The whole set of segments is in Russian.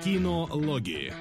Кинологии.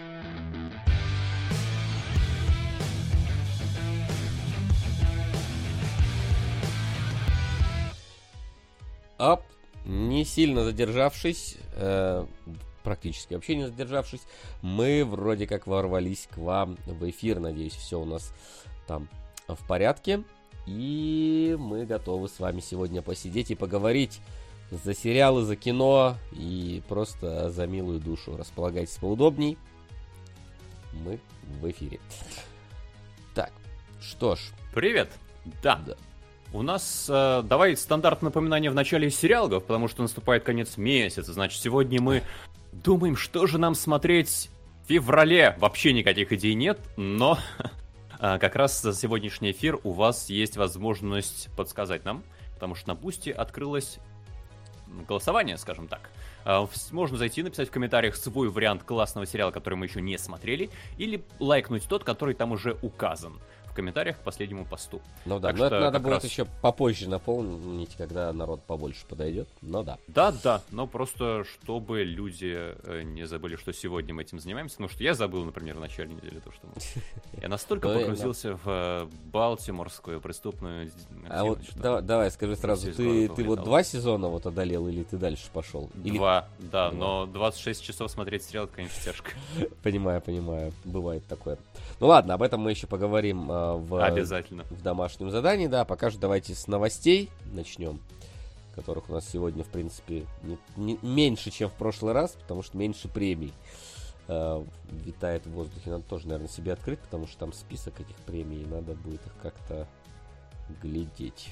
Не сильно задержавшись, практически вообще не задержавшись, мы вроде как ворвались к вам в эфир. Надеюсь, все у нас там в порядке. И мы готовы с вами сегодня посидеть и поговорить за сериалы, за кино и просто за милую душу. Располагайтесь поудобней. Мы в эфире. Так, что ж. Привет. Да. У нас, давай стандартное напоминание в начале сериалов, потому что наступает конец месяца. Значит, сегодня мы думаем, что же нам смотреть в феврале. Вообще никаких идей нет, но как раз за сегодняшний эфир у вас есть возможность подсказать нам, потому что на Бусти открылось голосование, скажем так. Можно зайти, написать в комментариях свой вариант классного сериала, который мы еще не смотрели, или лайкнуть тот, который там уже указан в комментариях к последнему посту. Ну да, но это надо будет еще попозже наполнить, когда народ побольше подойдет, но да. Да, но просто чтобы люди не забыли, что сегодня мы этим занимаемся, потому что я забыл, например, в начале недели то, что я настолько погрузился в балтиморскую преступную активность. Давай, скажи сразу, ты вот 2 сезона вот одолел или ты дальше пошел? 2, да, но 26 часов смотреть сериал, это, конечно, тяжко. Понимаю, бывает такое. Ну ладно, об этом мы еще поговорим обязательно в домашнем задании, да. Пока же давайте с новостей начнем, которых у нас сегодня, в принципе, не меньше, чем в прошлый раз, потому что меньше премий витает в воздухе. Надо тоже, наверное, себе открыть, потому что там список этих премий, и надо будет их как-то глядеть.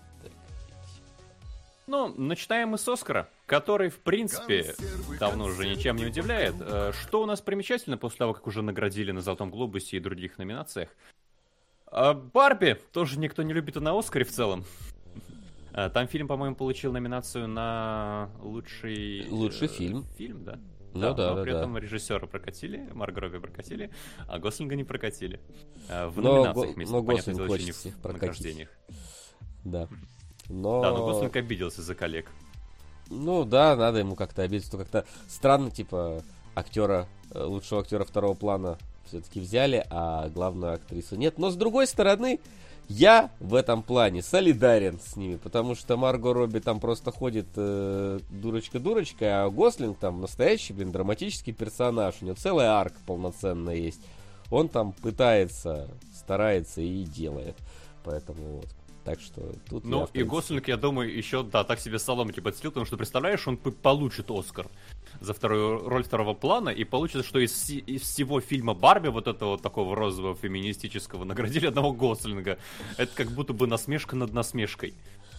Ну, начинаем мы с Оскара, который, в принципе, давно уже ничем не удивляет. Что у нас примечательно после того, как уже наградили на Золотом Глобусе и других номинациях? Барби тоже никто не любит и на Оскаре в целом. Там фильм, по-моему, получил номинацию на лучший фильм. Фильм, да? Ну да, но при этом режиссера прокатили, Марго Робби прокатили, а Гослинга не прокатили. В номинациях вместе, понятное дело, еще не в награждениях. Да. Но Гослинг обиделся за коллег. Ну да, надо ему как-то обидеться. Как-то странно, типа, лучшего актера второго плана все-таки взяли, а главную актрису нет. Но с другой стороны, я в этом плане солидарен с ними, потому что Марго Робби там просто ходит дурочка-дурочка, а Гослинг там настоящий, драматический персонаж. У него целая арка полноценная есть. Он там пытается, старается и делает. Поэтому вот. Так что тут ну, и Гослинг, я думаю, еще, так себе соломки подстелил, потому что, представляешь, он получит Оскар за вторую роль второго плана, и получится, что из всего фильма Барби, вот этого вот такого розового феминистического, наградили одного Гослинга. Это как будто бы насмешка над насмешкой.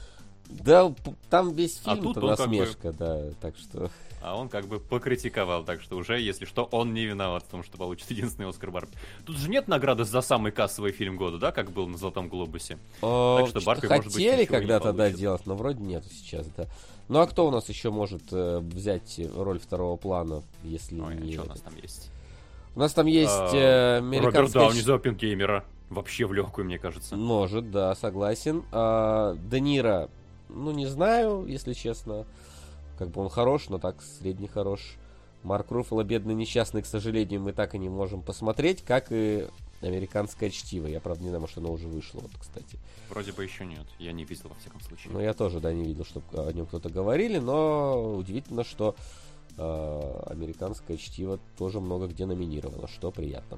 Да, там весь фильм-то а насмешка, да, так что... А он как бы покритиковал, так что уже, если что, он не виноват в том, что получит единственный Оскар Барби. Тут же нет награды за самый кассовый фильм года, да, как был на Золотом Глобусе? Так что Барби, может быть, хотели когда-то, да, делать, но вроде нету сейчас, да. Ну а кто у нас еще может взять роль второго плана, если не... что у нас там есть? У нас там есть американская... Роберт Дауни за Оппенгеймера. Вообще в легкую, мне кажется. Может, да, согласен. Де Ниро, ну не знаю, если честно. Как бы он хорош, но так средний хорош. Марк Руффало, бедный несчастный, к сожалению, мы так и не можем посмотреть, как и «Американское чтиво». Я, правда, не знаю, может, оно уже вышло, вот, кстати. Вроде бы еще нет, я не видел, во всяком случае. Ну, я тоже, да, не видел, чтобы о нем кто-то говорили, но удивительно, что «Американское чтиво» тоже много где номинировано, что приятно.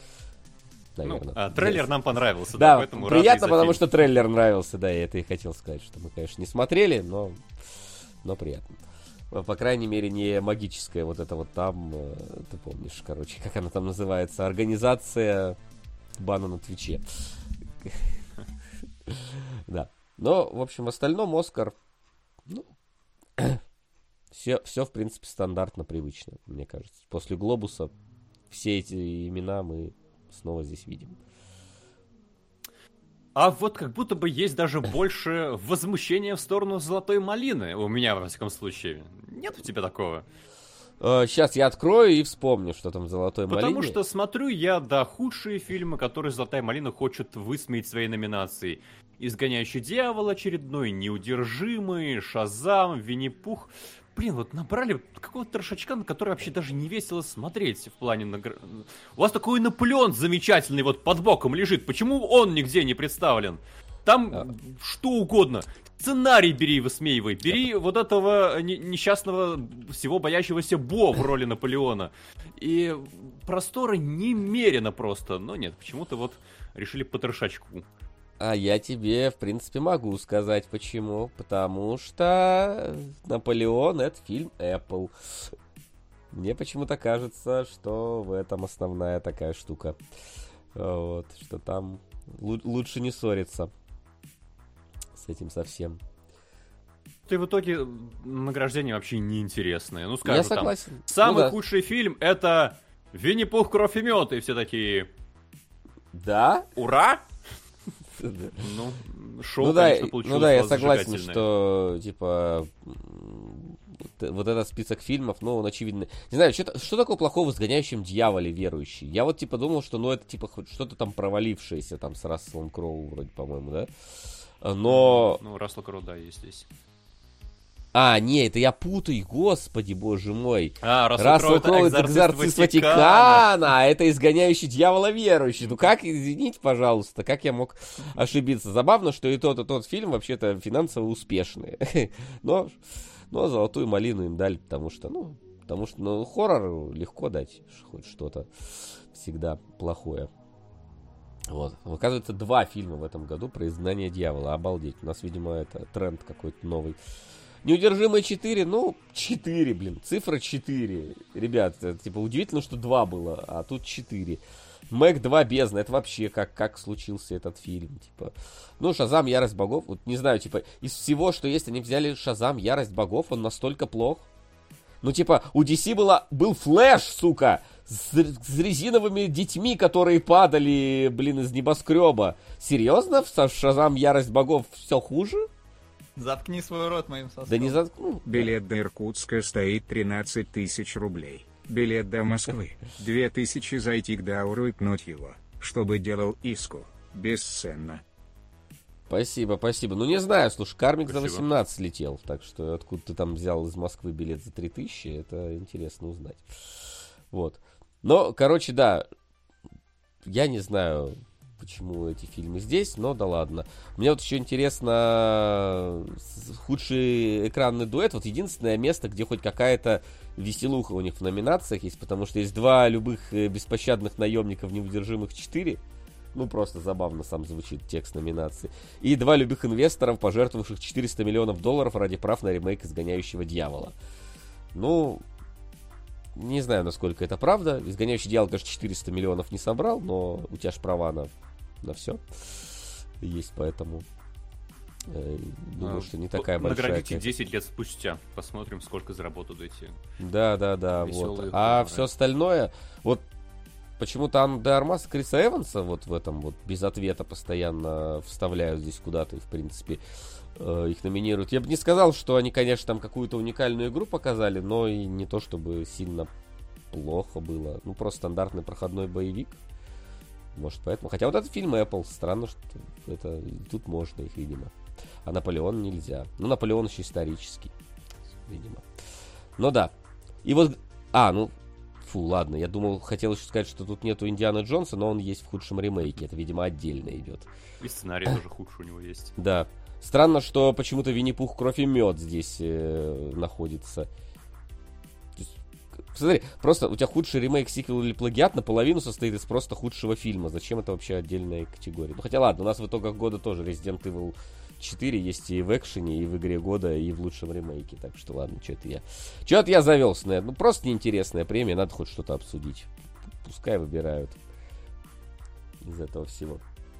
Наверное. Ну, трейлер нам понравился, да, поэтому приятно, потому что трейлер нравился, да, я это и хотел сказать, что мы, конечно, не смотрели, но приятно. По крайней мере, не магическая вот это вот там, ты помнишь, короче, как она там называется, организация бана на Твиче. Да. Но, в общем, в остальном Оскар, ну, все, в принципе, стандартно, привычно, мне кажется. После Глобуса все эти имена мы снова здесь видим. А вот как будто бы есть даже больше возмущения в сторону «Золотой малины». У меня, во всяком случае. Нет у тебя такого? Сейчас я открою и вспомню, что там в «Золотой малине». Потому что смотрю я, худшие фильмы, которые «Золотая малина» хочет высмеять своей номинацией. «Изгоняющий дьявола» очередной, «Неудержимый», «Шазам», «Винни-Пух». блин, вот набрали какого-то трешачка, на который вообще даже не весело смотреть в плане... У вас такой Наполеон замечательный вот под боком лежит, почему он нигде не представлен? Там что угодно. Сценарий бери, высмеивай. Бери вот этого несчастного, всего боящегося Бо в роли Наполеона. И простора немерено просто. Но нет, почему-то вот решили по трешачку. А я тебе, в принципе, могу сказать почему. Потому что Наполеон — это фильм Apple. Мне почему-то кажется, что в этом основная такая штука. Вот, что там лучше не ссориться с этим совсем. И в итоге награждение вообще неинтересное. Ну, скажем, я согласен. Там, самый худший фильм — это «Винни-Пух, кровь и мед», и все такие... Да? Ура! Ну, шоу, конечно, получилось. Ну да, я согласен, что, типа, вот этот список фильмов, ну, он очевидно... Не знаю, что такое плохого в «Изгоняющем дьяволе» верующий? Я вот, типа, думал, что, ну, это, типа, что-то там провалившееся, там, с Расселом Кроу, вроде, по-моему, да? Но... Ну, Рассел Кроу, да, есть здесь. А, не, это я путаю, господи, боже мой. Рассел Кроу — это экзорцист Ватикана, а это «Изгоняющий дьявола» верующий. Ну как, извините, пожалуйста, как я мог ошибиться? Забавно, что и тот фильм вообще-то финансово успешный. Но золотую малину им дали, потому что хоррор легко дать хоть что-то всегда плохое. Вот. Оказывается, 2 фильма в этом году про изгнание дьявола. Обалдеть. У нас, видимо, это тренд какой-то новый. «Неудержимые 4», ну, 4, блин, цифра 4. Ребят, это, типа, удивительно, что 2 было, а тут 4. «Мэг 2. Бездна», это вообще как случился этот фильм, типа. Ну, «Шазам. Ярость богов», вот не знаю, типа, из всего, что есть, они взяли «Шазам. Ярость богов», он настолько плох. Ну, типа, у DC был Флэш, сука, с резиновыми детьми, которые падали, блин, из небоскреба. Серьезно? В «Шазам. Ярость богов» все хуже? Заткни свой рот моим соском. Да не заткну. Билет до Иркутска стоит 13 тысяч рублей. Билет до Москвы 2000 зайти к Дауру и пнуть его, чтобы делал иску. Бесценно. Спасибо. Ну не знаю, слушай, Кармик за 18 летел, так что откуда ты там взял из Москвы билет за 3000, это интересно узнать. Вот. Но, короче, да, я не знаю, почему эти фильмы здесь, но да ладно. Мне вот еще интересно худший экранный дуэт. Вот единственное место, где хоть какая-то веселуха у них в номинациях есть, потому что есть 2 любых беспощадных наемников неудержимых 4. Ну, просто забавно сам звучит текст номинации. И 2 любых инвесторов, пожертвовавших $400 миллионов ради прав на ремейк «Изгоняющего дьявола». Ну, не знаю, насколько это правда. «Изгоняющий дьявол», конечно, 400 миллионов не собрал, но у тебя ж права на все есть, поэтому думаю, что не такая большая. Наградите 10 лет спустя. Посмотрим, сколько заработают эти. Да, вот. А все остальное, вот почему-то Анна де Армас и Криса Эванса вот в этом вот без ответа постоянно вставляют здесь куда-то, и в принципе их номинируют. Я бы не сказал, что они, конечно, там какую-то уникальную игру показали, но и не то, чтобы сильно плохо было. Ну, просто стандартный проходной боевик. Может, поэтому. Хотя вот этот фильм Apple, странно, что это тут можно их, видимо. А Наполеон нельзя. Ну, Наполеон еще исторический, видимо. Ну да. И вот... ладно, я думал, хотел еще сказать, что тут нету Индианы Джонса, но он есть в худшем ремейке. Это, видимо, отдельно идет. И сценарий тоже худший у него есть. Да. Странно, что почему-то «Винни-Пух. Кровь и мед» здесь находится. Смотри, просто у тебя худший ремейк, сиквел или плагиат наполовину состоит из просто худшего фильма. Зачем это вообще отдельная категория? Ну, хотя ладно, у нас в итогах года тоже Resident Evil 4 есть и в экшене, и в игре года, и в лучшем ремейке. Так что ладно, что-то я завелся на это. Ну, просто неинтересная премия, надо хоть что-то обсудить. Пускай выбирают из этого всего.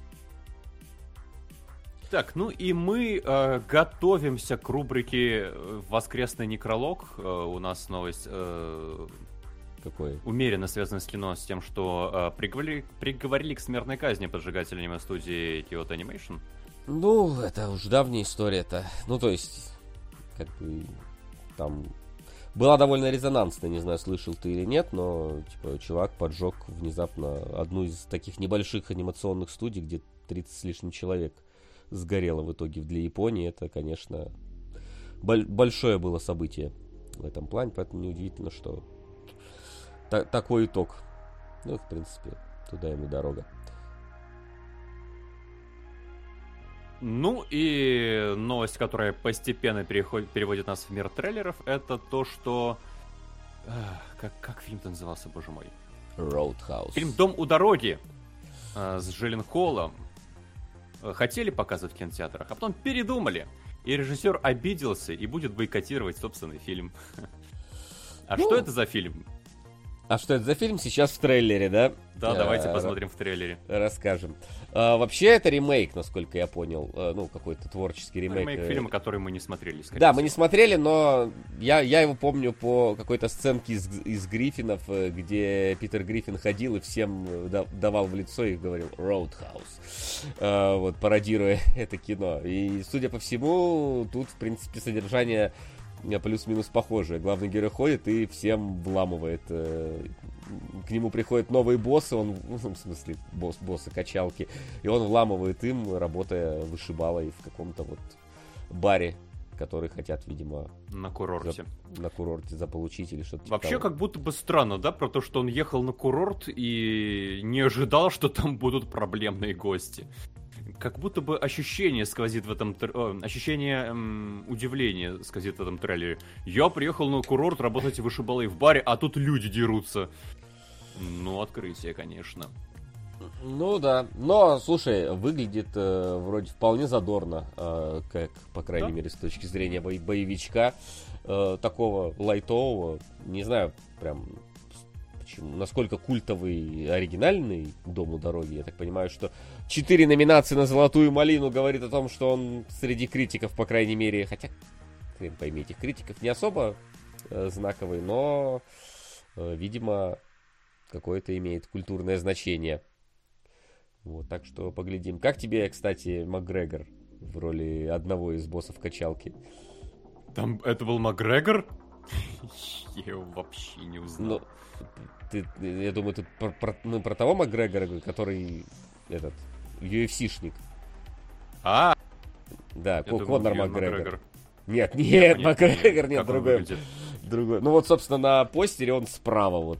Так, ну и мы готовимся к рубрике «Воскресный некролог». У нас новость какой? Умеренно связана с кино, с тем, что приговорили к смертной казни поджигателя аниме-студии Kyoto Animation. Ну, это уж давняя история-то. Ну, то есть, как бы, там была довольно резонансная, не знаю, слышал ты или нет, но, типа, чувак поджег внезапно одну из таких небольших анимационных студий, где 30 с лишним человек сгорело в итоге для Японии. Это, конечно, большое было событие в этом плане, поэтому неудивительно, что такой итог. Ну, в принципе, туда ему дорога. Ну и новость, которая постепенно переводит нас в мир трейлеров, это то, что... Как фильм-то назывался, боже мой? Roadhouse. Фильм «Дом у дороги» с Джилленхолом хотели показывать в кинотеатрах, а потом передумали. И режиссер обиделся и будет бойкотировать собственный фильм. А что это за фильм? А что это за фильм? Сейчас в трейлере, да? Да, давайте посмотрим в трейлере. Расскажем. Вообще, это ремейк, насколько я понял. Ну, какой-то творческий ремейк. Ремейк фильма, который мы не смотрели, скорее Да, всего. мы не смотрели, но я его помню по какой-то сценке из Гриффинов, где Питер Гриффин ходил и всем давал в лицо и говорил «Roadhouse». Вот, пародируя это кино. И, судя по всему, тут, в принципе, содержание плюс-минус похожее. Главный герой ходит и всем вламывает. К нему приходят новые боссы, в смысле, боссы качалки, и он вламывает им, работая вышибалой в каком-то вот баре, который хотят, видимо, на курорте. На курорте заполучить или что-то. Вообще, типа того. как будто бы странно, да, про то, что он ехал на курорт и не ожидал, что там будут проблемные гости. Как будто бы ощущение сквозит в этом... ощущение удивления сквозит в этом трейлере. Я приехал на курорт работать вышибалой в баре, а тут люди дерутся. Ну, открытие, конечно. Ну да, но, слушай, выглядит вроде вполне задорно, как, по крайней мере, с точки зрения боевичка, такого лайтового, не знаю, прям... насколько культовый и оригинальный «Дом у дороги». Я так понимаю, что 4 номинации на «Золотую малину» говорит о том, что он среди критиков, по крайней мере, хотя, хрен пойми, этих критиков не особо знаковый, но, видимо, какое-то имеет культурное значение. Вот, так что поглядим. Как тебе, кстати, Макгрегор в роли одного из боссов качалки? Там это был Макгрегор? Я его вообще не узнал. Я думаю, тут мы про того Макгрегора, который этот UFC-шник. Да, Конор Макгрегор. Нет, Макгрегор, нет, другой. Ну вот, собственно, на постере он справа вот.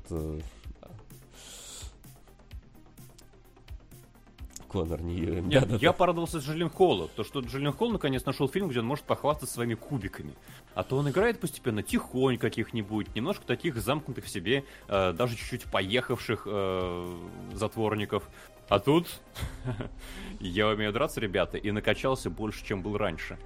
Конор не... Я порадовался Джилленхолу, то что Джилленхол наконец нашел фильм, где он может похвастаться своими кубиками. А то он играет постепенно тихонь каких-нибудь, немножко таких замкнутых в себе, даже чуть-чуть поехавших затворников. А тут я умею драться, ребята, и накачался больше, чем был раньше.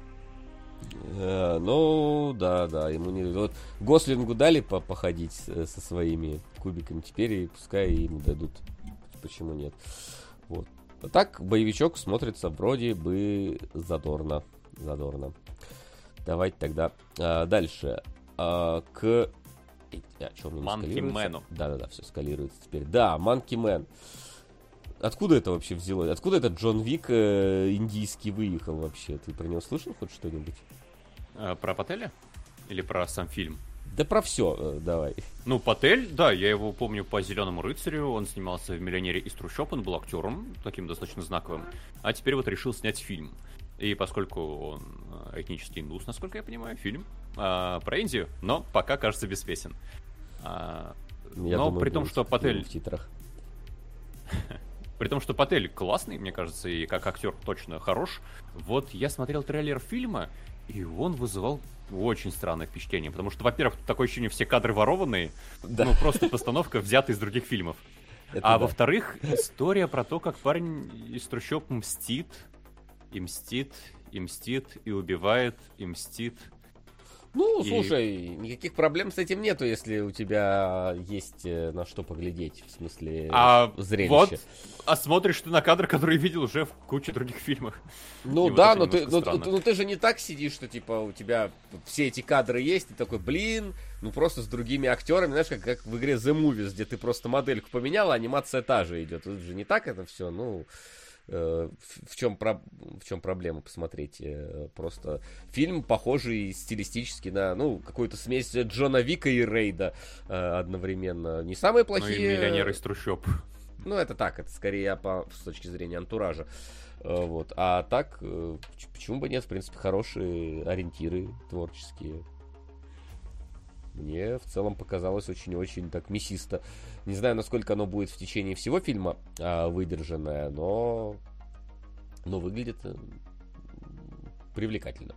Ну, да, ему не... Вот Гослингу дали походить со своими кубиками, теперь и пускай ему дадут. Почему нет? Вот. А так, боевичок смотрится вроде бы задорно. Давайте тогда дальше. К... Манки Мэну. Да, все скалируется теперь. Да, Манки Мэн. Откуда это вообще взялось? Откуда этот Джон Вик индийский выехал вообще? Ты про него слышал хоть что-нибудь? Про Пателя? Или про сам фильм? Да про все, давай. Ну, Патель, да, я его помню по «Зеленому рыцарю», он снимался в «Миллионере из трущоб», он был актером, таким достаточно знаковым, а теперь вот решил снять фильм. И поскольку он этнический индус, насколько я понимаю, фильм про Индию, но пока кажется беспесен. Я но думаю, при том, что Патель... в титрах. При том, что Патель классный, мне кажется, и как актер точно хорош. Вот я смотрел трейлер фильма, и он вызывал очень странное впечатление. Потому что, во-первых, такое ощущение, все кадры ворованные. Да. Ну, просто постановка взята из других фильмов. Во-вторых, история про то, как парень из трущоб мстит, и убивает, и мстит. Ну, слушай, никаких проблем с этим нету, если у тебя есть на что поглядеть, в смысле зрелища. Вот, смотришь ты на кадр, который видел уже в куче других фильмов. Ну и да, вот но ты же не так сидишь, что типа у тебя все эти кадры есть, и такой, ну просто с другими актерами, знаешь, как в игре The Movies, где ты просто модельку поменял, а анимация та же идет. Тут же не так это все, ну... В чем проблема посмотреть? Просто фильм похожий стилистически на, какую-то смесь Джона Вика и Рейда одновременно. Не самые плохие... Ну и «Миллионер из трущоб». Ну, это так, это скорее с точки зрения антуража. Вот. А так, почему бы нет, в принципе, хорошие ориентиры творческие. Мне в целом показалось очень-очень так мясисто. Не знаю, насколько оно будет в течение всего фильма выдержанное, но выглядит привлекательно.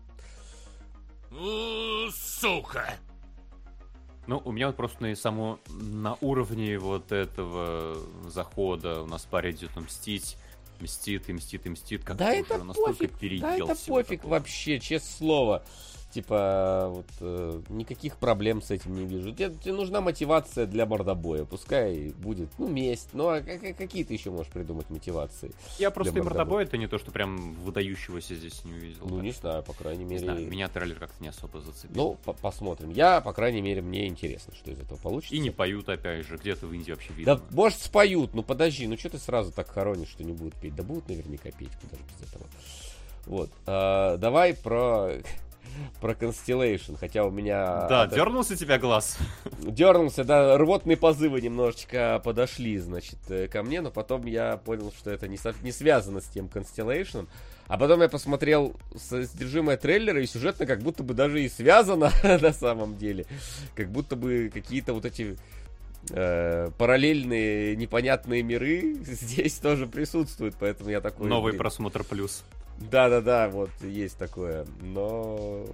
Сука! Ну, у меня вот просто на уровне вот этого захода у нас парень идет мстить. Мстит. Как Да уже это настолько пофиг, переел да это всего пофиг такого. вообще, честное слово. Типа, вот, никаких проблем с этим не вижу. Тебе нужна мотивация для мордобоя. Пускай будет, месть. Ну, а какие ты еще можешь придумать мотивации? Я просто и для мордобоя? мордобой это не то, что прям выдающегося здесь не увидел. Ну, так не что, знаю, по крайней не мере... знаю, меня трейлер как-то не особо зацепил. Ну, посмотрим. Я, по крайней мере, мне интересно, что из этого получится. И не поют, опять же, где-то в Индии вообще видно. Да, может, споют. Ну, подожди, ну что ты сразу так хоронишь, что не будут петь? Да будут наверняка петь, куда же без этого. Вот. Давай про Constellation, хотя у меня... Да, дернулся тебя глаз? Дернулся, да, рвотные позывы немножечко подошли, значит, ко мне, но потом я понял, что это не связано с тем Constellation. А потом я посмотрел содержимое трейлера, и сюжетно как будто бы даже и связано на самом деле. Как будто бы какие-то вот эти параллельные непонятные миры здесь тоже присутствуют, поэтому я такой... Новый просмотр плюс. Да, вот есть такое, но,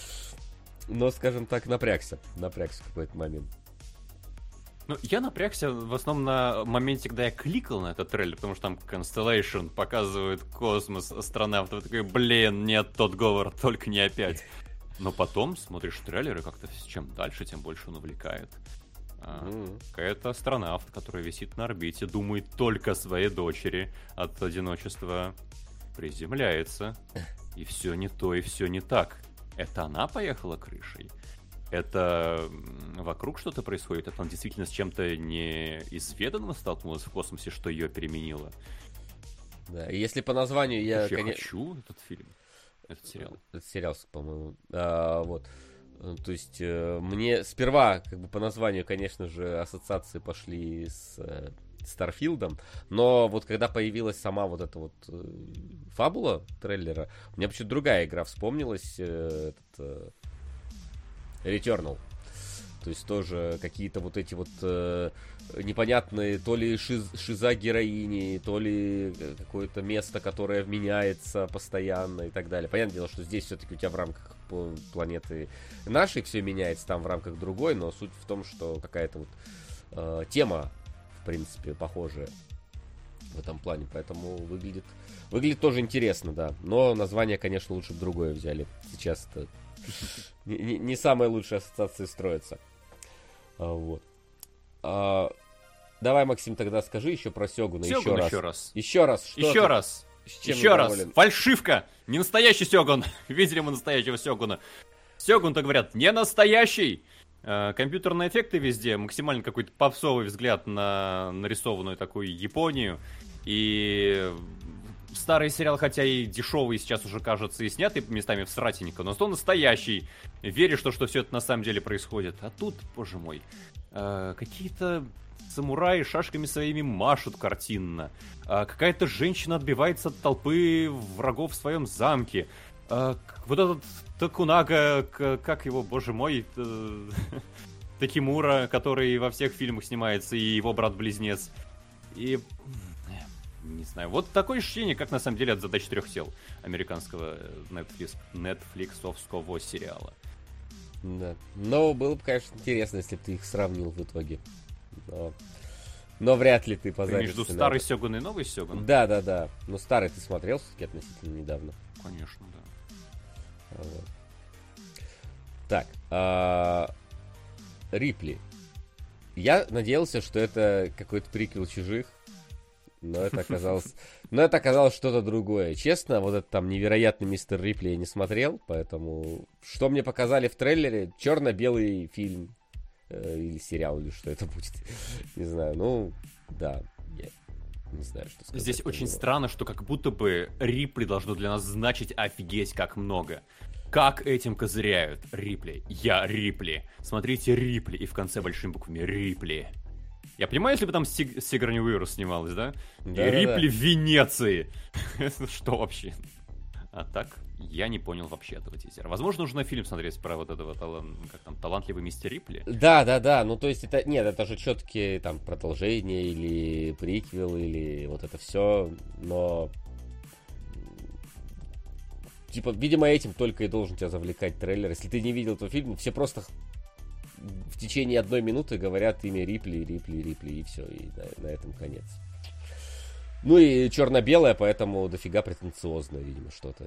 скажем так, напрягся в какой-то момент. Ну, я напрягся в основном на моменте, когда я кликал на этот трейлер, потому что там Constellation показывает космос, астронавтов, такой, блин, нет, тот говор, только не опять. Но потом смотришь трейлер, и как-то чем дальше, тем больше он увлекает. Какая-то астронавт, который висит на орбите, думает только о своей дочери от одиночества, приземляется, и все не то, и все не так. Это она поехала крышей? Это вокруг что-то происходит? Это она действительно с чем-то неизведанным столкнулась в космосе, что ее переменило? Да, и если по названию я хочу этот фильм, этот сериал. Этот сериал, по-моему. Вот. То есть мне сперва, как бы по названию, конечно же, ассоциации пошли с Старфилдом, но вот когда появилась сама вот эта вот фабула трейлера, у меня почему-то другая игра вспомнилась, Returnal. То есть тоже какие-то вот эти вот непонятные, то ли шиза героини, то ли какое-то место, которое меняется постоянно и так далее. Понятное дело, что здесь все-таки у тебя в рамках планеты нашей все меняется, там в рамках другой, но суть в том, что какая-то вот тема, в принципе, похожая в этом плане, поэтому выглядит тоже интересно, да. Но название, конечно, лучше бы другое взяли. Сейчас это не самые лучшие ассоциации строятся. Вот. Давай, Максим, тогда скажи еще про Сёгуна. Еще раз. Еще раз. Фальшивка. Не настоящий Сёгун. Видели мы настоящего Сёгуна. Сёгун-то, говорят, не настоящий. Компьютерные эффекты везде. Максимально какой-то попсовый взгляд на нарисованную такую Японию. И старый сериал, хотя и дешевый, сейчас уже кажется и снятый местами всратенько, но зато настоящий. Веришь, что все это на самом деле происходит. А тут, боже мой, какие-то самураи шашками своими машут картинно. Какая-то женщина отбивается от толпы врагов в своем замке. Вот этот Такунага, как его, боже мой, Такимура, который во всех фильмах снимается, и его брат-близнец. И... не знаю, вот такое ощущение, как на самом деле от «Задач трех тел» американского нетфликсовского сериала. Да. Но было бы, конечно, интересно, если бы ты их сравнил в итоге. Но вряд ли ты позаришься. Между старый Сёгун и новый Сёгун? Да. Но старый ты смотрел все-таки относительно недавно. Конечно, да. Вот. Так, Рипли. Я надеялся, что это какой-то приквел «Чужих», но это оказалось что-то другое. Честно, вот этот там невероятный мистер Рипли я не смотрел, поэтому что мне показали в трейлере? Черно-белый фильм или сериал, или что это будет. Не знаю, ну, да, я не знаю, что сказать. Здесь очень странно, что как будто бы Рипли должно для нас значить офигеть как много. Как этим козыряют? Рипли. Я Рипли. Смотрите, Рипли. И в конце большими буквами Рипли. Я понимаю, если бы там Сигурни Уивер снималась, да? Да, и Рипли в Венеции. Что вообще? А так, я не понял вообще этого тизера. Возможно, нужно фильм смотреть про вот этого талантливый мистер Рипли. Да, ну то есть это, нет, это же четкие там продолжение или приквел, или вот это все, но типа, видимо, этим только и должен тебя завлекать трейлер. Если ты не видел этот фильм, все просто в течение 1 минуты говорят имя Рипли, и все, и на этом конец. Ну и черно-белое, поэтому дофига претенциозно, видимо, что-то.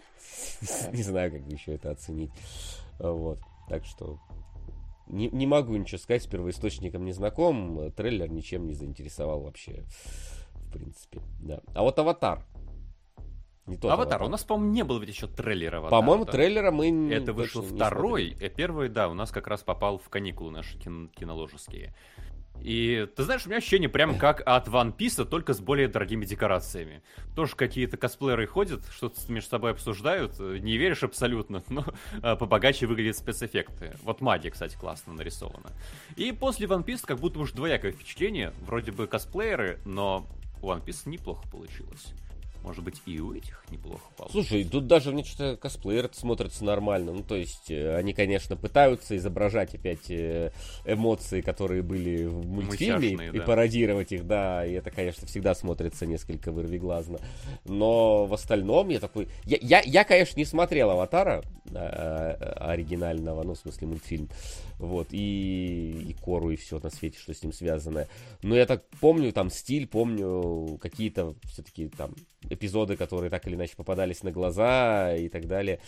Не знаю, как еще это оценить. Вот. Так что не могу ничего сказать, с первоисточником не знаком. Трейлер ничем не заинтересовал вообще. В принципе, да. А вот «Аватар». Не тот «Аватар». У нас, по-моему, не было ведь еще трейлера «Аватара». По-моему, да? Трейлера мы это вышел второй. Первый, да, у нас как раз попал в каникулы наши киноложеские. И, ты знаешь, у меня ощущение прям как от One Piece, только с более дорогими декорациями. Тоже какие-то косплееры ходят, что-то между собой обсуждают, не веришь абсолютно, но побогаче выглядят спецэффекты. Вот магия, кстати, классно нарисована. И после One Piece как будто уж двоякое впечатление. Вроде бы косплееры, но у One Piece неплохо получилось. Может быть, и у этих неплохо получилось. Слушай, тут даже мне что-то косплееры смотрятся нормально. Ну, то есть, они, конечно, пытаются изображать опять эмоции, которые были в мультфильме, и да. пародировать их, да, и это, конечно, всегда смотрится несколько вырвиглазно. Но в остальном я такой... Я, конечно, не смотрел «Аватара» оригинального, ну, в смысле, мультфильм, вот, и Кору, и все на свете, что с ним связано. Но я так помню, там, стиль, помню какие-то все-таки там эпизоды, которые так или иначе попадались на глаза и так далее.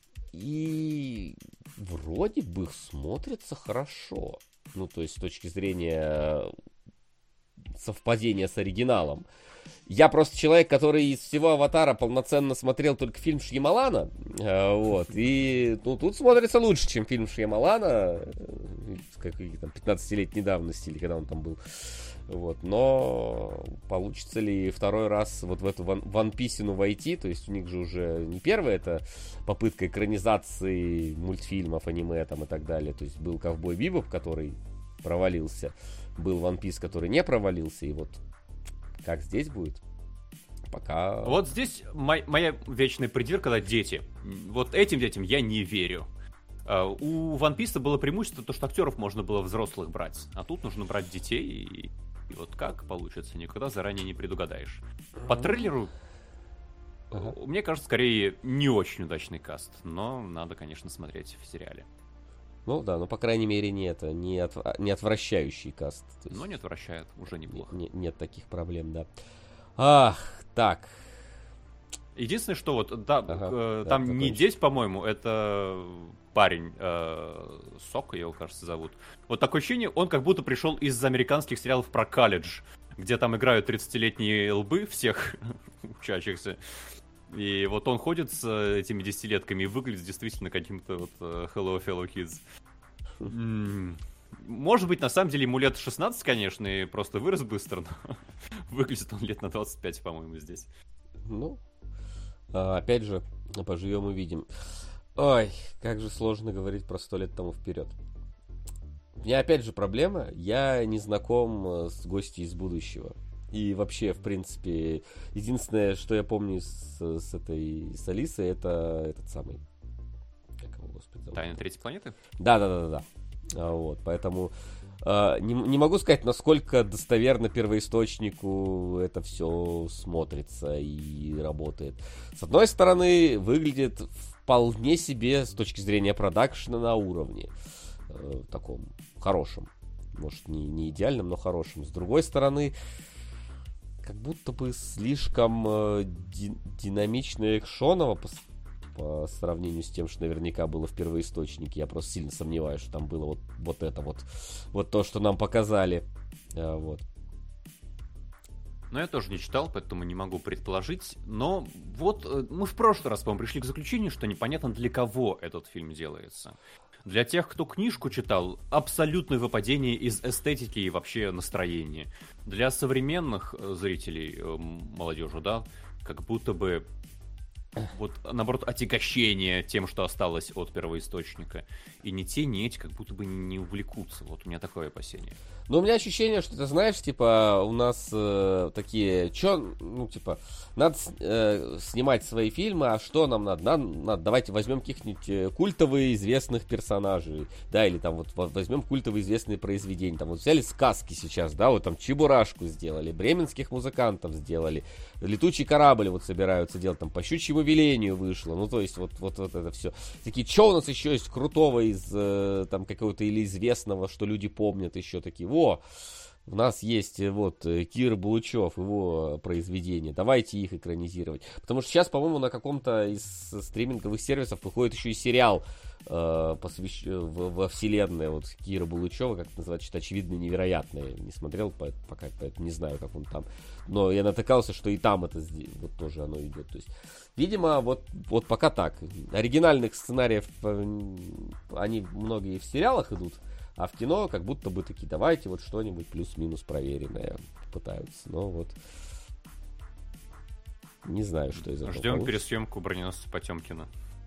И вроде бы смотрится хорошо. Ну, то есть, с точки зрения совпадения с оригиналом. Я просто человек, который из всего «Аватара» полноценно смотрел только фильм Шьямалана. Вот. И ну, тут смотрится лучше, чем фильм Шьямалана. Какой там 15-летней давности, или когда он там был. Вот. Но получится ли второй раз вот в эту One Piece войти? То есть у них же уже не первая это попытка экранизации мультфильмов, аниме там и так далее. То есть был «Ковбой Бибоп», который провалился. Был One Piece, который не провалился. И вот как здесь будет? Пока... Вот здесь моя вечная придирка, когда дети. Вот этим детям я не верю. У One Piece было преимущество, то, что актеров можно было взрослых брать. А тут нужно брать детей. И вот как получится, никогда заранее не предугадаешь. По трейлеру, мне кажется, скорее не очень удачный каст. Но надо, конечно, смотреть в сериале. Ну да, но по крайней мере не отвращающий каст. Но не отвращает, уже неплохо. Нет таких проблем, да. Ах, так. Единственное, что вот там не дети, по-моему, это парень Сок, его, кажется, зовут. Вот такое ощущение, он как будто пришел из американских сериалов про колледж, где там играют 30-летние лбы всех учащихся. И вот он ходит с этими 10-летками и выглядит действительно каким-то вот hello, fellow kids. Может быть, на самом деле ему лет 16, конечно, и просто вырос быстро, но выглядит он лет на 25, по-моему, здесь. Ну, опять же, поживем и видим. Ой, как же сложно говорить про 100 лет тому вперед. У меня опять же проблема, я не знаком с гостьей из будущего. И вообще, в принципе, единственное, что я помню с Алисой, это этот самый... Как его, господи, зовут? «Тайна третьей планеты»? Да. Вот, поэтому не могу сказать, насколько достоверно первоисточнику это все смотрится и работает. С одной стороны, выглядит вполне себе с точки зрения продакшена на уровне. Таком хорошем. Может, не идеальном, но хорошем. С другой стороны, как будто бы слишком динамично и экшоново по сравнению с тем, что наверняка было в первоисточнике. Я просто сильно сомневаюсь, что там было вот это вот то, что нам показали. Вот. Но я тоже не читал, поэтому не могу предположить. Но вот мы в прошлый раз, по-моему, пришли к заключению, что непонятно, для кого этот фильм делается. Для тех, кто книжку читал, абсолютное выпадение из эстетики и вообще настроения. Для современных зрителей, молодежи, да, как будто бы вот, наоборот, отягощение тем, что осталось от первоисточника. И ни те, ни эти как будто бы не увлекутся. Вот у меня такое опасение. Ну, у меня ощущение, что ты знаешь, типа, у нас такие, ну, типа, надо снимать свои фильмы, а что нам надо? Давайте возьмем каких-нибудь культовых известных персонажей, да, или там вот возьмем культовые известные произведения. Там вот взяли сказки сейчас, да, вот там Чебурашку сделали, бременских музыкантов сделали, летучий корабль вот собираются делать, там по щучьему велению вышло, ну, то есть вот это все. Такие, что у нас еще есть крутого из там какого-то или известного, что люди помнят еще такие, у нас есть вот Кир Булычев, его произведения, давайте их экранизировать. Потому что сейчас, по-моему, на каком-то из стриминговых сервисов выходит еще и сериал во вселенной вот Кира Булычева, как это называется, что-то очевидно невероятное. Не смотрел пока, поэтому не знаю, как он там. Но я натыкался, что и там это вот тоже оно идет. То есть, видимо, вот пока так. Оригинальных сценариев они многие в сериалах идут, а в кино как будто бы такие, давайте вот что-нибудь плюс-минус проверенное пытаются. Но вот не знаю, что из этого Ждем получится. пересъемку «Броненосца Потемкина».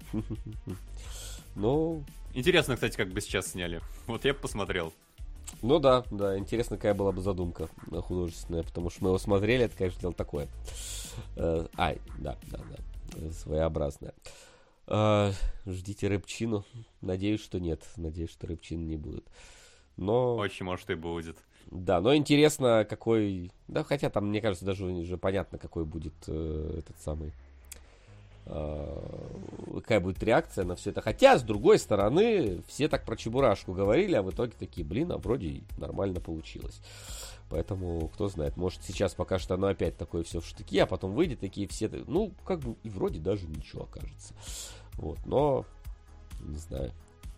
Ну, Интересно, кстати, как бы сейчас сняли. Вот я бы посмотрел. ну да, интересно, какая была бы задумка художественная, потому что мы его смотрели, это, конечно, дело такое. Да, своеобразное. Ждите рыбчину. Надеюсь, что нет. Надеюсь, что рыбчины не будет. Но... Очень, может, и будет. Да, но интересно, какой... Да, хотя там, мне кажется, даже уже понятно, какой будет этот самый... какая будет реакция на все это. Хотя, с другой стороны, все так про Чебурашку говорили, а в итоге такие, вроде и нормально получилось. Поэтому, кто знает, может сейчас пока что оно опять такое все в штыки, а потом выйдет такие все, ну, как бы и вроде даже ничего окажется. Вот, но не знаю.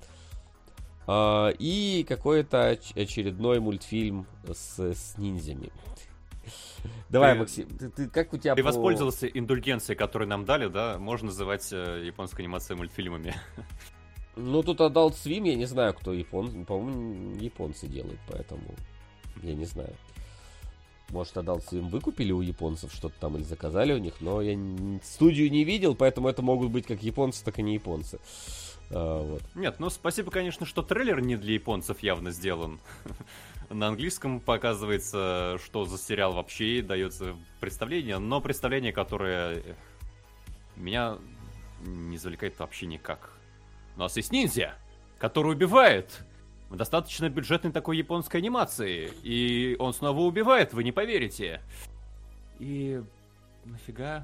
И какой-то очередной мультфильм с ниндзями. Давай, Максим, ты как у тебя... Ты воспользовался индульгенцией, которую нам дали, да? Можно называть японской анимацией мультфильмами. Ну, тут Adult Swim, я не знаю, кто по-моему, японцы делают, поэтому я не знаю. Может, Adult Swim выкупили у японцев что-то там или заказали у них, но я студию не видел, поэтому это могут быть как японцы, так и не японцы. Вот. Нет, ну спасибо, конечно, что трейлер не для японцев явно сделан. На английском показывается, что за сериал вообще дается представление, но представление, которое меня не завлекает вообще никак. У нас есть ниндзя, который убивает в достаточно бюджетной такой японской анимации, и он снова убивает, вы не поверите. И нафига?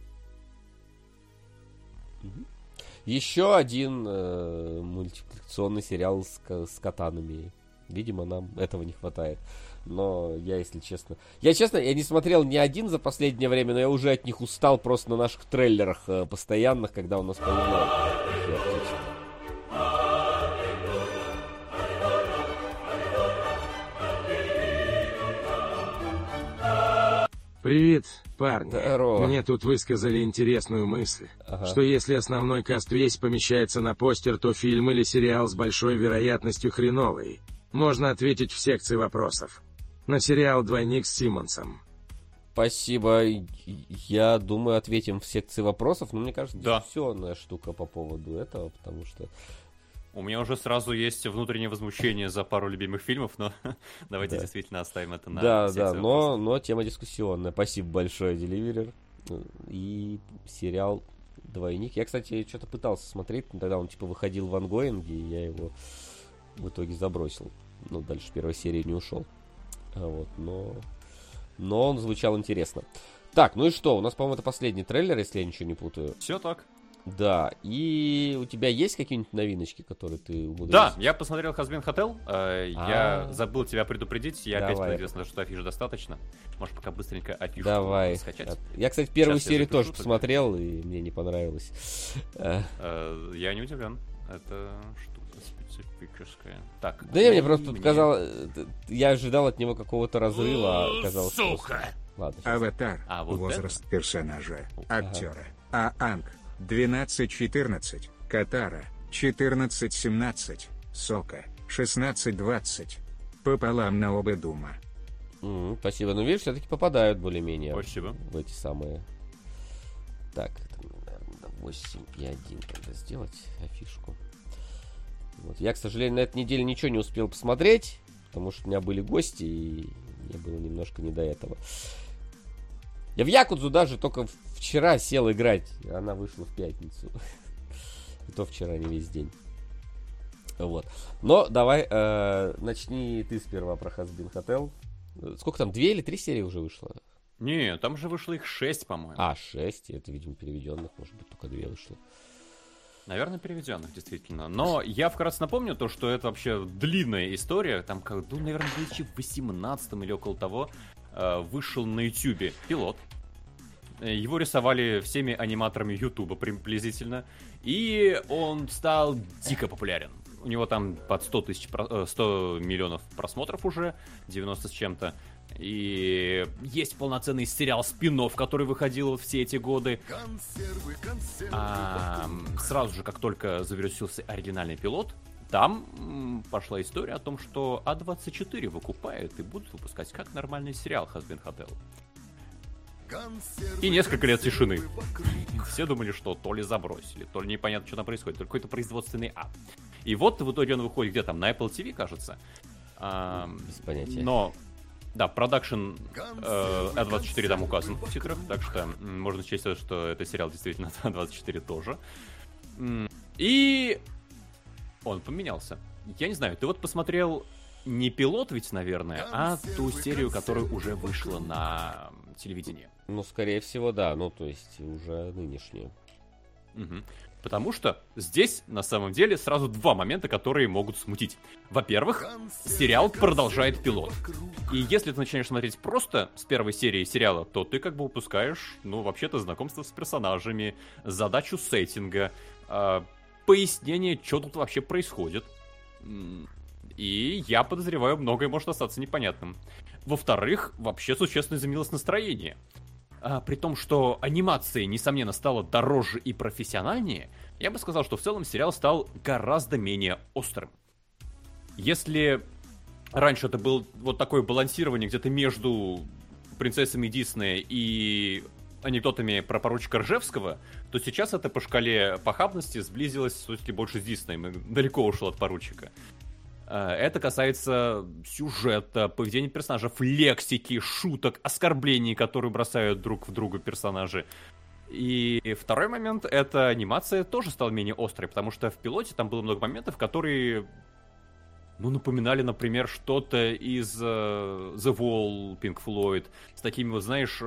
Еще один мультипликационный сериал с катанами. Видимо, нам этого не хватает. Но я, если честно... Я не смотрел ни один за последнее время, но я уже от них устал просто на наших трейлерах постоянных, когда у нас появляется. Привет, парни. Здорово. Мне тут высказали интересную мысль, что если основной каст весь помещается на постер, то фильм или сериал с большой вероятностью хреновый. Можно ответить в секции вопросов. На сериал «Двойник» с Симмонсом. Спасибо. Я думаю, ответим в секции вопросов, но мне кажется, Да. дискуссионная штука по поводу этого, потому что... У меня уже сразу есть внутреннее возмущение за пару любимых фильмов, но давайте Да. действительно оставим это на Да, секцию вопросов. но тема дискуссионная. Спасибо большое, Деливерер. И сериал «Двойник». Я, кстати, что-то пытался смотреть, но тогда он типа выходил в ангоинге, и я его в итоге забросил. Ну, дальше первой серии не ушел. Вот, но он звучал интересно. Так, ну и что? У нас, по-моему, это последний трейлер, если я ничего не путаю. Все так. Да, и у тебя есть какие-нибудь новиночки, которые ты умудрился? Да, я посмотрел Хазбин Хотел. Я забыл тебя предупредить. Я опять Давай. надеялся, что афиши достаточно. Может, пока быстренько афишу Давай. скачать. Я, кстати, первую Сейчас я серию запишу тоже тогда. посмотрел, и мне не понравилось. Я не удивлен. Это штука специфическая. Так. Да я мне ну, просто показалось... Я ожидал от него какого-то разрыва, а оказалось... Сука! Ладно. Аватар. А, вот Возраст персонажа. Актера. Аанг. 12-14. Катара. 14-17. Сока. 16-20. Пополам на оба дума. Спасибо. Ну, видишь, все-таки попадают более-менее Спасибо. в эти самые... Так, 8:1 тогда сделать афишку. Вот. Я, к сожалению, на этой неделе ничего не успел посмотреть, потому что у меня были гости, и мне было немножко не до этого. Я в Якудзу даже только вчера сел играть. Она вышла в пятницу. И то вчера не весь день. Вот. Но давай, начни ты сперва про Hazbin Hotel. Сколько там, 2 или 3 серии уже вышло? Не, там же вышло их 6, по-моему. 6. Это, видимо, переведенных. Может быть, только 2 вышло. Наверное, переведенных, действительно. Но я вкратце напомню то, что это вообще длинная история. Там, наверное, в 2018 или около того вышел на YouTube пилот. Его рисовали всеми аниматорами Ютуба приблизительно. И он стал дико популярен. У него там под 100 миллионов просмотров уже, 90 с чем-то. И есть полноценный сериал спин-офф, который выходил вот все эти годы. Сразу же, как только завершился оригинальный пилот, там пошла история о том, что А24 выкупают и будут выпускать как нормальный сериал Hazbin Hotel. И несколько лет тишины. Все думали, что то ли забросили, то ли непонятно, что там происходит, то ли какой-то производственный ад. И вот в итоге он выходит где там, на Apple TV, кажется. Без понятия. Но, да, продакшн А24 там указан в титрах, так что можно счесть, что это сериал действительно А24 тоже. И он поменялся. Я не знаю, ты вот посмотрел не пилот ведь, наверное, а ту серию, которая уже вышла на телевидении. Ну, скорее всего, да. Ну, то есть, уже нынешнюю. Угу. Потому что здесь, на самом деле, сразу 2 момента, которые могут смутить. Во-первых, сериал продолжает пилот. И если ты начинаешь смотреть просто с первой серии сериала, то ты как бы упускаешь, ну, вообще-то, знакомство с персонажами, задачу сеттинга, пояснение, что тут вообще происходит. И я подозреваю, многое может остаться непонятным. Во-вторых, вообще существенно изменилось настроение. При том, что анимация, несомненно, стала дороже и профессиональнее, я бы сказал, что в целом сериал стал гораздо менее острым. Если раньше это было вот такое балансирование где-то между принцессами Диснея и анекдотами про поручика Ржевского, то сейчас это по шкале похабности сблизилось все-таки больше с Диснеем и далеко ушло от поручика. Это касается сюжета, поведения персонажей, лексики, шуток, оскорблений, которые бросают друг в друга персонажи. И второй момент — это анимация тоже стала менее острой, потому что в пилоте там было много моментов, которые, ну, напоминали, например, что-то из The Wall, Pink Floyd, с такими, вот, знаешь,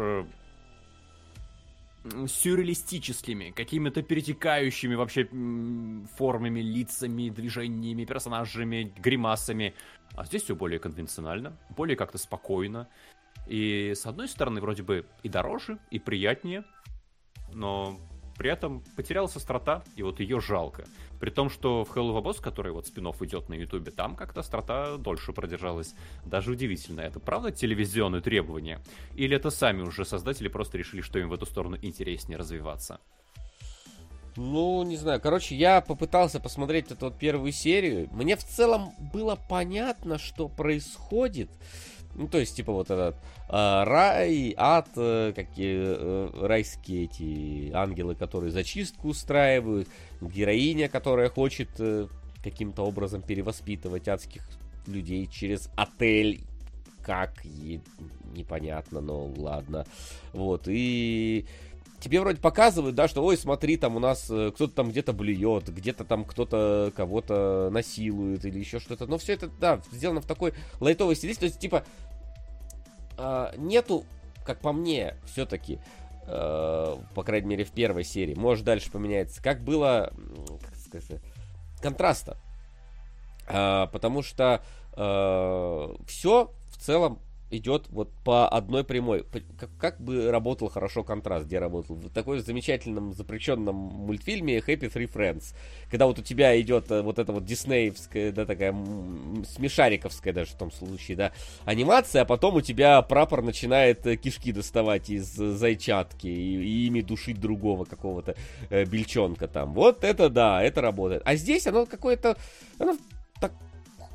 сюрреалистическими, какими-то перетекающими вообще формами, лицами, движениями, персонажами, гримасами. А здесь все более конвенционально, более как-то спокойно. И с одной стороны, вроде бы и дороже, и приятнее, но при этом потерялась острота, и вот ее жалко. При том, что в Hell of a Boss, который вот спин-офф идет на Ютубе, там как-то острота дольше продержалась. Даже удивительно. Это правда телевизионное требование? Или это сами уже создатели просто решили, что им в эту сторону интереснее развиваться? Ну, не знаю. Короче, я попытался посмотреть эту вот первую серию. Мне в целом было понятно, что происходит. Ну, то есть, типа, вот этот рай, ад, какие райские эти ангелы, которые зачистку устраивают, героиня, которая хочет каким-то образом перевоспитывать адских людей через отель. Как? Непонятно, но ладно. Вот, и тебе вроде показывают, да, что, ой, смотри, там у нас кто-то там где-то блюет, где-то там кто-то кого-то насилует или еще что-то. Но все это, да, сделано в такой лайтовой стилистике. То есть, типа, нету, как по мне, все-таки, по крайней мере, в первой серии, может, дальше поменяется, как было, как сказать, контраста. Потому что все в целом идет вот по одной прямой. Как бы работал хорошо контраст, где работал? В такой замечательном запрещенном мультфильме Happy Tree Friends. Когда вот у тебя идет вот эта вот диснеевская, да, такая смешариковская даже в том случае, да, анимация, а потом у тебя прапор начинает кишки доставать из зайчатки и ими душить другого какого-то бельчонка там. Вот это да, это работает. А здесь оно какое-то... Оно так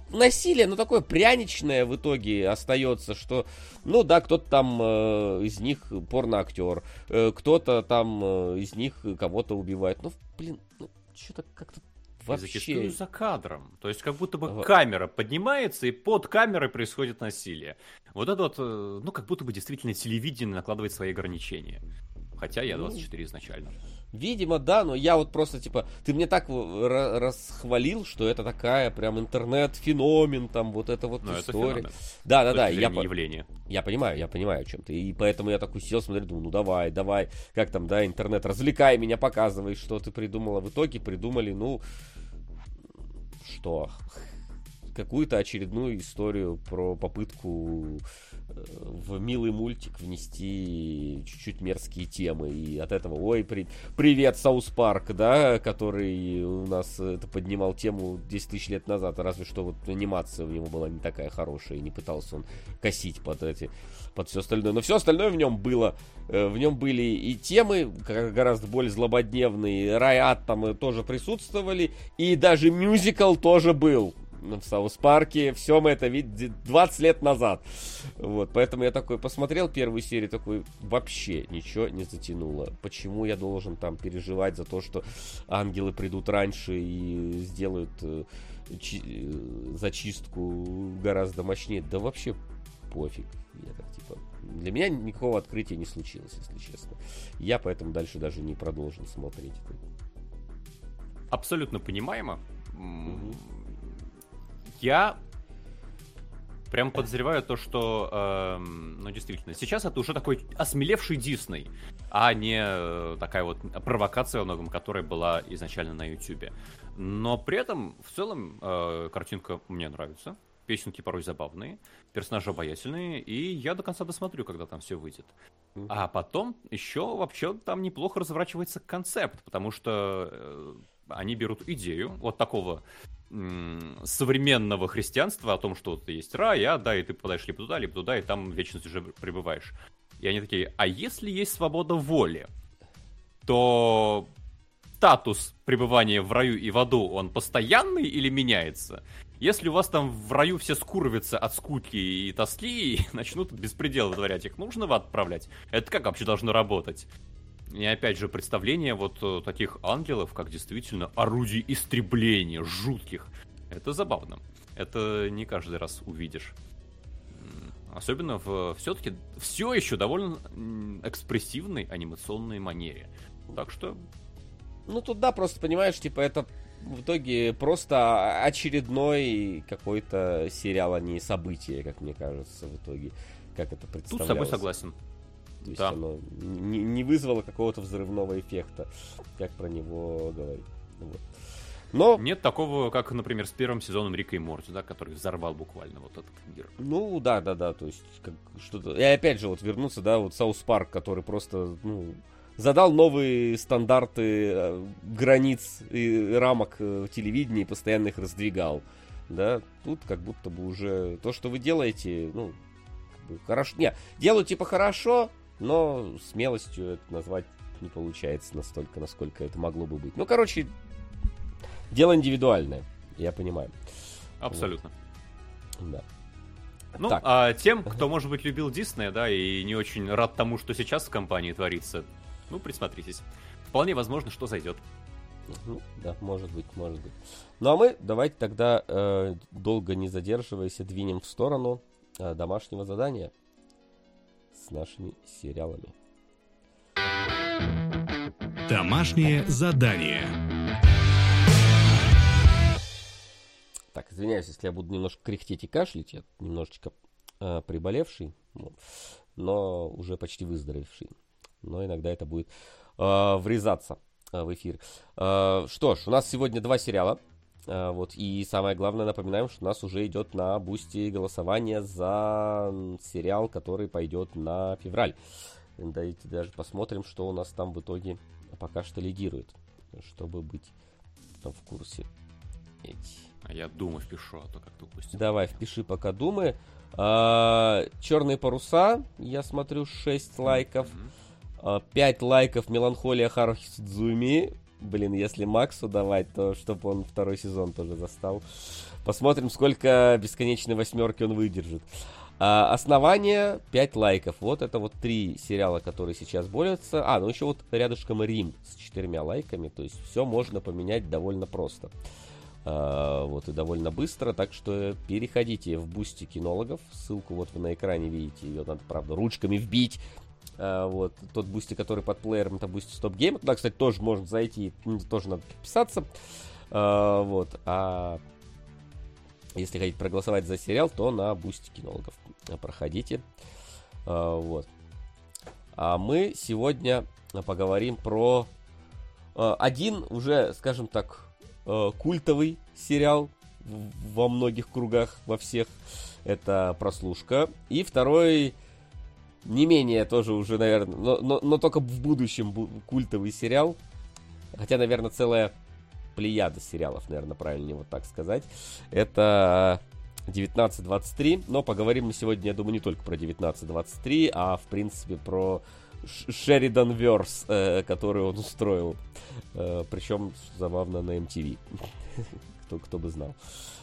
насилие, такое пряничное в итоге остается, что, кто-то там из них порноактер, кто-то там из них кого-то убивает. Что-то как-то вообще... Зачастую за кадром. То есть, как будто бы камера поднимается, и под камерой происходит насилие. Вот это вот, как будто бы действительно телевидение накладывает свои ограничения. Хотя я 24 изначально. Видимо, да, но я вот просто, ты мне так расхвалил, что это такая прям интернет-феномен, там, вот это вот история. Это да, явление. Я понимаю, о чем ты. И поэтому я такой сел, смотрю, думаю, давай, как там, да, интернет, развлекай меня, показывай, что ты придумала. В итоге придумали, что? Какую-то очередную историю про попытку в милый мультик внести чуть-чуть мерзкие темы. И от этого, привет, Саус Парк, да, который у нас это поднимал тему 10 тысяч лет назад, разве что вот анимация у него была не такая хорошая, и не пытался он косить под все остальное. Но все остальное в нем было. В нем были и темы гораздо более злободневные, рай-ад там тоже присутствовали, и даже мюзикл тоже был в Саус Парке. Все мы это видели 20 лет назад. Вот, поэтому я такой посмотрел первую серию, такой, вообще ничего не затянуло. Почему я должен там переживать за то, что ангелы придут раньше и сделают зачистку гораздо мощнее? Да вообще пофиг. Я так, для меня никакого открытия не случилось, если честно. Я поэтому дальше даже не продолжил смотреть. Абсолютно понимаемо. Я прям подозреваю то, что, действительно, сейчас это уже такой осмелевший Дисней, а не такая вот провокация во многом, которая была изначально на Ютубе. Но при этом, в целом, картинка мне нравится, песенки порой забавные, персонажи обаятельные, и я до конца досмотрю, когда там все выйдет. А потом еще вообще там неплохо разворачивается концепт, потому что они берут идею вот такого современного христианства о том, что вот есть рай, и ты попадаешь либо туда, и там вечность уже пребываешь. И они такие, а если есть свобода воли, то статус пребывания в раю и в аду, он постоянный или меняется? Если у вас там в раю все скуровятся от скуки и тоски и начнут беспредел вытворять, их нужно отправлять? Это как вообще должно работать? И опять же, представление вот таких ангелов, как действительно орудий истребления, жутких. Это забавно. Это не каждый раз увидишь. Особенно в все-таки все еще довольно экспрессивной анимационной манере. Так что... Тут да, просто понимаешь, это в итоге просто очередной какой-то сериал, а не событие, как мне кажется, в итоге. Как это представлялось. Тут с тобой согласен. То есть оно не вызвало какого-то взрывного эффекта, как про него говорить. Вот. Но... Нет такого, как, например, с первым сезоном Рика и Морти, да, который взорвал буквально вот этот мир. Да, то есть как что-то... И опять же, вернуться, да, Саус Парк, который просто, задал новые стандарты границ и рамок телевидения и постоянно их раздвигал. Да, тут как будто бы уже то, что вы делаете, хорошо. Не, делают хорошо, но смелостью это назвать не получается настолько, насколько это могло бы быть. Дело индивидуальное, я понимаю. Абсолютно. Вот. Да. А тем, кто, может быть, любил Диснея, да, и не очень рад тому, что сейчас в компании творится, присмотритесь. Вполне возможно, что зайдет. Да, может быть. Ну, а мы давайте тогда, долго не задерживаясь, двинем в сторону домашнего задания с нашими сериалами. Домашнее задание. Так, извиняюсь, если я буду немножко кряхтеть и кашлять, я немножечко приболевший, но уже почти выздоровевший. Но иногда это будет врезаться в эфир. Что ж, у нас сегодня 2 сериала. И самое главное, напоминаем, что у нас уже идет на Бусти голосование за сериал, который пойдет на февраль. Давайте даже посмотрим, что у нас там в итоге пока что лидирует, чтобы быть в курсе. А я Думы впишу, а то как-то упустил. Давай, впиши пока Думы. Черные паруса, я смотрю, 6 лайков. 5 лайков Меланхолия Харухи Судзуми. Блин, если Максу давать, то чтобы он второй сезон тоже застал. Посмотрим, сколько бесконечной восьмерки он выдержит. Основание 5 лайков. Вот это вот 3 сериала, которые сейчас борются. Ну еще вот рядышком Рим с 4 лайками. То есть все можно поменять довольно просто. Вот и довольно быстро. Так что переходите в бусти кинологов. Ссылку вот вы на экране видите. Ее надо, правда, ручками вбить. Вот тот бусти, который под плеером, это бусти Стоп Гейм. Туда, кстати, тоже можно зайти. Тоже надо подписаться. Вот. Если хотите проголосовать за сериал, то на бусти кинологов проходите. Вот. А мы сегодня поговорим про один уже, скажем так, культовый сериал во многих кругах, во всех. Это «Прослушка». И второй, не менее тоже уже, наверное, но только в будущем культовый сериал. Хотя, наверное, целая плеяда сериалов, наверное, правильнее вот так сказать. Это 1923. Но поговорим мы сегодня, я думаю, не только про 1923, а в принципе про Шериданверс, который он устроил. Причем забавно на MTV. Кто бы знал.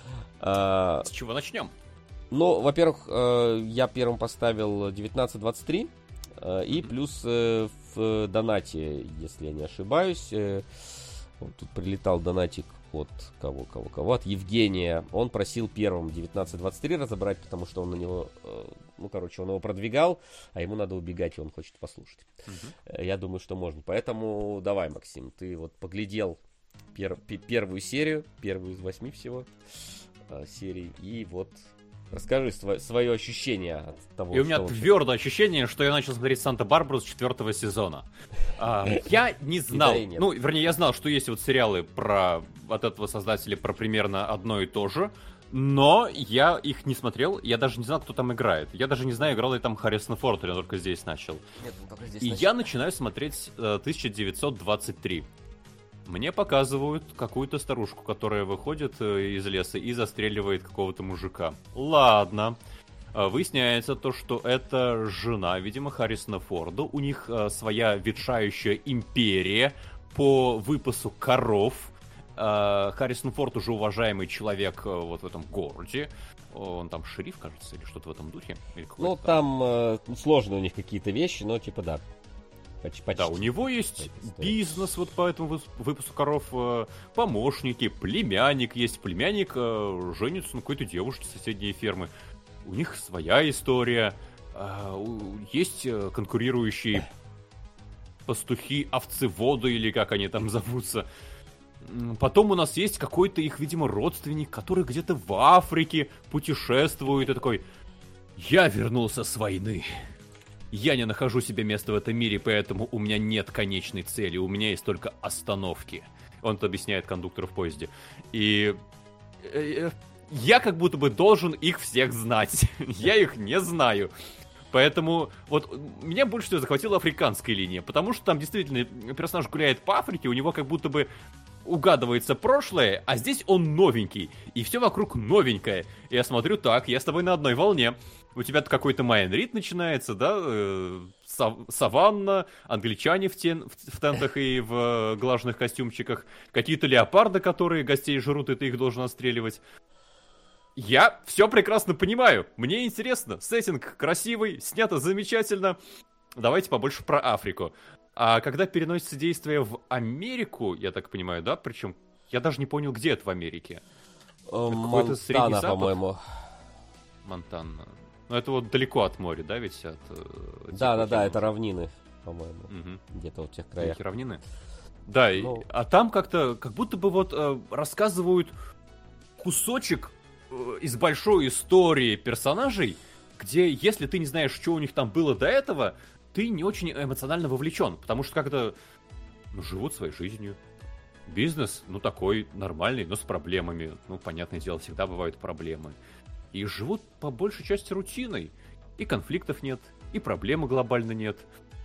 С чего начнем? Ну, во-первых, я первым поставил 1923. И плюс в донате, если я не ошибаюсь, вот тут прилетал донатик от кого? От Евгения. Он просил первым 1923 разобрать, потому что он на него, он его продвигал, а ему надо убегать, и он хочет послушать. Я думаю, что можно. Поэтому давай, Максим, ты вот поглядел первую серию, первую из 8 всего серий, и вот расскажи свое ощущение от того, И у меня твердое ощущение, что я начал смотреть «Санта-Барбару» с 4-го сезона. Я не знал, я знал, что есть вот сериалы от этого создателя про примерно одно и то же, но я их не смотрел, я даже не знал, кто там играет. Я даже не знаю, играл ли там Харрисон Форд, или он только здесь начал. Нет, он только здесь и начал. я начинаю смотреть 1923. Мне показывают какую-то старушку, которая выходит из леса и застреливает какого-то мужика. Ладно. Выясняется то, что это жена, видимо, Харрисона Форда. У них своя ветшающая империя по выпасу коров. Харрисон Форд уже уважаемый человек вот в этом городе. Он там шериф, кажется, или что-то в этом духе. Ну, там сложные у них какие-то вещи, но типа да. Почти. Да, у него есть бизнес вот по этому выпуску коров, помощники, племянник есть. Племянник женится на какой-то девушке с соседней фермы. У них своя история. Есть конкурирующие пастухи, овцеводы, или как они там зовутся. Потом у нас есть какой-то их, видимо, родственник, который где-то в Африке путешествует и такой: я вернулся с войны. Я не нахожу себе места в этом мире, поэтому у меня нет конечной цели, у меня есть только остановки. Он это объясняет кондуктору в поезде. И я как будто бы должен их всех знать. Я их не знаю. Поэтому вот меня больше всего захватила африканская линия, потому что там действительно персонаж гуляет по Африке, у него как будто бы угадывается прошлое, а здесь он новенький, и все вокруг новенькое. И я смотрю, так, я с тобой на одной волне. У тебя-то какой-то Майен Рид начинается, да? Саванна, англичане в тентах и в глажных костюмчиках, какие-то леопарды, которые гостей жрут, и ты их должен отстреливать. Я все прекрасно понимаю, мне интересно, сеттинг красивый, снято замечательно. Давайте побольше про Африку. А когда переносится действие в Америку, я так понимаю, да? Причем я даже не понял, где это в Америке. Какой-то Средний Запад, по-моему. Монтана. Ну, это вот далеко от моря, да, ведь? Да, это равнины, по-моему. Где-то вот в тех краях. Равнины? Да, а там как-то, как будто бы вот рассказывают кусочек из большой истории персонажей, где, если ты не знаешь, что у них там было до этого, ты не очень эмоционально вовлечен, потому что как-то живут своей жизнью. Бизнес, такой нормальный, но с проблемами. Понятное дело, всегда бывают проблемы. И живут по большей части рутиной. И конфликтов нет, и проблемы глобально нет.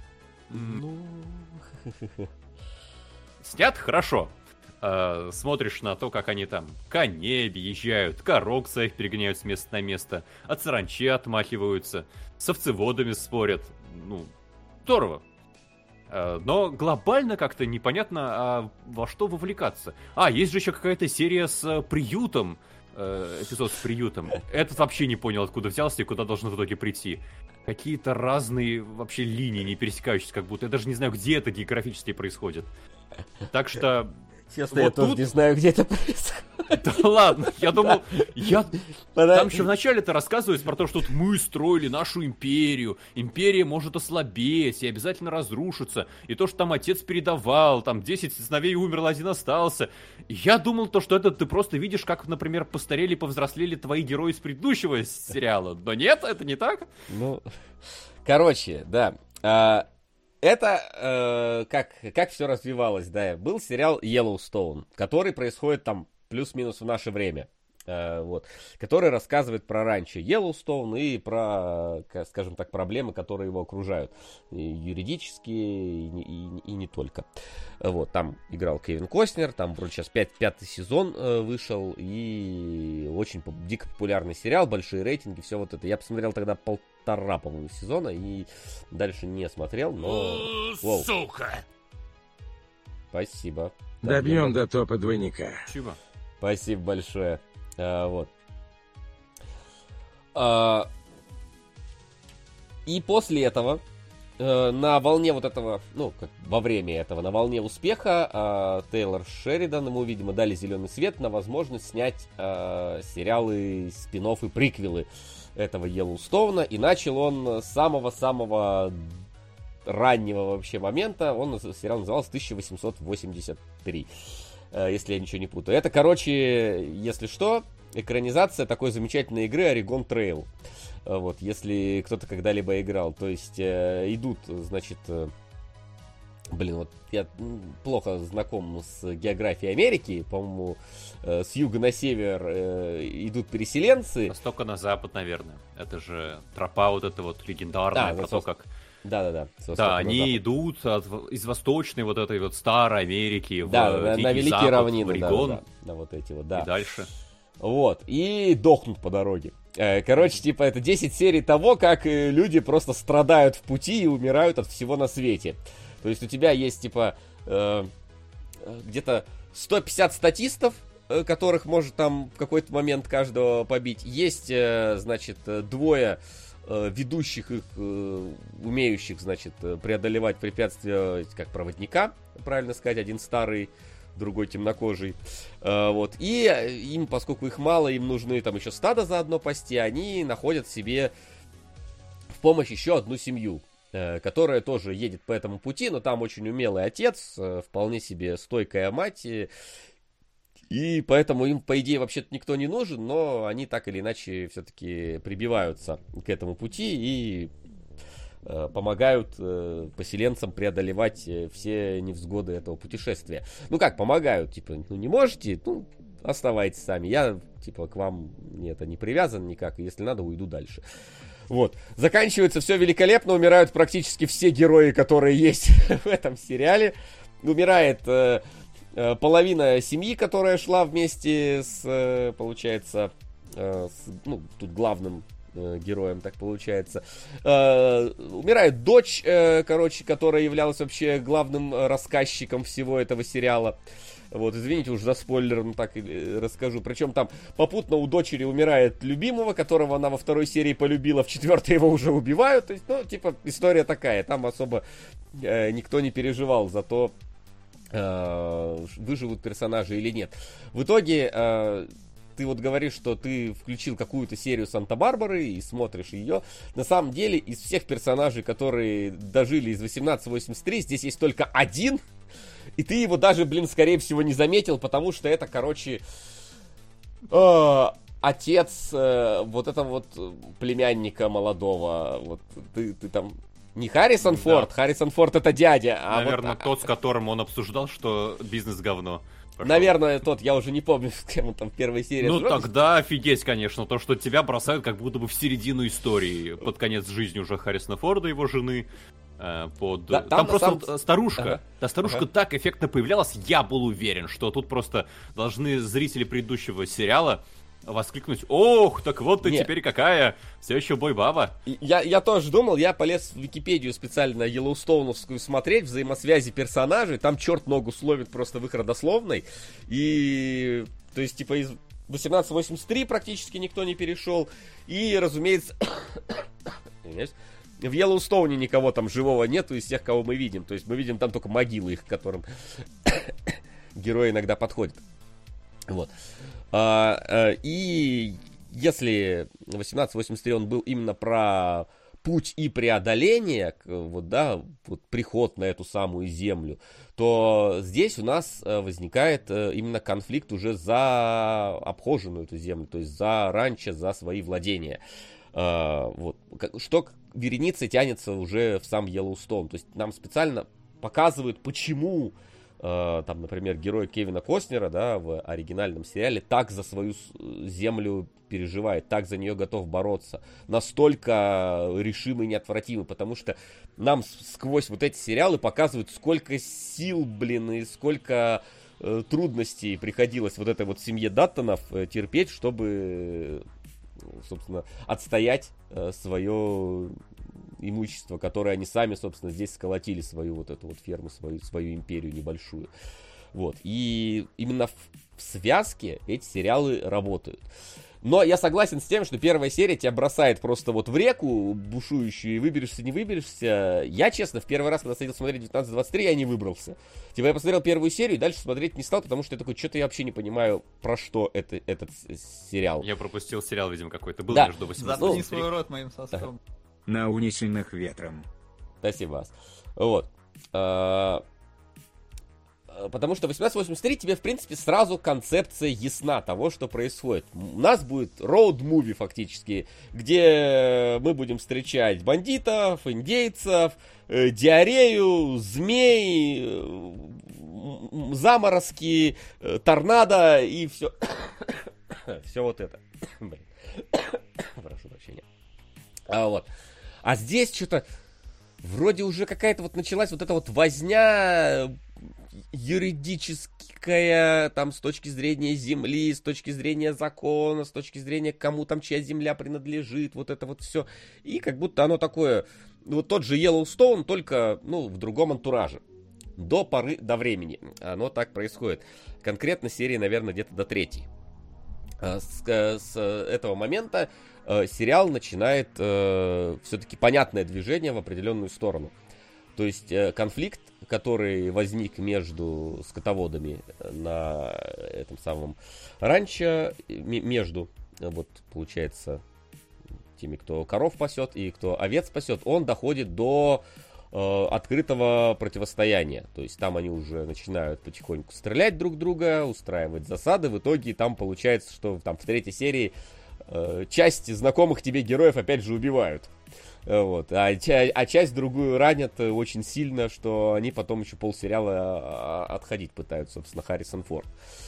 Снят хорошо. Смотришь на то, как они там коней объезжают, коров своих перегоняют с места на место, от саранчи отмахиваются, с овцеводами спорят. Здорово. Но глобально как-то непонятно, во что вовлекаться. Есть же еще какая-то серия с приютом, эпизод с приютом. Этот вообще не понял, откуда взялся и куда должен в итоге прийти. Какие-то разные вообще линии, не пересекающиеся как будто. Я даже не знаю, где это географически происходит. Так что... Честно, я тоже не знаю, где это происходит. Да ладно, я думал, там еще вначале-то рассказывается про то, что вот мы строили нашу империю, империя может ослабеть и обязательно разрушиться, и то, что там отец передавал, там 10 сыновей умерло, 1 остался. И я думал, что это ты просто видишь, как, например, постарели, повзрослели твои герои из предыдущего сериала. Но нет, это не так. Ну, короче, да. Это как все развивалось, да. Был сериал Yellowstone, который происходит там плюс-минус в наше время. Вот, который рассказывает про ранчо Йеллоустоун и про, скажем так, проблемы, которые его окружают. И юридические, и не только. Вот, там играл Кевин Костнер, там вроде сейчас 5-й сезон вышел, и очень дико популярный сериал, большие рейтинги, все вот это. Я посмотрел тогда 1,5, по-моему, сезона, и дальше не смотрел, но... Сука! Спасибо. Добьем до топа двойника. Спасибо. Спасибо большое. Вот. И после этого, на волне вот этого, ну, как во время этого, на волне успеха, Тейлор Шеридан, ему, видимо, дали зеленый свет на возможность снять сериалы, спин-офф и приквелы этого Йеллоустоуна. И начал он с самого-самого раннего вообще момента. Сериал назывался 1883. Если я ничего не путаю. Это, короче, если что, экранизация такой замечательной игры Oregon Trail. Вот, если кто-то когда-либо играл. То есть идут, значит... вот я плохо знаком с географией Америки. По-моему, с юга на север идут переселенцы. С востока на запад, наверное. Это же тропа вот эта вот легендарная, про то, как... Да. Да, они идут из восточной вот этой вот старой Америки в на Великие Запад, равнины, в Орегон. Да, вот эти вот, да. И дальше. Вот, и дохнут по дороге. Короче, типа, это 10 серий того, как люди просто страдают в пути и умирают от всего на свете. То есть у тебя есть, типа, где-то 150 статистов, которых может там в какой-то момент каждого побить. Есть, значит, 2 ведущих их, умеющих, значит, преодолевать препятствия, как проводника, правильно сказать, один старый, другой темнокожий. Вот. И им, поскольку их мало, им нужны там еще стадо заодно пасти, они находят себе в помощь еще одну семью, которая тоже едет по этому пути, но там очень умелый отец, вполне себе стойкая мать, и поэтому им, по идее, вообще-то никто не нужен, но они так или иначе все-таки прибиваются к этому пути и помогают поселенцам преодолевать все невзгоды этого путешествия. Ну как, помогают, типа, ну не можете, ну оставайтесь сами, я, типа, к вам это не привязан никак, и если надо, уйду дальше. Вот, заканчивается все великолепно, умирают практически все герои, которые есть в этом сериале. Умирает половина семьи, которая шла вместе с, получается, тут главным героем, так получается. Умирает дочь, короче, которая являлась вообще главным рассказчиком всего этого сериала. Вот, извините уж за спойлер, но так и расскажу. Причем там попутно у дочери умирает любимого, которого она во 2 серии полюбила, в 4 его уже убивают. То есть, ну, типа, история такая. Там особо никто не переживал за то, выживут персонажи или нет. В итоге ты вот говоришь, что ты включил какую-то серию Санта-Барбары и смотришь ее. На самом деле, из всех персонажей, которые дожили из 1883, здесь есть только один. И ты его даже, скорее всего, не заметил, потому что это, короче, отец вот этого вот племянника молодого. Вот ты там... Не Харрисон Форд, Харрисон Форд это дядя. Наверное, тот, с которым он обсуждал, что бизнес говно. Пошел. Наверное, тот, я уже не помню, с кем он там в первой серии. Ну тогда офигеть, конечно, то, что тебя бросают как будто бы в середину истории. Под конец жизни уже Харрисона Форда, его жены. Там просто старушка. Та старушка так эффектно появлялась, я был уверен, что тут просто должны зрители предыдущего сериала воскликнуть: ох, так вот ты Нет. теперь какая, все еще бой-баба. Я тоже думал, я полез в Википедию специально Йеллоустоуновскую смотреть, взаимосвязи персонажей, там черт ногу словит просто в их родословной, и, то есть, типа, из 1883 практически никто не перешел, и, разумеется, в Йеллоустоуне никого там живого нету из тех, кого мы видим, то есть мы видим там только могилы их, к которым герои иногда подходят. Вот. И если 1883 он был именно про путь и преодоление, вот, да, вот приход на эту самую землю, то здесь у нас возникает именно конфликт уже за обхоженную эту землю, то есть за ранчо, за свои владения. Вот. Что вереницей тянется уже в сам Йеллоустоун. То есть нам специально показывают, почему там, например, герой Кевина Костнера, да, в оригинальном сериале так за свою землю переживает, так за нее готов бороться, настолько решимый и неотвратимый, потому что нам сквозь вот эти сериалы показывают, сколько сил, блин, и сколько трудностей приходилось вот этой вот семье Даттонов терпеть, чтобы, собственно, отстоять свое имущество, которое они сами, собственно, здесь сколотили, свою вот эту вот ферму, свою империю небольшую. Вот. И именно в связке эти сериалы работают. Но я согласен с тем, что первая серия тебя бросает просто вот в реку бушующую, и выберешься, не выберешься. Я, честно, в первый раз, когда сидел смотреть 1923, я не выбрался. Типа я посмотрел первую серию и дальше смотреть не стал, потому что я такой, что-то я вообще не понимаю, про что этот сериал. Я пропустил сериал, видимо, какой-то был Да. между 18 Заткни и свой рот моим соском. На унесенных ветром. Спасибо, Ас. Вот. Потому что 1883 тебе, в принципе, сразу концепция ясна того, что происходит. У нас будет роуд-муви фактически, где мы будем встречать бандитов, индейцев, диарею, змей, заморозки, торнадо и все. Все вот это. Прошу прощения. А здесь что-то вроде уже какая-то вот началась вот эта вот возня юридическая, там, с точки зрения земли, с точки зрения закона, с точки зрения, кому там чья земля принадлежит, вот это вот все. И как будто оно такое, вот тот же Йеллоустоун, только, ну, в другом антураже. До поры до времени оно так происходит. Конкретно серии, наверное, где-то до 3. С этого момента сериал начинает все-таки понятное движение в определенную сторону. То есть конфликт, который возник между скотоводами на этом самом ранчо, между, вот, получается, теми, кто коров пасет и кто овец пасет, он доходит до открытого противостояния. То есть там они уже начинают потихоньку стрелять друг друга, устраивать засады. В итоге там получается, что там в 3 серии часть знакомых тебе героев опять же убивают. Вот. А часть другую ранят очень сильно, что они потом еще полсериала отходить пытаются, собственно, Харрисон Форд.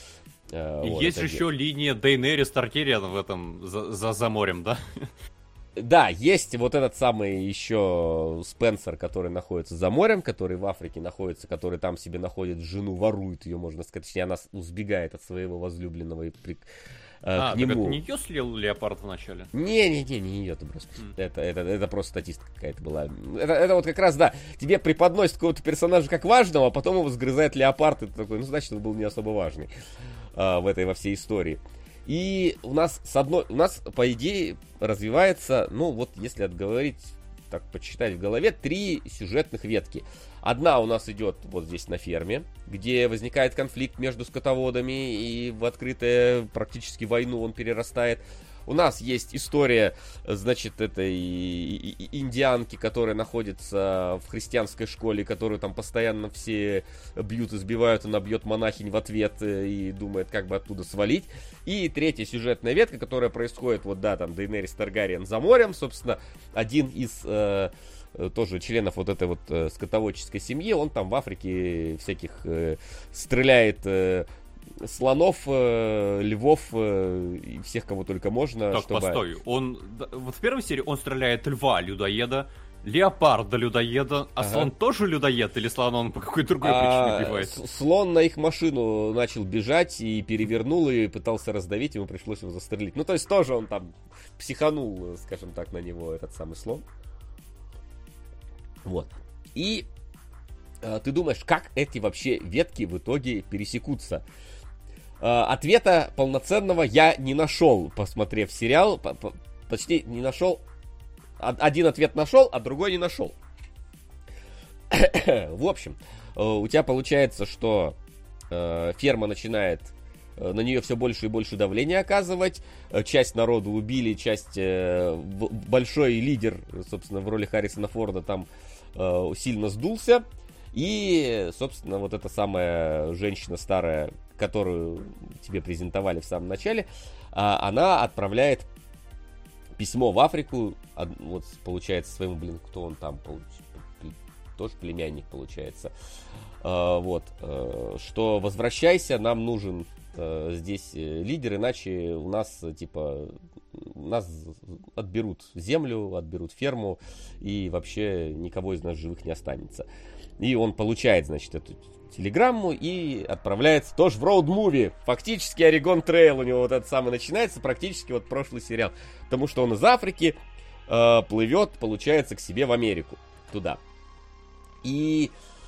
Вот, есть же еще линия Дейнерис Таркериан в этом, за морем, да? Да, есть вот этот самый еще Спенсер, который находится за морем, который в Африке находится, который там себе находит жену, ворует ее, можно сказать, точнее, она сбегает от своего возлюбленного и к так нему. это не ее слил Леопард вначале? Не ее ты просто. Это просто статистика какая-то была. Это вот как раз, да, тебе преподносят какого-то персонажа как важного, а потом его сгрызает Леопард, и ты такой, ну, значит, он был не особо важный во всей истории. И у нас, по идее, развивается, ну, вот если отговорить, так почитать в голове, 3 сюжетных ветки. Одна у нас идет вот здесь на ферме, где возникает конфликт между скотоводами, и в открытую практически войну он перерастает. У нас есть история, значит, этой индианки, которая находится в христианской школе, которую там постоянно все бьют, избивают, она бьет монахинь в ответ и думает, как бы оттуда свалить. И 3 сюжетная ветка, которая происходит, вот да, там Дейнерис Таргариен за морем, собственно, один из тоже членов вот этой вот скотоводческой семьи, он там в Африке всяких стреляет слонов, львов и всех, кого только можно. Так, постой, он вот в первой серии он стреляет льва, людоеда, леопарда-людоеда. А слон тоже людоед? Или слон он по какой-то другой причине убивает? Слон на их машину начал бежать и перевернул, и пытался раздавить, ему пришлось его застрелить. Ну, то есть тоже он там психанул, скажем так, на него, этот самый слон. Вот. И ты думаешь, как эти вообще ветки в итоге пересекутся? Ответа полноценного я не нашел, посмотрев сериал. Почти не нашел. Один ответ нашел, а другой не нашел. В общем, у тебя получается, что ферма начинает на нее все больше и больше давления оказывать. Часть народу убили, часть большой лидер, собственно, в роли Харрисона Форда там сильно сдулся. И, собственно, вот эта самая женщина старая, которую тебе презентовали в самом начале, она отправляет письмо в Африку, вот получается своему, кто он там, тоже племянник получается, вот, что возвращайся, нам нужен здесь лидер, иначе у нас, нас отберут землю, отберут ферму, и вообще никого из нас живых не останется. И он получает, значит, эту телеграмму и отправляется тоже в роуд-муви. Фактически Орегон Трейл у него вот этот самый начинается, практически вот прошлый сериал. Потому что он из Африки плывет, получается, к себе в Америку. Туда. И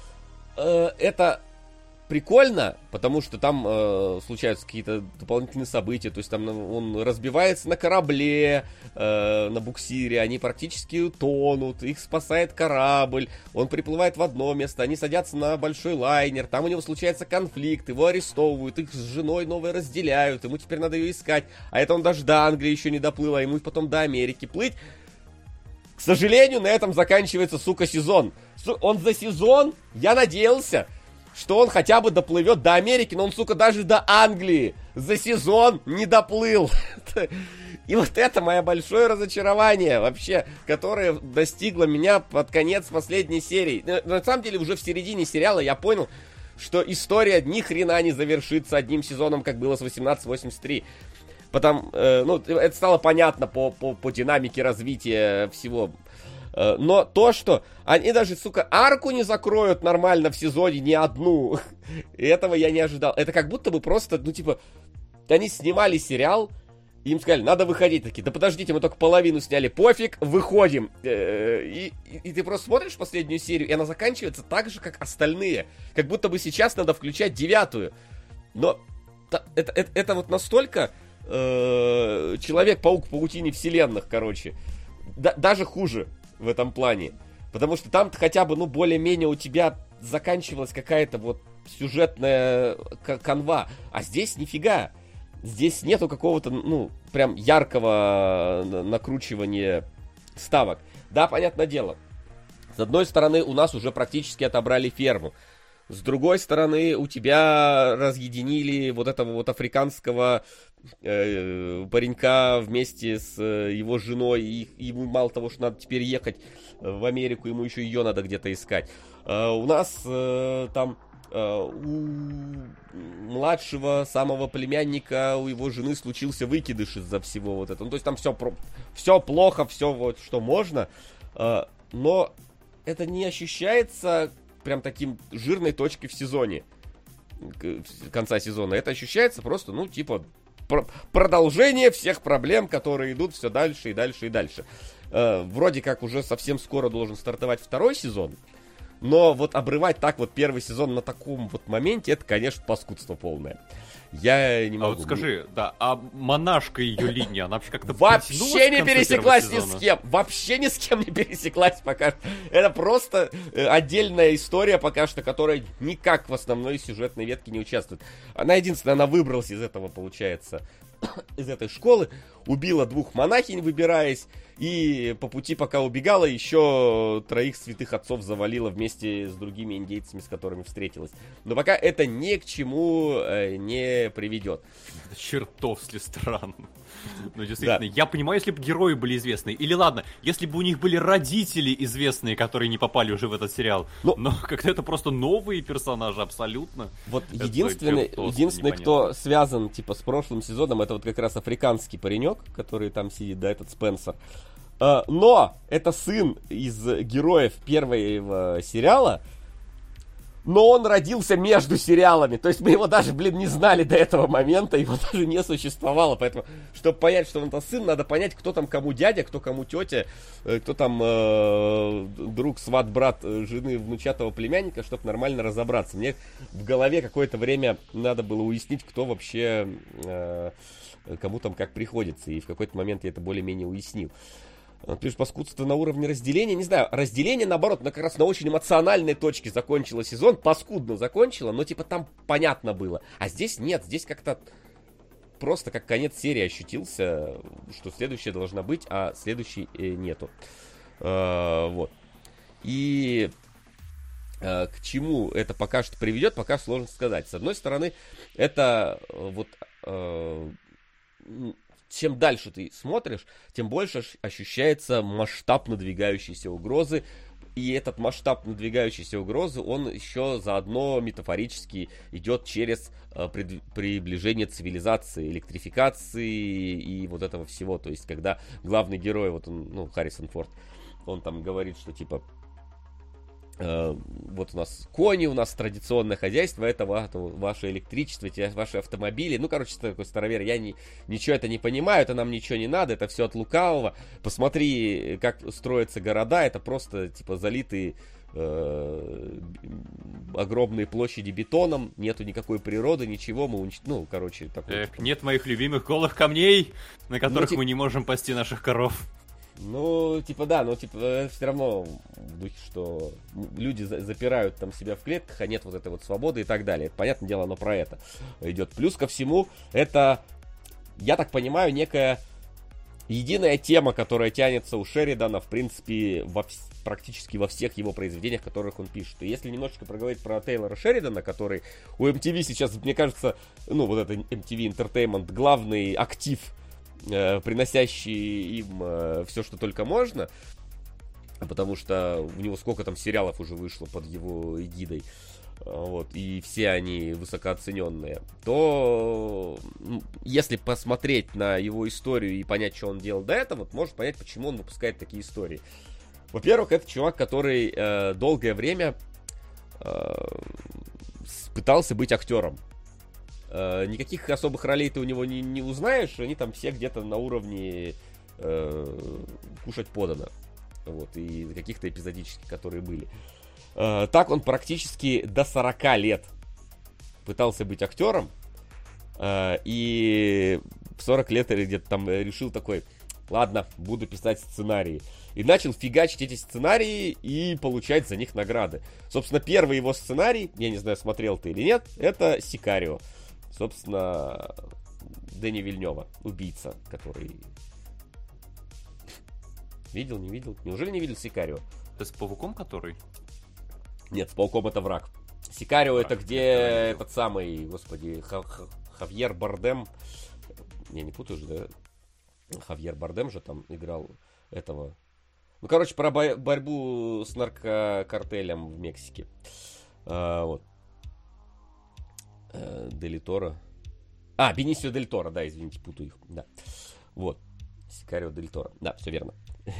это прикольно, потому что там случаются какие-то дополнительные события. То есть там он разбивается на корабле, на буксире, они практически тонут, их спасает корабль, он приплывает в одно место, они садятся на большой лайнер, там у него случается конфликт, его арестовывают, их с женой новой разделяют, ему теперь надо ее искать, а это он даже до Англии еще не доплыл, а ему потом до Америки плыть. К сожалению, на этом заканчивается, сука, сезон. Он за сезон, я надеялся, что он хотя бы доплывет до Америки, но он, сука, даже до Англии за сезон не доплыл. И вот это мое большое разочарование вообще, которое достигло меня под конец последней серии. На самом деле, уже в середине сериала я понял, что история ни хрена не завершится одним сезоном, как было с 1883. Потому, это стало понятно по динамике развития всего. Но то, что они даже, сука, арку не закроют нормально в сезоне, ни одну, этого я не ожидал. Это как будто бы просто, они снимали сериал, и им сказали, надо выходить. Такие, да подождите, мы только половину сняли, пофиг, выходим. И ты просто смотришь последнюю серию, и она заканчивается так же, как остальные. Как будто бы сейчас надо включать 9-ю. Но это вот настолько Человек-паук в паутине вселенных, короче. Даже хуже в этом плане. Потому что там хотя бы, более-менее у тебя заканчивалась какая-то вот сюжетная канва. А здесь нифига. Здесь нету какого-то, прям яркого накручивания ставок. Да, понятное дело. С одной стороны, у нас уже практически отобрали ферму. С другой стороны, у тебя разъединили вот этого вот африканского паренька вместе с его женой. И ему мало того, что надо теперь ехать в Америку, ему еще ее надо где-то искать. У нас там у младшего самого племянника, у его жены случился выкидыш из-за всего вот этого. То есть там все плохо, все вот что можно. Но это не ощущается прям таким жирной точкой в сезоне, конца сезона. Это ощущается просто, продолжение всех проблем, которые идут все дальше и дальше и дальше. Вроде как уже совсем скоро должен стартовать второй сезон, но вот обрывать так вот первый сезон на таком вот моменте, это, конечно, паскудство полное. Я не могу. А вот скажи, а монашка ее линия, она вообще как-то вообще не пересеклась ни с кем. Вообще ни с кем не пересеклась пока что. Это просто отдельная история пока что, которая никак в основной сюжетной ветке не участвует. Она единственная, она выбралась из этого, получается, из этой школы, убила 2 монахинь, выбираясь, и по пути, пока убегала, еще 3 святых отцов завалила вместе с другими индейцами, с которыми встретилась. Но пока это ни к чему не приведет. Это чертовски странно. Действительно, да. Я понимаю, если бы герои были известны. Или ладно, если бы у них были родители известные, которые не попали уже в этот сериал. Но как-то это просто новые персонажи абсолютно. Вот единственный, кто связан с прошлым сезоном, это вот как раз африканский паренек, который там сидит, этот Спенсер. Но это сын из героев первого сериала, но он родился между сериалами. То есть мы его даже, не знали до этого момента, его даже не существовало. Поэтому, чтобы понять, что он это сын, надо понять, кто там кому дядя, кто кому тетя, кто там друг, сват, брат жены внучатого племянника, чтобы нормально разобраться. Мне в голове какое-то время надо было уяснить, кто вообще кому там как приходится. И в какой-то момент я это более-менее уяснил. Пишет, паскудство на уровне разделения. Не знаю, разделение, наоборот, как раз на очень эмоциональной точке закончило сезон. Паскудно закончило, но типа там понятно было. А здесь нет, здесь как-то просто как конец серии ощутился, что следующая должна быть, а следующей нету. Вот. И к чему это пока что приведет, пока сложно сказать. С одной стороны, это вот... чем дальше ты смотришь, тем больше ощущается масштаб надвигающейся угрозы. И этот масштаб надвигающейся угрозы, он еще заодно метафорически идет через приближение цивилизации, электрификации и вот этого всего. То есть, когда главный герой, вот он, Харрисон Форд, он там говорит, что типа... вот у нас кони, у нас традиционное хозяйство, это ваше электричество, эти ваши автомобили. Такой старовер, я ничего это не понимаю, это нам ничего не надо, это все от лукавого. Посмотри, как строятся города, это просто типа залитые огромные площади бетоном, нету никакой природы, ничего, такой... нет моих любимых голых камней, на которых мы не можем пасти наших коров. Все равно в духе, что люди запирают там себя в клетках, а нет вот этой вот свободы и так далее. Понятное дело, оно про это идет. Плюс ко всему, это, я так понимаю, некая единая тема, которая тянется у Шеридана, в принципе, практически во всех его произведениях, которых он пишет. И если немножечко проговорить про Тейлора Шеридана, который у MTV сейчас, мне кажется, вот это MTV Entertainment, главный актив, приносящий им все, что только можно, потому что у него сколько там сериалов уже вышло под его эгидой, и все они высокооцененные, то если посмотреть на его историю и понять, что он делал до этого, можно понять, почему он выпускает такие истории. Во-первых, это чувак, который долгое время пытался быть актером. Никаких особых ролей ты у него не узнаешь, они там все где-то на уровне кушать подано. И каких-то эпизодических, которые были. Так он практически до 40 лет пытался быть актером, и в 40 лет или где-то там решил такой: ладно, буду писать сценарии. И начал фигачить эти сценарии и получать за них награды. Собственно, первый его сценарий, я не знаю, смотрел ты или нет, это «Сикарио». Собственно, Дэни Вильнёва, убийца, который... Видел, не видел? Неужели не видел «Сикарио»? Это с пауком который? Нет, с пауком это «Враг». «Сикарио» это где этот самый, господи, Хавьер Бардем. Я не путаю же, да? Хавьер Бардем же там играл этого... про борьбу с наркокартелем в Мексике. Дель Торо. Бенисио Дель Торо, да, извините, путаю их. Да. Сикарио Дель Торо. Да, все верно.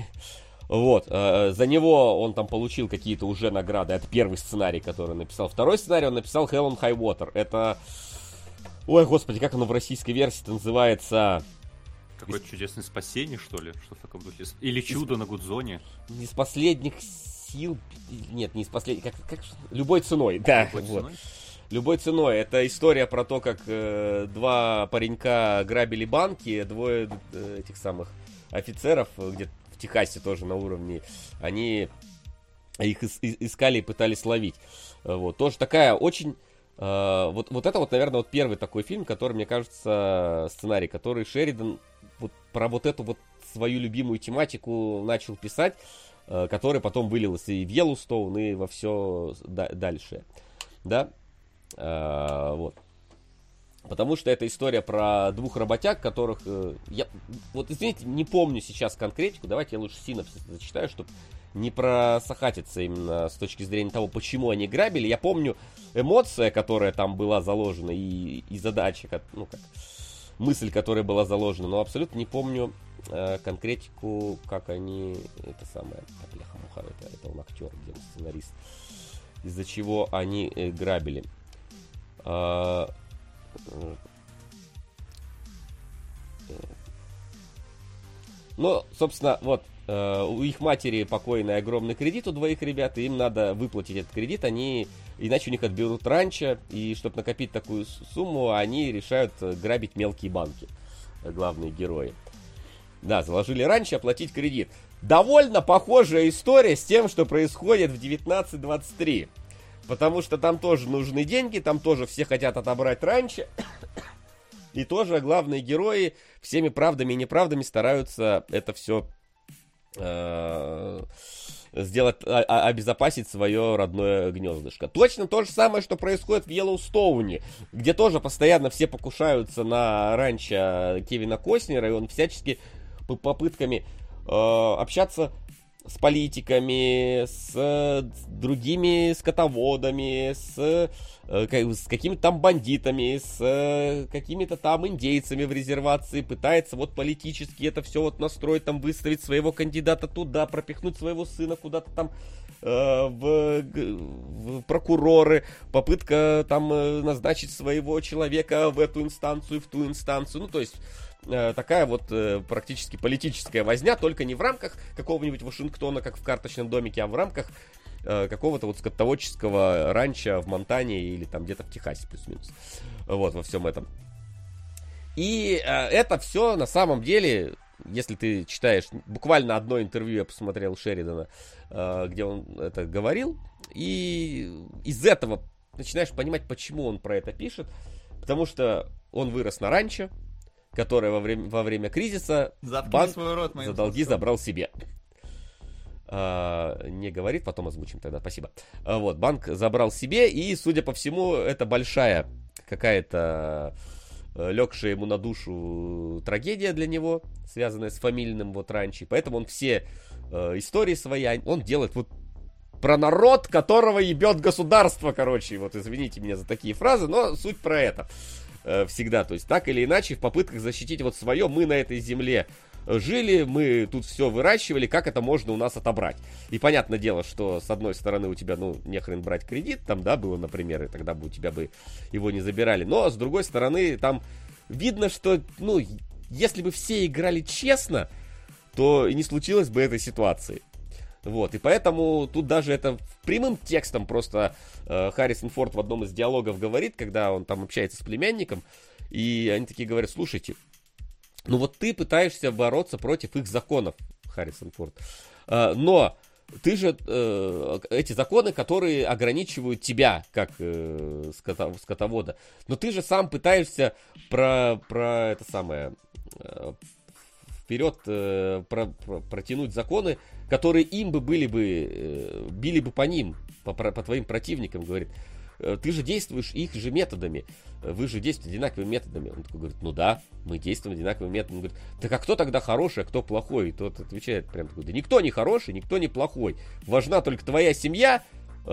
За него он там получил какие-то уже награды. Это первый сценарий, который он написал. Второй сценарий он написал Hell on High Water. Это... Ой, господи, как оно в российской версии называется? Какое-то чудесное спасение, что ли? Что в таком духе? Или чудо на Гудзоне? Не из последних сил... Нет, не из последних... Любой ценой, да. Любой ценой? Любой ценой. Это история про то, как два паренька грабили банки, двое этих самых офицеров, где-то в Техасе тоже на уровне, они их искали и пытались ловить. Тоже такая очень... это наверное, первый такой фильм, который, мне кажется, сценарий, который Шеридан про эту свою любимую тематику начал писать, который потом вылился и в Йеллоустоун, и во все дальше. Да? Потому что это история про двух работяг, которых... извините, не помню сейчас конкретику. Давайте я лучше синопсис зачитаю, чтобы не просахатиться именно с точки зрения того, почему они грабили. Я помню эмоция, которая там была заложена, и задача, мысль, которая была заложена, но абсолютно не помню конкретику, как они, это самое, бляха-муха, это он актер, где он сценарист, из-за чего они грабили. Ну, собственно, вот, у их матери покойный огромный кредит у двоих ребят, и им надо выплатить этот кредит, иначе у них отберут ранчо, и чтобы накопить такую сумму, они решают грабить мелкие банки, главные герои. Да, заложили ранчо, оплатить кредит. Довольно похожая история с тем, что происходит в 1923, потому что там тоже нужны деньги, там тоже все хотят отобрать ранчо. И тоже главные герои всеми правдами и неправдами стараются это все сделать, обезопасить свое родное гнездышко. Точно то же самое, что происходит в Йеллоустоуне, где тоже постоянно все покушаются на ранчо Кевина Костнера, и он всячески попытками общаться с политиками, с другими скотоводами, с какими-то там бандитами, с какими-то там индейцами в резервации, пытается вот политически это все вот настроить, там выставить своего кандидата туда, пропихнуть своего сына куда-то там в прокуроры, попытка там назначить своего человека в эту инстанцию, в ту инстанцию, ну то есть такая вот практически политическая возня, только не в рамках какого-нибудь Вашингтона, как в карточном домике, а в рамках какого-то вот скотоводческого ранчо в Монтане или там где-то в Техасе, плюс-минус. Вот, во всем этом. И это все на самом деле, если ты читаешь, буквально одно интервью я посмотрел Шеридана, где он это говорил, и из этого начинаешь понимать, почему он про это пишет, потому что он вырос на ранчо, которое во время кризиса банк за долги забрал себе. Не говорит, потом озвучим тогда, спасибо. Вот, банк забрал себе, и, судя по всему, это большая какая-то легшая ему на душу трагедия для него, связанная с фамильным вот ранчо. Поэтому он все истории свои, он делает вот про народ, которого ебет государство, короче. Вот извините меня за такие фразы, но суть про это. Всегда, то есть так или иначе в попытках защитить вот свое, мы на этой земле жили, мы тут все выращивали, как это можно у нас отобрать? И понятное дело, что с одной стороны у тебя, ну, нехрен брать кредит, там, да, было, например, и тогда бы у тебя бы его не забирали, но с другой стороны там видно, что, ну, если бы все играли честно, то и не случилось бы этой ситуации. Вот, и поэтому тут даже это прямым текстом просто Харрисон Форд в одном из диалогов говорит, когда он там общается с племянником, и они такие говорят: слушайте, ну вот ты пытаешься бороться против их законов, Харрисон Форд, но ты же, эти законы, которые ограничивают тебя, как скотовода, но ты же сам пытаешься про это самое... вперед протянуть законы, которые им бы били бы по ним, по твоим противникам, говорит. Ты же действуешь их же методами, вы же действуете одинаковыми методами. Он такой говорит: ну да, мы действуем одинаковыми методами. Он говорит: так а кто тогда хороший, а кто плохой? И тот отвечает прям такой: да никто не хороший, никто не плохой. Важна только твоя семья,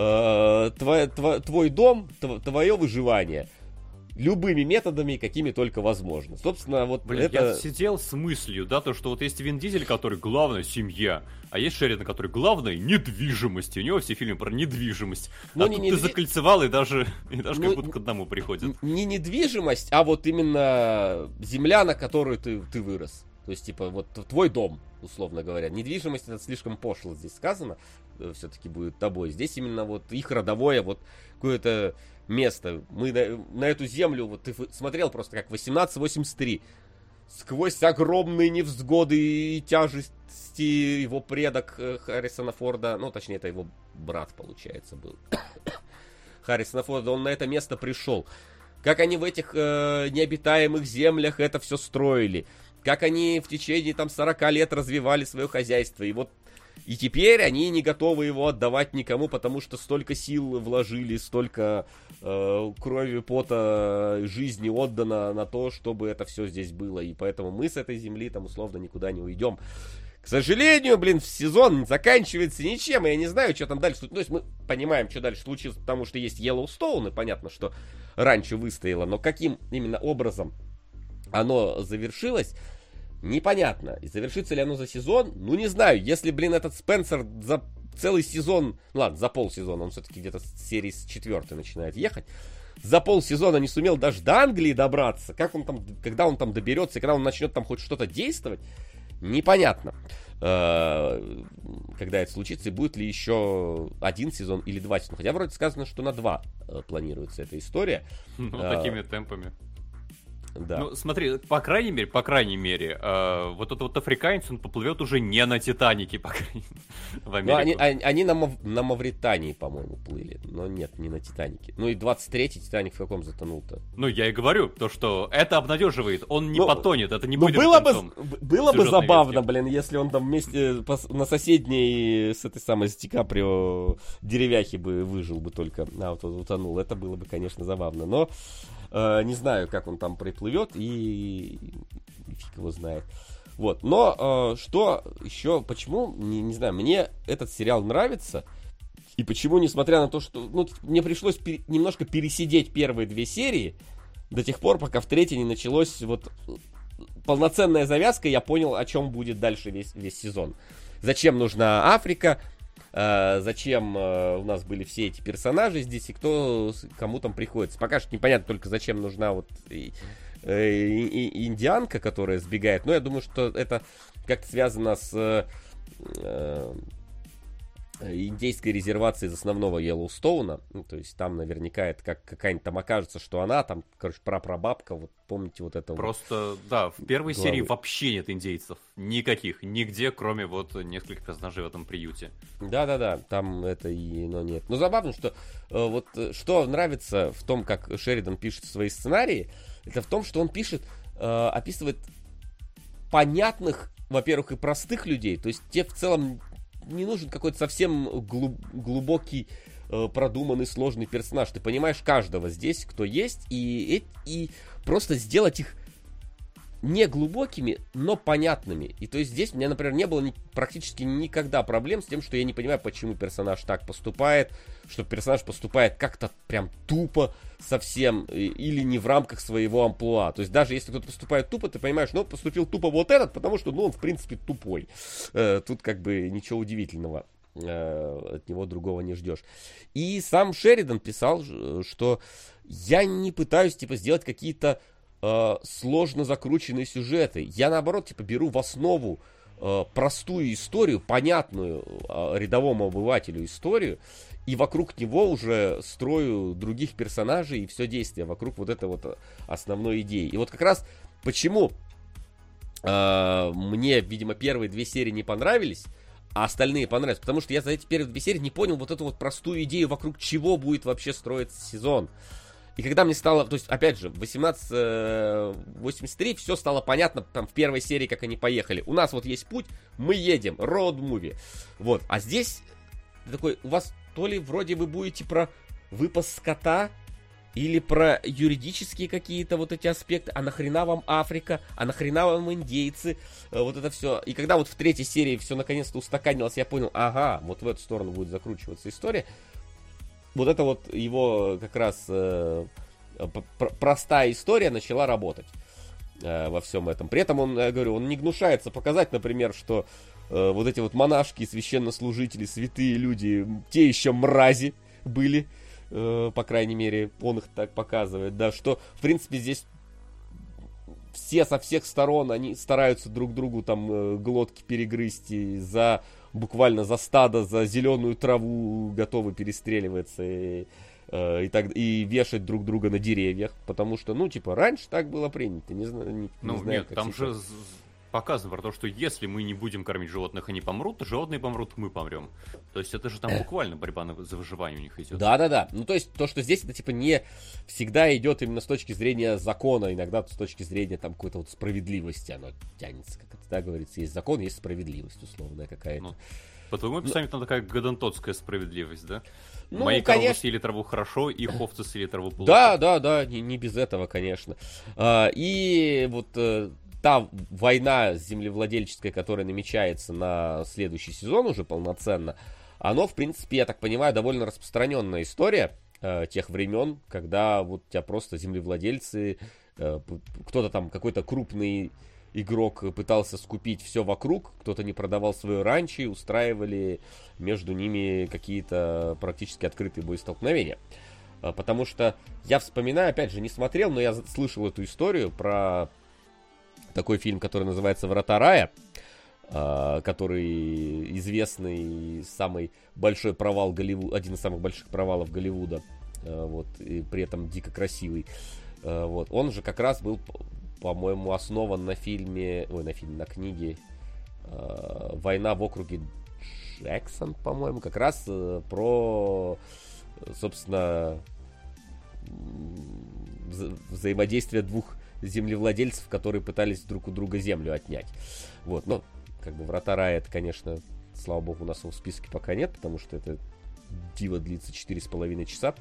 твой дом, твое выживание. Любыми методами, какими только возможно. Собственно, вот это... Я сидел с мыслью, да, то, что вот есть Вин Дизель, который главная семья, а есть Шеридан, который главная недвижимость. У него все фильмы про недвижимость. Но тут ты закольцевал, и даже как будто к одному приходит. Не недвижимость, а вот именно земля, на которую ты вырос. То есть, типа, вот твой дом, условно говоря. Недвижимость — это слишком пошло здесь сказано. Все-таки будет тобой. Здесь именно вот их родовое, вот какое-то место. Мы на эту землю, вот ты смотрел просто как 1883. Сквозь огромные невзгоды и тяжести его предок Харрисона Форда, ну, точнее, это его брат, получается, был. Харрисона Форда, он на это место пришел. Как они в этих необитаемых землях это все строили. Как они в течение там 40 лет развивали свое хозяйство. И вот и теперь они не готовы его отдавать никому, потому что столько сил вложили, столько крови, пота, жизни отдано на то, чтобы это все здесь было. И поэтому мы с этой земли там условно никуда не уйдем. К сожалению, сезон заканчивается ничем, и я не знаю, что там дальше. То есть мы понимаем, что дальше случилось, потому что есть Йеллоустоун, и понятно, что раньше выстояло, но каким именно образом оно завершилось, Непонятно. И завершится ли оно за сезон? Ну, не знаю. Если, этот Спенсер за целый сезон... Ладно, за полсезона. Он все-таки где-то с серии с 4 начинает ехать. За полсезона не сумел даже до Англии добраться. Как он там, когда он там доберется, и когда он начнет там хоть что-то действовать, непонятно. Когда это случится, и будет ли еще 1 сезон или 2 сезона. Хотя вроде сказано, что на 2 планируется эта история. Ну, такими темпами. Да. Ну, смотри, по крайней мере, вот этот вот африканец, он поплывет уже не на Титанике, по крайней мере, в Америку. Они на Мавритании, по-моему, плыли, но нет, не на Титанике. Ну и 23-й Титаник в каком затонул-то? Ну, я и говорю, то, что это обнадеживает, он не потонет, это не будет было бы забавно, если он там вместе на соседней с этой самой с Ди Каприо деревяхе бы выжил бы только, а вот утонул. Это было бы, конечно, забавно, но не знаю, как он там приплывет, и фиг его знает. Вот. Но что еще, почему, не знаю, мне этот сериал нравится, и почему, несмотря на то, что мне пришлось немножко пересидеть первые 2 серии, до тех пор, пока в 3-й не началось полноценная завязка, я понял, о чем будет дальше весь сезон. Зачем нужна Африка, зачем у нас были все эти персонажи здесь, и кому там приходится. Пока что непонятно только, зачем нужна индианка, которая сбегает. Но я думаю, что это как-то связано с индейской резервацией из основного Йеллоустоуна. Ну, то есть там наверняка это как какая-нибудь там окажется, что она там, прапрабабка, вот помните вот это. Просто, да, в первой серии вообще нет индейцев. Никаких. Нигде, кроме нескольких персонажей в этом приюте. Да-да-да, там это но нет. Но забавно, что что нравится в том, как Шеридан пишет свои сценарии, это в том, что он описывает понятных, во-первых, и простых людей. То есть те в целом не нужен какой-то совсем глубокий, продуманный, сложный персонаж. Ты понимаешь каждого здесь, кто есть, и просто сделать их не глубокими, но понятными. И то есть здесь у меня, например, не было практически никогда проблем с тем, что я не понимаю, почему персонаж так поступает, что персонаж поступает как-то прям тупо совсем, или не в рамках своего амплуа. То есть даже если кто-то поступает тупо, ты понимаешь, поступил тупо вот этот, потому что, он в принципе тупой. Тут как бы ничего удивительного. От него другого не ждешь. И сам Шеридан писал, что я не пытаюсь, сделать какие-то сложно закрученные сюжеты. Я, наоборот, беру в основу простую историю, понятную рядовому обывателю историю, и вокруг него уже строю других персонажей и все действие вокруг вот этой основной идеи. И вот как раз почему мне, видимо, первые 2 серии не понравились, а остальные понравились, потому что я за эти первые 2 серии не понял вот эту простую идею, вокруг чего будет вообще строиться сезон. И когда мне стало, то есть, опять же, в 1883 все стало понятно, там, в первой серии, как они поехали. У нас есть путь, мы едем, роуд-муви. Вот, а здесь такой, у вас то ли вроде вы будете про выпас скота, или про юридические какие-то эти аспекты, а нахрена вам Африка, а нахрена вам индейцы, вот это все. И когда в 3-й серии все наконец-то устаканилось, я понял, ага, в эту сторону будет закручиваться история. Вот это его как раз простая история начала работать во всем этом. При этом он не гнушается показать, например, что эти монашки, священнослужители, святые люди, те еще мрази были, по крайней мере, он их так показывает, да, что, в принципе, здесь все со всех сторон, они стараются друг другу там глотки перегрызть, и буквально за стадо, за зеленую траву готовы перестреливаться и вешать друг друга на деревьях, потому что, раньше так было принято, не знаю, нет, там же показано про то, что если мы не будем кормить животных, они помрут, то животные помрут, мы помрем. То есть это же там буквально борьба за выживание у них идет. Да. Ну, то есть то, что здесь это не всегда идет именно с точки зрения закона, иногда с точки зрения там какой-то справедливости оно тянется, как это говорится. Есть закон, есть справедливость условная какая-то. По твоему описанию там такая гадантотская справедливость, да? Ну, мои конечно. коровы съели траву хорошо, их овцы съели траву плохо. Да, не без этого, конечно. И та война землевладельческая, которая намечается на следующий сезон уже полноценно, оно, в принципе, я так понимаю, довольно распространенная история тех времен, когда у тебя просто землевладельцы, кто-то там, какой-то крупный игрок пытался скупить все вокруг, кто-то не продавал свое ранчо, и устраивали между ними какие-то практически открытые боестолкновения. Потому что я вспоминаю, опять же, не смотрел, но я слышал эту историю про такой фильм, который называется «Врата рая», который известный самый большой провал Голливуда, один из самых больших провалов Голливуда, вот, и при этом дико красивый. Вот. Он же как раз был, по-моему, основан на на книге «Война в округе Джексон», по-моему, как раз про, собственно, взаимодействие двух землевладельцев, которые пытались друг у друга землю отнять. Вот, но как бы «Врата рая», это, конечно, слава богу, у нас его в списке пока нет, потому что это диво длится 4,5 часа.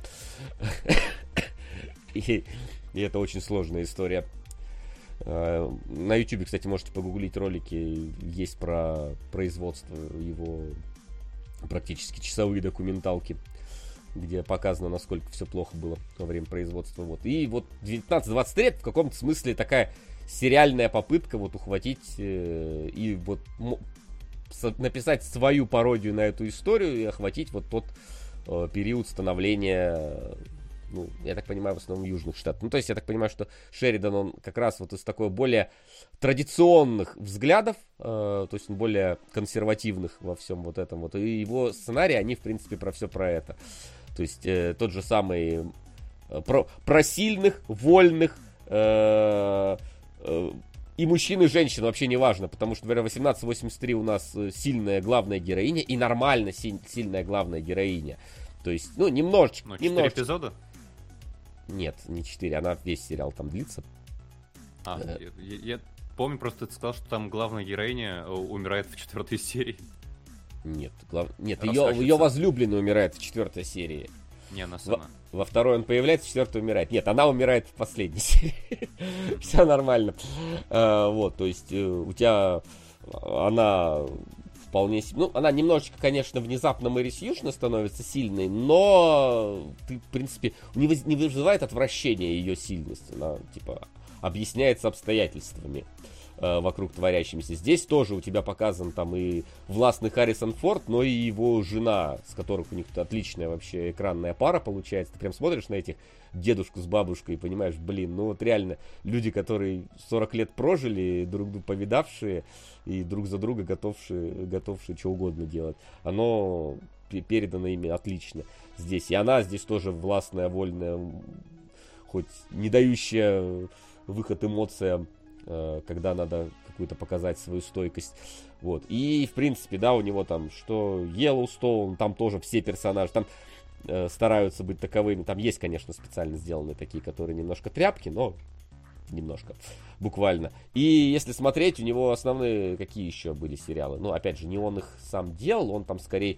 И это очень сложная история. На YouTube, кстати, можете погуглить ролики, есть про производство его, практически часовые документалки, где показано, насколько все плохо было во время производства. Вот. И вот 1923 в каком-то смысле такая сериальная попытка вот ухватить и вот написать свою пародию на эту историю и охватить вот тот период становления, ну, я так понимаю, в основном южных штатов. Ну, то есть, я так понимаю, что Шеридан, он как раз вот из такой более традиционных взглядов, то есть он более консервативных во всем вот этом вот. И его сценарии, они, в принципе, про все про это. То есть, тот же самый про сильных, вольных, и мужчин, и женщин, вообще не важно, потому что в 1883 у нас сильная главная героиня и нормально сильная главная героиня. То есть, ну, немножечко. Ну, 4 эпизода? Нет, не 4, она весь сериал там длится. Я помню, просто ты сказал, что там главная героиня умирает в 4 серии. Нет, ее возлюбленный умирает в 4 серии. Не, она сама. Во второй он появляется, в 4 умирает. Нет, она умирает в последней серии. Все нормально. Вот, то есть у тебя она вполне... Ну, она немножечко, конечно, внезапно Мэри Сьюшна становится сильной, но ты, в принципе, не вызывает отвращения ее сильность. Она, типа, объясняется обстоятельствами вокруг творящимся. Здесь тоже у тебя показан там и властный Харрисон Форд, но и его жена, с которых у них отличная вообще экранная пара получается. Ты прям смотришь на этих дедушку с бабушкой и понимаешь, блин, ну вот реально люди, которые 40 лет прожили, друг друга повидавшие и друг за друга готовшие что угодно делать. Оно передано ими отлично здесь. И она здесь тоже властная, вольная, хоть не дающая выход эмоциям, когда надо какую-то показать свою стойкость. Вот. И, в принципе, да, у него там, что Йеллоустоун, там тоже все персонажи, там стараются быть таковыми. Там есть, конечно, специально сделанные такие, которые немножко тряпки, но немножко, буквально. И если смотреть, у него основные какие еще были сериалы. Ну, опять же, не он их сам делал, он там скорее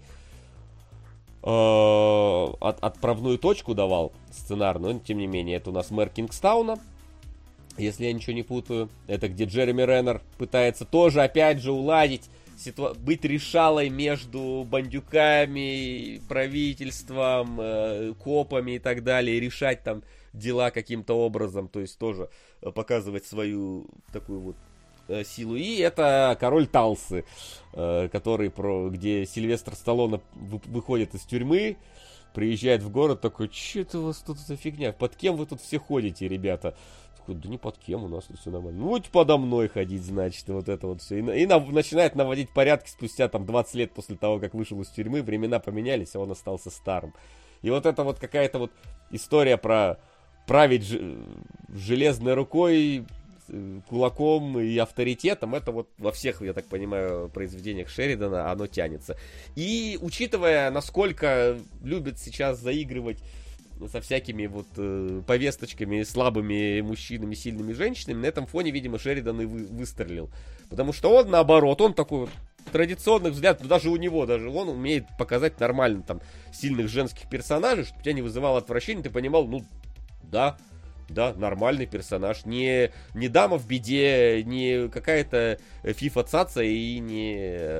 отправную точку давал сценарную, но тем не менее, это у нас «Мэр Кингстауна», если я ничего не путаю. Это где Джереми Реннер пытается тоже, опять же, уладить, быть решалой между бандюками, правительством, копами и так далее, и решать там дела каким-то образом, то есть тоже показывать свою такую вот силу. И это «Король Талсы», где Сильвестр Сталлоне выходит из тюрьмы, приезжает в город, такой: что это у вас тут за фигня? Под кем вы тут все ходите, ребята? Такой: да не под кем, у нас тут все нормально. Ну, будете подо мной ходить, значит, вот это вот все. И начинает наводить порядки спустя там 20 лет после того, как вышел из тюрьмы. Времена поменялись, а он остался старым. И вот это вот какая-то вот история про править железной рукой, кулаком и авторитетом. Это вот во всех, я так понимаю, произведениях Шеридана оно тянется. И учитывая, насколько любят сейчас заигрывать со всякими вот повесточками, слабыми мужчинами, сильными женщинами, на этом фоне, видимо, Шеридан и выстрелил. Потому что он, наоборот, он такой вот традиционный взгляд, даже у него, даже он умеет показать нормально там сильных женских персонажей, чтобы тебя не вызывало отвращения, ты понимал, ну, да, нормальный персонаж, не дама в беде, не какая-то фифа цаца и не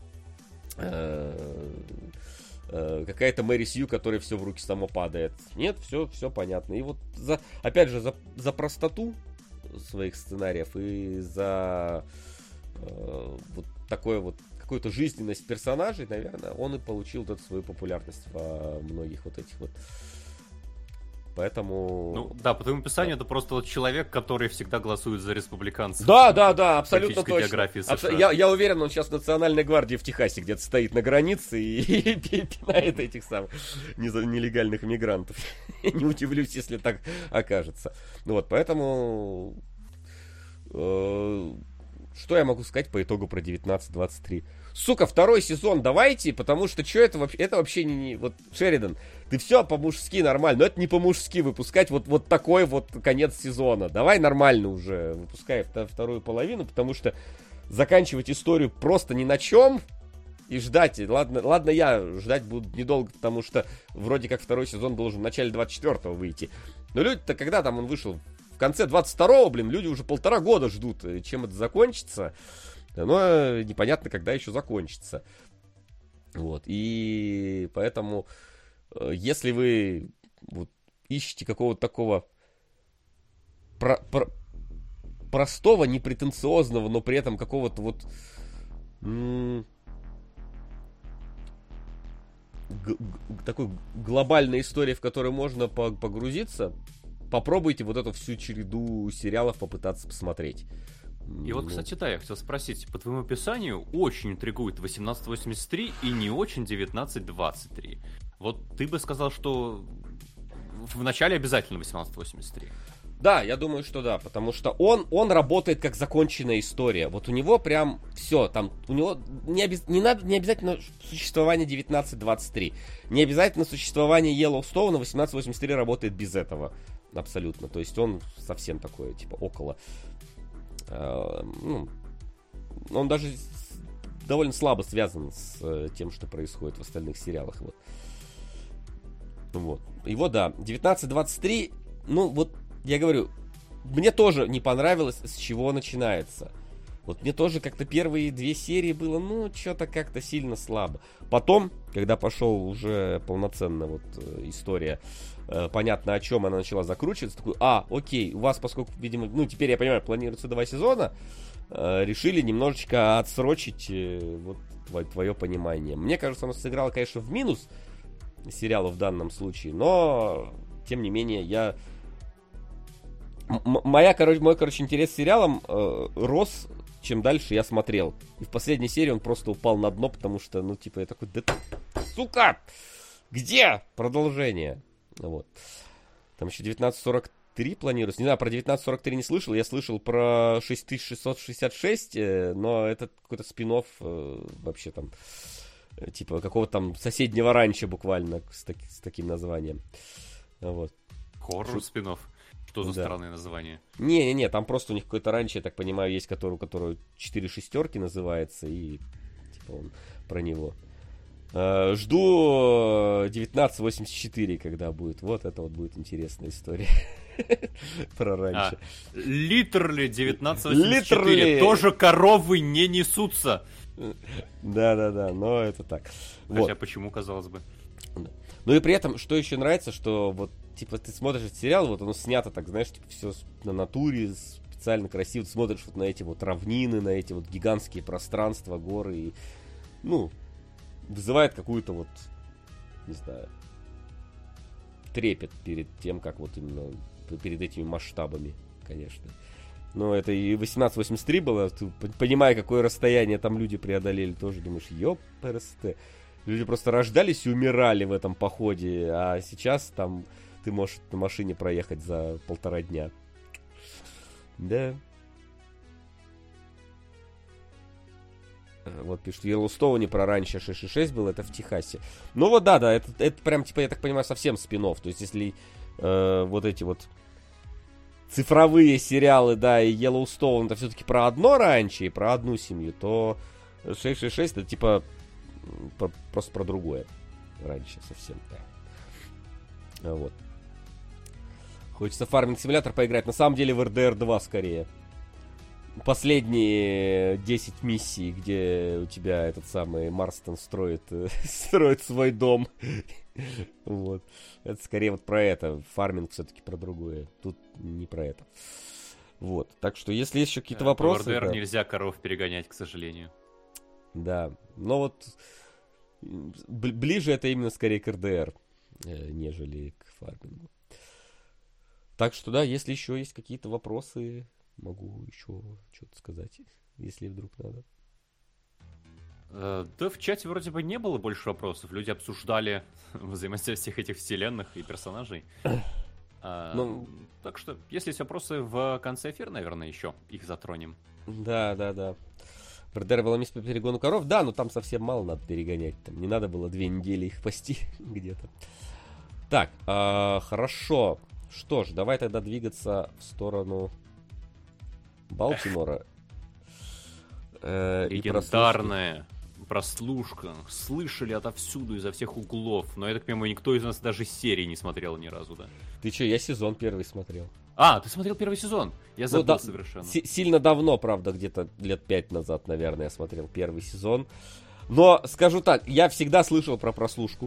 какая-то Мэри Сью, которая все в руки само падает. Нет, все понятно. И вот, опять же, за простоту своих сценариев и за вот такое вот какую-то жизненность персонажей, наверное, он и получил вот эту свою популярность во многих вот этих вот. Поэтому... Ну, да, по твоему описанию, это просто вот человек, который всегда голосует за республиканцев. Да, абсолютно точно. Географии США. Я уверен, он сейчас в Национальной гвардии в Техасе где-то стоит на границе и пинает этих самых нелегальных мигрантов. Не удивлюсь, если так окажется. Вот, поэтому... Что я могу сказать по итогу про 19-23? Сука, второй сезон давайте, потому что что это вообще? Это вообще не... Вот, Шеридан, ты все по-мужски нормально, но это не по-мужски выпускать вот такой вот конец сезона. Давай нормально уже выпускай вторую половину, потому что заканчивать историю просто ни на чем и ждать. Ладно, я ждать буду недолго, потому что вроде как второй сезон должен в начале 24-го выйти. Но люди-то, когда там он вышел? В конце 22-го, люди уже 1,5 года ждут, чем это закончится. Но непонятно, когда еще закончится. Вот. И поэтому, если вы вот ищете какого-то такого простого, непретенциозного, но при этом какого-то вот такой глобальной истории, в которой можно погрузиться, попробуйте вот эту всю череду сериалов попытаться посмотреть. И вот, кстати, да, я хотел спросить, по твоему описанию очень интригует 1883 и не очень 1923. Вот ты бы сказал, что в начале обязательно 1883. Да, я думаю, что да, потому что он работает как законченная история. Вот у него прям все, там, у него не обязательно существование 1923. Не обязательно существование Йеллоустоуна, 1883 работает без этого. Абсолютно. То есть он совсем такой, типа, около. Он даже довольно слабо связан с тем, что происходит в остальных сериалах. Вот. Его, да. 1923, ну, вот, я говорю, мне тоже не понравилось, с чего начинается. Вот мне тоже как-то первые 2 серии было, ну, что-то как-то сильно слабо. Потом, когда пошел уже полноценно вот история, понятно о чем, она начала закручиваться, такой, окей, у вас, поскольку, видимо, ну, теперь я понимаю, планируется 2 сезона, решили немножечко отсрочить вот твое понимание. Мне кажется, оно сыграло, конечно, в минус сериалу в данном случае, но, тем не менее, мой, интерес к сериалам рос, чем дальше я смотрел. И в последней серии он просто упал на дно, потому что, ну, типа, я такой, да сука, где продолжение? Вот. Там еще 1943 планируется. Не знаю, про 1943 не слышал. Я слышал про 6666, но это какой-то спин-офф вообще там, типа, какого-то там соседнего ранчо буквально с таким названием. Вот. Хоррор спин-офф. Что за странное название? Не, там просто у них какой-то раньше, я так понимаю, есть, у которого 4 шестерки называется, и типа он про него. Жду 1984, когда будет. Вот это вот будет интересная история. Про раньше. Литерли 1984. Тоже коровы не несутся. Да, но это так. Хотя почему, казалось бы. Ну и при этом, что еще нравится, что вот, типа, ты смотришь этот сериал, вот оно снято так, знаешь, типа, все на натуре, специально красиво. Ты смотришь вот на эти вот равнины, на эти вот гигантские пространства, горы, и, ну, вызывает какую-то вот, не знаю, трепет перед тем, как вот именно перед этими масштабами, конечно. Но это и 1883 было, ты, понимая, какое расстояние там люди преодолели, тоже думаешь, ёпрст. Люди просто рождались и умирали в этом походе, а сейчас там ты можешь на машине проехать за 1,5 дня. Да. Вот пишут, в Йеллоустоуне про раньше 666 был, это в Техасе. Ну вот да, это прям, типа, я так понимаю, совсем спин-офф. То есть если вот эти вот цифровые сериалы, да, и Йеллоустоун это все-таки про одно раньше и про одну семью, то 666 это типа просто про другое. Раньше совсем, да. Вот. Хочется фарминг симулятор поиграть. На самом деле в RDR 2 скорее. Последние 10 миссий, где у тебя этот самый Марстон строит свой дом. Вот. Это скорее вот про это. Фарминг все-таки про другое. Тут не про это. Вот. Так что, если есть еще какие-то вопросы... В РДР да. нельзя коров перегонять, к сожалению. Да. Но вот ближе это именно скорее к РДР, нежели к фармингу. Так что, да, если еще есть какие-то вопросы, могу еще что-то сказать, если вдруг надо. Да, в чате вроде бы не было больше вопросов. Люди обсуждали взаимодействие всех этих вселенных и персонажей. Так что, если есть вопросы в конце эфира, наверное, еще их затронем. Да. В РДР была миссия по перегону коров. Да, но там совсем мало надо перегонять. Там не надо было 2 недели их пасти где-то. Так, хорошо. Что ж, давай тогда двигаться в сторону Балтимора. Легендарная прослушка. Слышали отовсюду, изо всех углов. Но я так понимаю, никто из нас даже серии не смотрел ни разу, да? Ты че, я сезон первый смотрел. А, ты смотрел первый сезон? Я забыл совершенно. Сильно давно, правда, где-то лет 5 назад, наверное, я смотрел первый сезон. Но, скажу так, я всегда слышал про прослушку.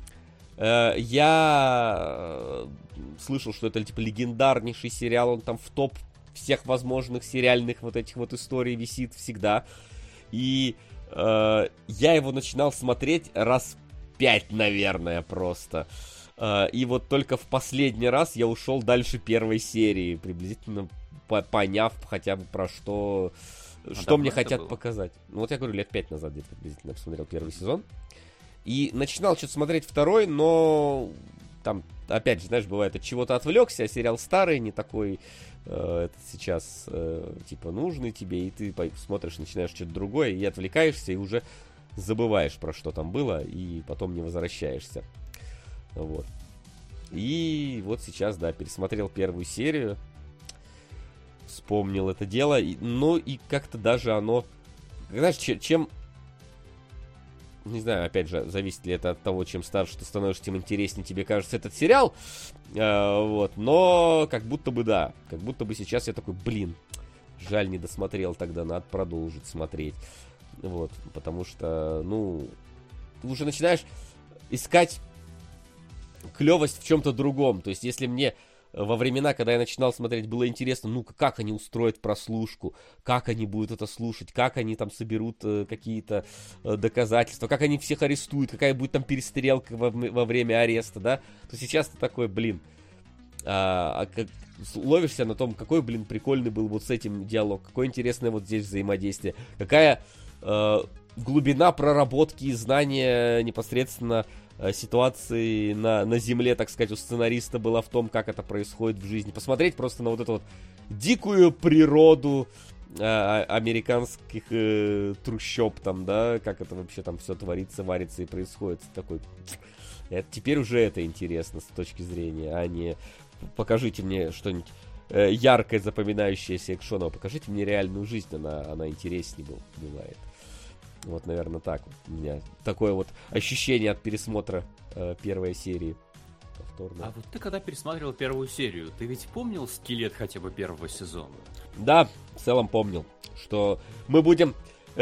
Я слышал, что это типа легендарнейший сериал, он там в топ всех возможных сериальных вот этих вот историй висит всегда. И я его начинал смотреть раз 5, наверное, просто. И вот только в последний раз я ушел дальше первой серии, приблизительно поняв хотя бы про что мне хотят показать. Ну вот я говорю, лет 5 назад где-то приблизительно я посмотрел первый сезон. И начинал что-то смотреть второй, но там, опять же, знаешь, бывает, от чего-то отвлекся, а сериал старый, не такой этот сейчас, типа, нужный тебе, и ты смотришь, начинаешь что-то другое, и отвлекаешься, и уже забываешь, про что там было, и потом не возвращаешься. Вот. И вот сейчас, да, пересмотрел первую серию, вспомнил это дело, ну и как-то даже оно, знаешь, чем... Не знаю, опять же, зависит ли это от того, чем старше ты становишься, тем интереснее тебе кажется этот сериал. Вот, но как будто бы да. Как будто бы сейчас я такой, жаль, не досмотрел тогда, надо продолжить смотреть. Вот, потому что, ну, ты уже начинаешь искать клевость в чем-то другом. То есть, если мне во времена, когда я начинал смотреть, было интересно, ну, как они устроят прослушку, как они будут это слушать, как они там соберут какие-то доказательства, как они всех арестуют, какая будет там перестрелка во время ареста, да, то сейчас ты такой, ловишься на том, какой, прикольный был вот с этим диалог, какое интересное вот здесь взаимодействие, какая глубина проработки и знания непосредственно ситуации на земле, так сказать, у сценариста была в том, как это происходит в жизни. Посмотреть просто на вот эту вот дикую природу американских трущоб там, да, как это вообще там все творится, варится и происходит. Такой, теперь уже это интересно с точки зрения, а не покажите мне что-нибудь яркое, запоминающееся экшоново, покажите мне реальную жизнь, она интереснее бывает. Вот, наверное, так вот. У меня такое вот ощущение от пересмотра первой серии. Повторно. А вот ты когда пересматривал первую серию, ты ведь помнил скелет хотя бы первого сезона? Да, в целом помнил, что мы будем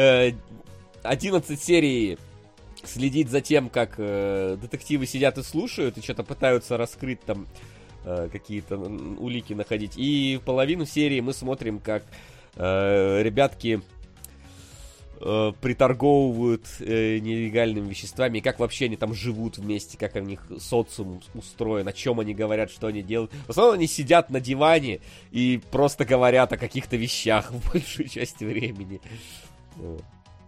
11 серий следить за тем, как детективы сидят и слушают, и что-то пытаются раскрыть там какие-то улики находить. И в половину серии мы смотрим, как ребятки приторговывают нелегальными веществами, и как вообще они там живут вместе, как у них социум устроен, о чем они говорят, что они делают. В основном они сидят на диване и просто говорят о каких-то вещах в большую часть времени. Вот.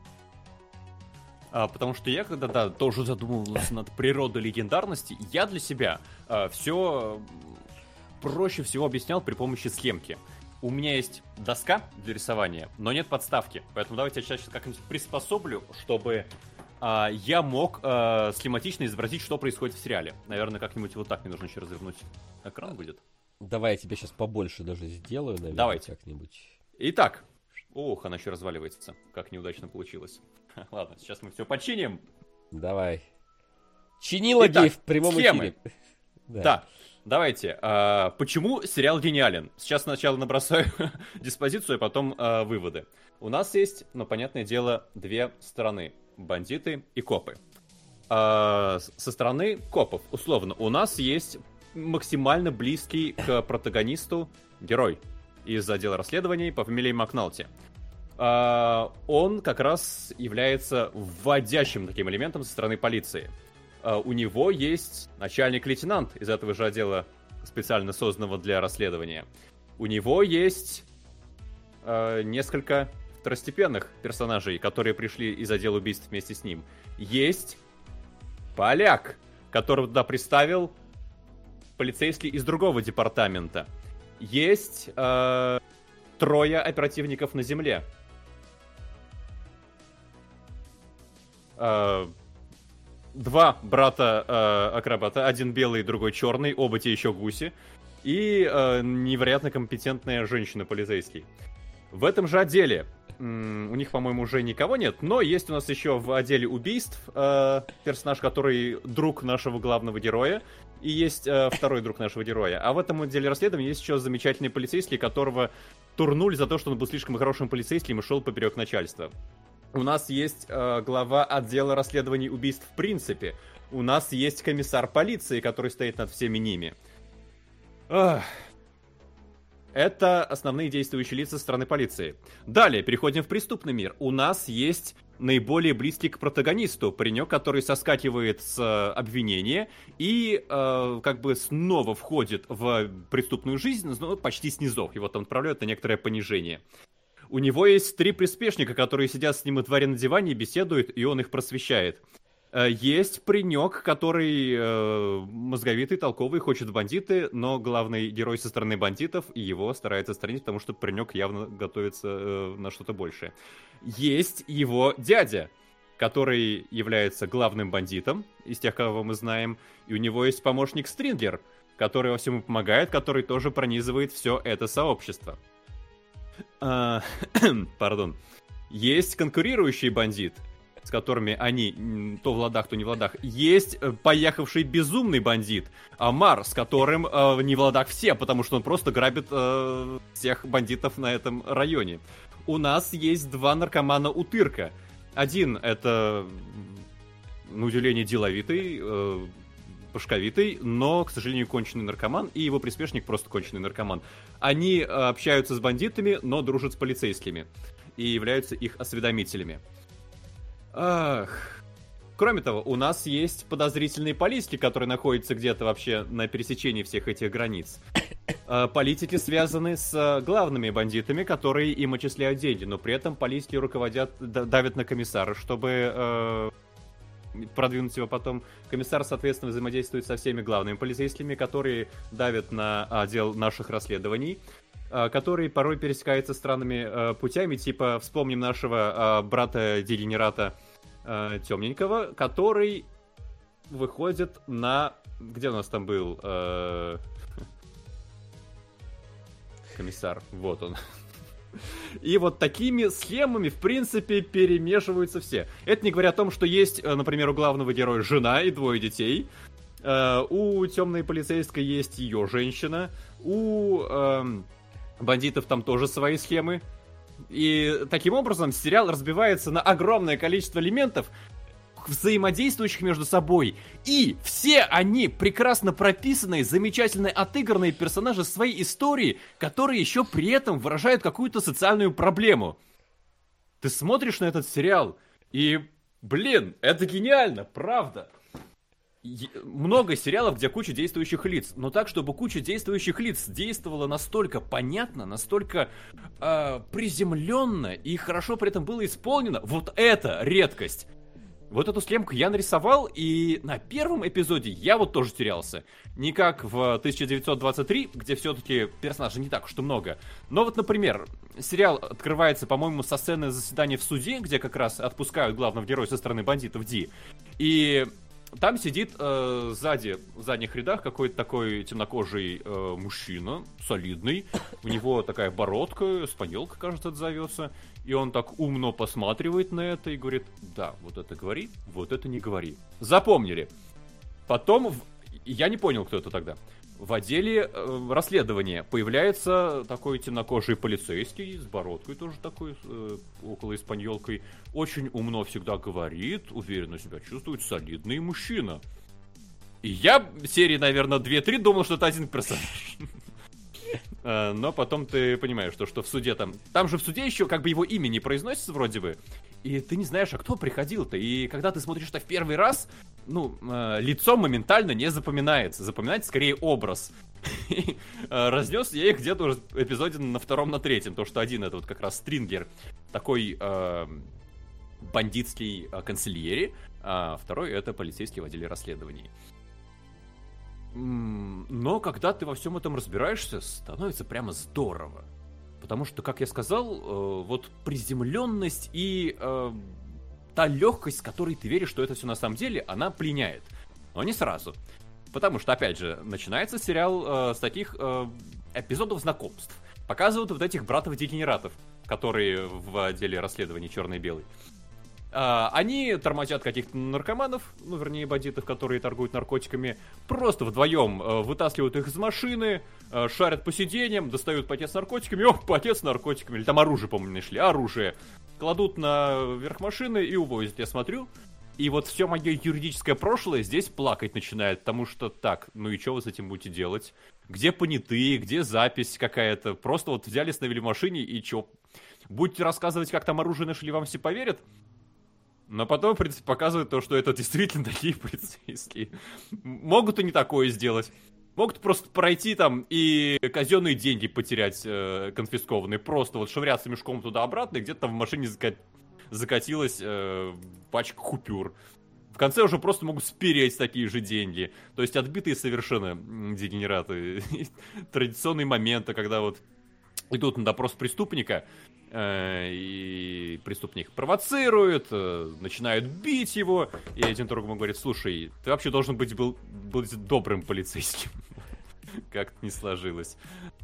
Потому что я когда тоже задумывался над природой легендарности, я для себя все проще всего объяснял при помощи схемки. У меня есть доска для рисования, но нет подставки. Поэтому давайте я сейчас как-нибудь приспособлю, чтобы я мог схематично изобразить, что происходит в сериале. Наверное, как-нибудь вот так мне нужно еще развернуть экран будет. Давай я тебе сейчас побольше даже сделаю, наверное, давайте. Как-нибудь. Итак. Ох, она еще разваливается. Как неудачно получилось. Ладно, сейчас мы все починим. Давай. Чинила гей в прямом схемы. эфире. Да. Давайте. Почему сериал гениален? Сейчас сначала набросаю диспозицию, а потом выводы. У нас есть, понятное дело, две стороны. Бандиты и копы. Со стороны копов, условно, у нас есть максимально близкий к протагонисту герой. из отдела расследований по фамилии Макналти. Он как раз является вводящим таким элементом со стороны полиции. У него есть начальник-лейтенант из этого же отдела, специально созданного для расследования. У него есть несколько второстепенных персонажей, которые пришли из отдела убийств вместе с ним. Есть поляк, которого туда представил полицейский из другого департамента. Есть 3 оперативников на земле. 2 брата-акробата, один белый, другой черный, оба те еще гуси, и невероятно компетентная женщина-полицейский. В этом же отделе, у них, по-моему, уже никого нет, но есть у нас еще в отделе убийств персонаж, который друг нашего главного героя, и есть второй друг нашего героя. А в этом отделе расследования есть еще замечательный полицейский, которого турнули за то, что он был слишком хорошим полицейским и шел поперек начальства. У нас есть глава отдела расследований убийств в принципе. У нас есть комиссар полиции, который стоит над всеми ними. Это основные действующие лица со стороны полиции. Далее, переходим в преступный мир. У нас есть наиболее близкий к протагонисту паренек, который соскакивает с обвинения и как бы снова входит в преступную жизнь, но почти с низов. Его там отправляют на некоторое понижение. У него есть 3 приспешника, которые сидят с ним во дворе на диване и беседуют, и он их просвещает. Есть паренек, который мозговитый, толковый, хочет в бандиты, но главный герой со стороны бандитов, и его старается отстранить, потому что паренек явно готовится на что-то большее. Есть его дядя, который является главным бандитом из тех, кого мы знаем, и у него есть помощник Стринглер, который во всем помогает, который тоже пронизывает все это сообщество. Пардон. Есть конкурирующий бандит, с которыми они то в ладах, то не в ладах. Есть поехавший безумный бандит, Амар, с которым не в ладах все, потому что он просто грабит всех бандитов на этом районе. У нас есть 2 наркомана-утырка. Один это, на удивление, деловитый, башковитый, но, к сожалению, конченый наркоман, и его приспешник просто конченый наркоман. Они общаются с бандитами, но дружат с полицейскими и являются их осведомителями. Кроме того, у нас есть подозрительные политики, которые находятся где-то вообще на пересечении всех этих границ. Политики связаны с главными бандитами, которые им отчисляют деньги, но при этом политики руководят, давят на комиссара, чтобы продвинуть его потом. Комиссар, соответственно, взаимодействует со всеми главными полицейскими, которые давят на отдел наших расследований, который порой пересекается странными путями, типа, вспомним нашего брата-дегенерата темненького, который выходит на... Где у нас там был комиссар? Вот он. И вот такими схемами, в принципе, перемешиваются все. Это не говоря о том, что есть, например, у главного героя жена и 2 детей. У темной полицейской есть ее женщина. У бандитов там тоже свои схемы. И таким образом сериал разбивается на огромное количество элементов, взаимодействующих между собой. И все они прекрасно прописанные, замечательно отыгранные персонажи своей истории, которые еще при этом выражают какую-то социальную проблему. Ты смотришь на этот сериал, и, блин, это гениально, правда. Много сериалов, где куча действующих лиц, но так, чтобы куча действующих лиц действовала настолько понятно, настолько приземленно и хорошо при этом было исполнено, вот это редкость. Вот эту схемку я нарисовал, и на первом эпизоде я вот тоже терялся. Не как в 1923, где все-таки персонажей не так уж и много. Но вот, например, сериал открывается, по-моему, со сцены заседания в суде, где как раз отпускают главного героя со стороны бандитов Ди. И там сидит сзади, в задних рядах, какой-то такой темнокожий мужчина, солидный. У него такая бородка, спанелка, кажется, это зовется. И он так умно посматривает на это и говорит: да, вот это говори, вот это не говори. Запомнили. Потом, я не понял, кто это тогда. В отделе расследования появляется такой темнокожий полицейский с бородкой тоже такой, около испаньолкой. Очень умно всегда говорит, уверенно себя чувствует, солидный мужчина. И я серии, наверное, 2-3 думал, что это один персонаж. Но потом ты понимаешь, что в суде там же в суде еще как бы его имя не произносится вроде бы, и ты не знаешь, а кто приходил-то. И когда ты смотришь это в первый раз, лицо моментально не запоминается. Запоминается скорее образ. Разнес я их где-то уже в эпизоде на 2-м, на 3-м. То, что один это вот как раз Стрингер, такой бандитский консильери, а второй это полицейский в отделе расследований. Но когда ты во всем этом разбираешься, становится прямо здорово. Потому что, как я сказал, вот приземленность и та легкость, с которой ты веришь, что это все на самом деле, она пленяет. Но не сразу. Потому что, опять же, начинается сериал с таких эпизодов знакомств. Показывают вот этих братов-дегенератов, которые в отделе расследований черный и белый. Они тормозят каких-то наркоманов, вернее, бандитов, которые торгуют наркотиками, просто вдвоем вытаскивают их из машины, шарят по сиденьям, достают пакет с наркотиками, пакет с наркотиками, или там оружие, по-моему, нашли, оружие, кладут наверх машины и увозят. Я смотрю, и вот все мое юридическое прошлое здесь плакать начинает, потому что так, и что вы с этим будете делать? Где понятые, где запись какая-то? Просто вот взяли, ставили в машине, и что? Будете рассказывать, как там оружие нашли, вам все поверят? Но потом, в принципе, показывает то, что это действительно такие полицейские. Могут и не такое сделать. Могут просто пройти там и казенные деньги потерять, конфискованные. Просто вот швыряться мешком туда-обратно, и где-то там в машине закатилась пачка купюр. В конце уже просто могут спереть такие же деньги. То есть отбитые совершенно дегенераты. Традиционные моменты, когда вот идут на допрос преступника, и преступник провоцирует, начинают бить его, и один другому говорит: слушай, ты вообще должен быть добрым полицейским. Как-то не сложилось.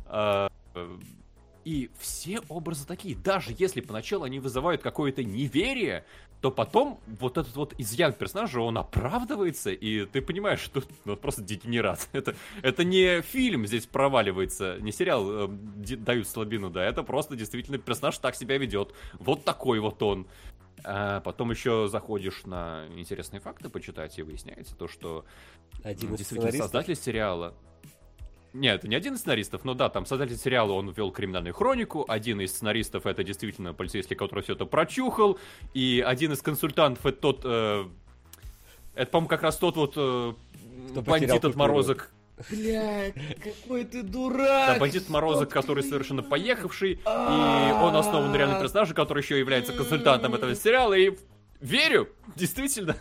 И все образы такие. Даже если поначалу они вызывают какое-то неверие, то потом вот этот вот изъян персонажа, он оправдывается, и ты понимаешь, что просто дегенерат. Это не фильм здесь проваливается, не сериал дают слабину, да, это просто действительно персонаж так себя ведет. Вот такой вот он. А потом еще заходишь на интересные факты почитать, и выясняется то, что действительно создатель сериала... Нет, это не один из сценаристов, но да, там создатель сериала, он вел криминальную хронику, один из сценаристов это действительно полицейский, который все это прочухал, и один из консультантов это тот, это, по-моему, как раз тот вот бандит отморозок. Бля, какой ты дурак! Да, бандит отморозок, который совершенно поехавший, и он основан на реальном персонаже, который еще является консультантом этого сериала, и верю, действительно.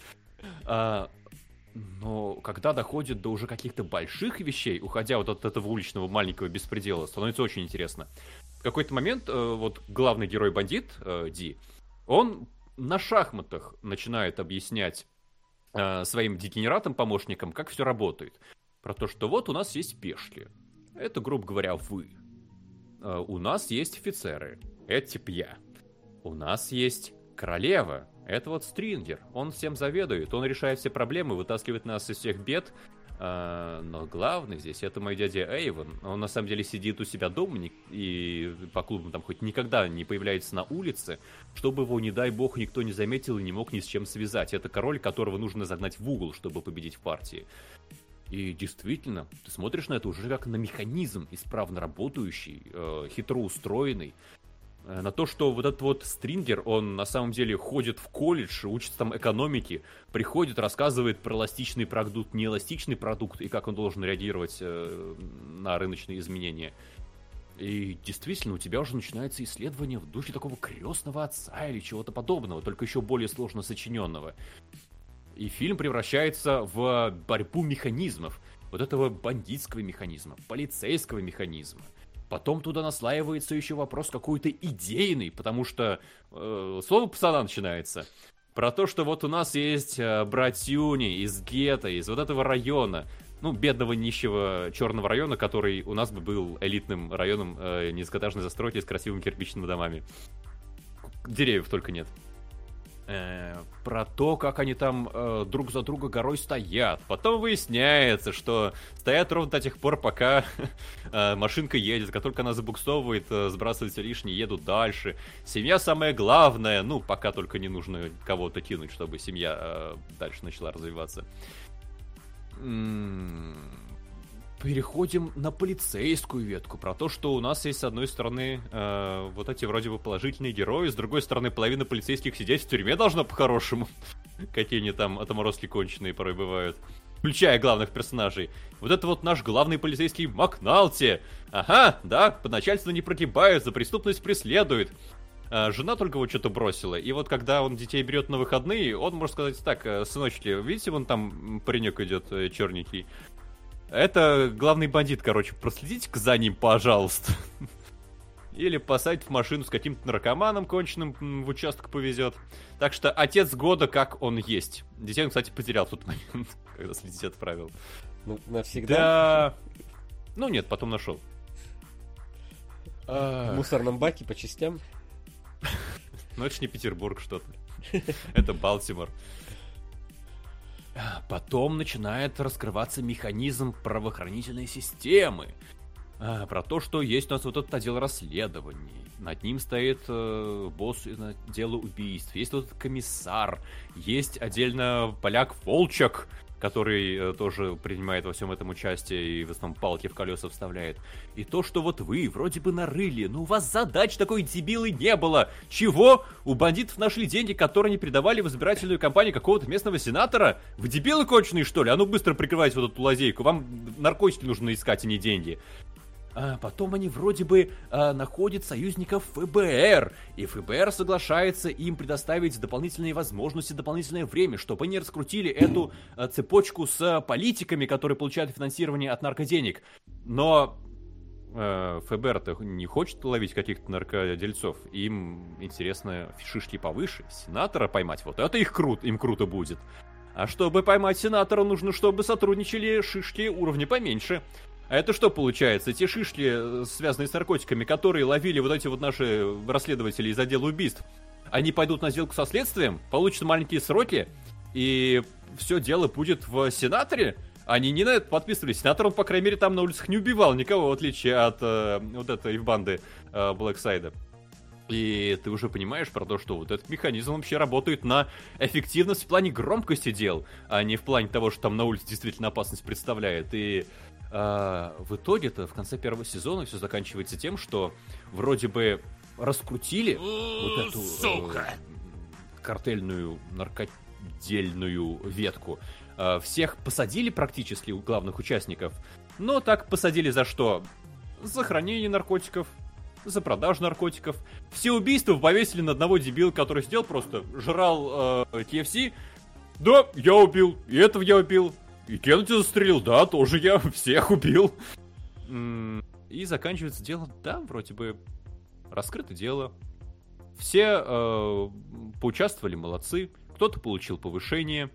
Но когда доходит до уже каких-то больших вещей, уходя вот от этого уличного маленького беспредела, становится очень интересно. В какой-то момент вот главный герой-бандит, Ди, он на шахматах начинает объяснять своим дегенератам-помощникам, как все работает. Про то, что вот у нас есть пешки. Это, грубо говоря, вы. У нас есть офицеры. Это типа я. У нас есть королева. Это вот Стрингер, он всем заведует, он решает все проблемы, вытаскивает нас из всех бед, но главный здесь это мой дядя Эйвен. Он на самом деле сидит у себя дома и по клубам там хоть никогда не появляется на улице, чтобы его, не дай бог, никто не заметил и не мог ни с чем связать. Это король, которого нужно загнать в угол, чтобы победить в партии. И действительно, ты смотришь на это уже как на механизм, исправно работающий, хитро устроенный. На то, что вот этот вот Стрингер, он на самом деле ходит в колледж, учится там экономике, приходит, рассказывает про эластичный продукт, неэластичный продукт и как он должен реагировать на рыночные изменения. И действительно, у тебя уже начинается исследование в духе такого крестного отца или чего-то подобного, только еще более сложно сочиненного. И фильм превращается в борьбу механизмов. Вот этого бандитского механизма, полицейского механизма. Потом туда наслаивается еще вопрос какой-то идейный, потому что слово пацана начинается. Про то, что вот у нас есть братюни из гетто, из вот этого района. Ну, бедного нищего черного района, который у нас бы был элитным районом низкоэтажной застройки с красивыми кирпичными домами. Деревьев только нет. Про то, как они там друг за друга горой стоят. Потом выясняется, что стоят ровно до тех пор, пока машинка едет. Как только она забуксовывает, сбрасывается лишнее, едут дальше. Семья самое главное. Ну, пока только не нужно кого-то кинуть, чтобы семья дальше начала развиваться. переходим на полицейскую ветку. Про то, что у нас есть, с одной стороны, вот эти вроде бы положительные герои, с другой стороны, половина полицейских сидеть в тюрьме должна по-хорошему. Какие они там отморозки конченые порой бывают. Включая главных персонажей. Вот это вот наш главный полицейский Макналти. Ага, да, под начальство не прогибают, за преступность преследует. Жена только вот что-то бросила. И вот когда он детей берет на выходные, он может сказать так: сыночки, видите, вон там паренек идет черненький. Это главный бандит, короче, проследите-ка за ним, пожалуйста. Или посадить в машину с каким-то наркоманом конченым, в участок повезет. Так что отец года как он есть. Детей он, кстати, потерял в тот момент, когда следить отправил. Ну, навсегда? Да. Ну нет, потом нашел. В мусорном баке по частям? Ну это ж не Петербург что-то. Это Балтимор. Потом начинает раскрываться механизм правоохранительной системы. Про то, что есть у нас вот этот отдел расследований. Над ним стоит босс дела убийств. Есть вот этот комиссар. Есть отдельно поляк Волчек, который тоже принимает во всем этом участие и в основном палки в колеса вставляет. И то, что вот вы вроде бы нарыли, но у вас задач такой дебилы не было. Чего? У бандитов нашли деньги, которые они передавали в избирательную кампанию какого-то местного сенатора? Вы дебилы конченые, что ли? А ну быстро прикрывайте вот эту лазейку. Вам наркотики нужно искать, а не деньги. А потом они вроде бы находят союзников ФБР, и ФБР соглашается им предоставить дополнительные возможности, дополнительное время, чтобы они раскрутили эту цепочку с политиками, которые получают финансирование от наркоденег. Но ФБР-то не хочет ловить каких-то наркодельцов, им интересно шишки повыше, сенатора поймать, вот это им круто будет. А чтобы поймать сенатора, нужно, чтобы сотрудничали шишки уровня поменьше. А это что получается? Те шишки, связанные с наркотиками, которые ловили вот эти вот наши расследователи из отдела убийств, они пойдут на сделку со следствием, получат маленькие сроки, и все дело будет в сенаторе? Они не на это подписывались. Сенатор, он, по крайней мере, там на улицах не убивал никого, в отличие от вот этой банды Блэксайда. И ты уже понимаешь про то, что вот этот механизм вообще работает на эффективность в плане громкости дел, а не в плане того, что там на улице действительно опасность представляет. И в итоге-то в конце первого сезона все заканчивается тем, что вроде бы раскрутили вот эту картельную наркодельную ветку. Всех посадили практически у главных участников. Но так посадили за что? За хранение наркотиков, за продажу наркотиков. Все убийства повесили на одного дебила, который сидел просто, жрал KFC. Да, я убил, и этого я убил. И Кеннеди застрелил, да, тоже я всех убил. И заканчивается дело, да, вроде бы раскрыто дело. Все поучаствовали, молодцы. Кто-то получил повышение.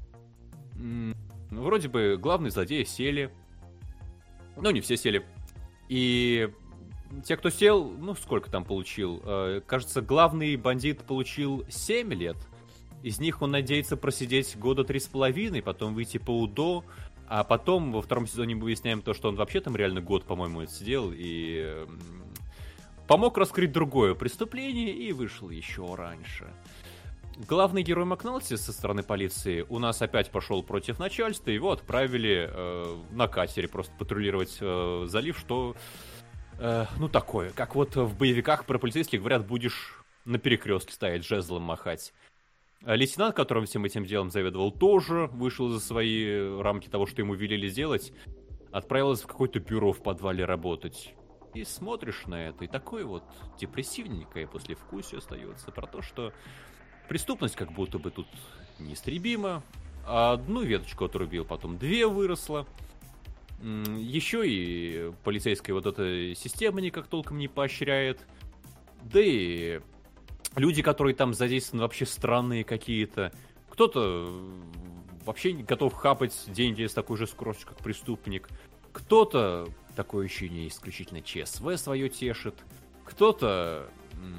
Вроде бы главные злодеи сели. Но не все сели. И те, кто сел, ну, сколько там получил? Кажется, главный бандит получил 7 лет. Из них он надеется просидеть года 3,5, потом выйти по УДО, а потом во втором сезоне мы выясняем то, что он вообще там реально год, по-моему, отсидел, и помог раскрыть другое преступление, и вышел еще раньше. Главный герой Макналти со стороны полиции у нас опять пошел против начальства, его отправили на катере просто патрулировать залив, что, ну, такое, как вот в боевиках про полицейских говорят, будешь на перекрестке стоять, жезлом махать. Лейтенант, которым всем этим делом заведовал, тоже вышел за свои рамки того, что ему велели сделать, отправился в какое-то бюро в подвале работать. И смотришь на это, и такое вот депрессивненькое послевкусие остается про то, что преступность как будто бы тут неистребима. Одну веточку отрубил, потом 2 выросло. Еще и полицейская вот эта система никак толком не поощряет. Да и люди, которые там задействованы, вообще странные какие-то. Кто-то вообще готов хапать деньги с такой же скоростью, как преступник. Кто-то, такое ощущение, исключительно ЧСВ свое тешит. Кто-то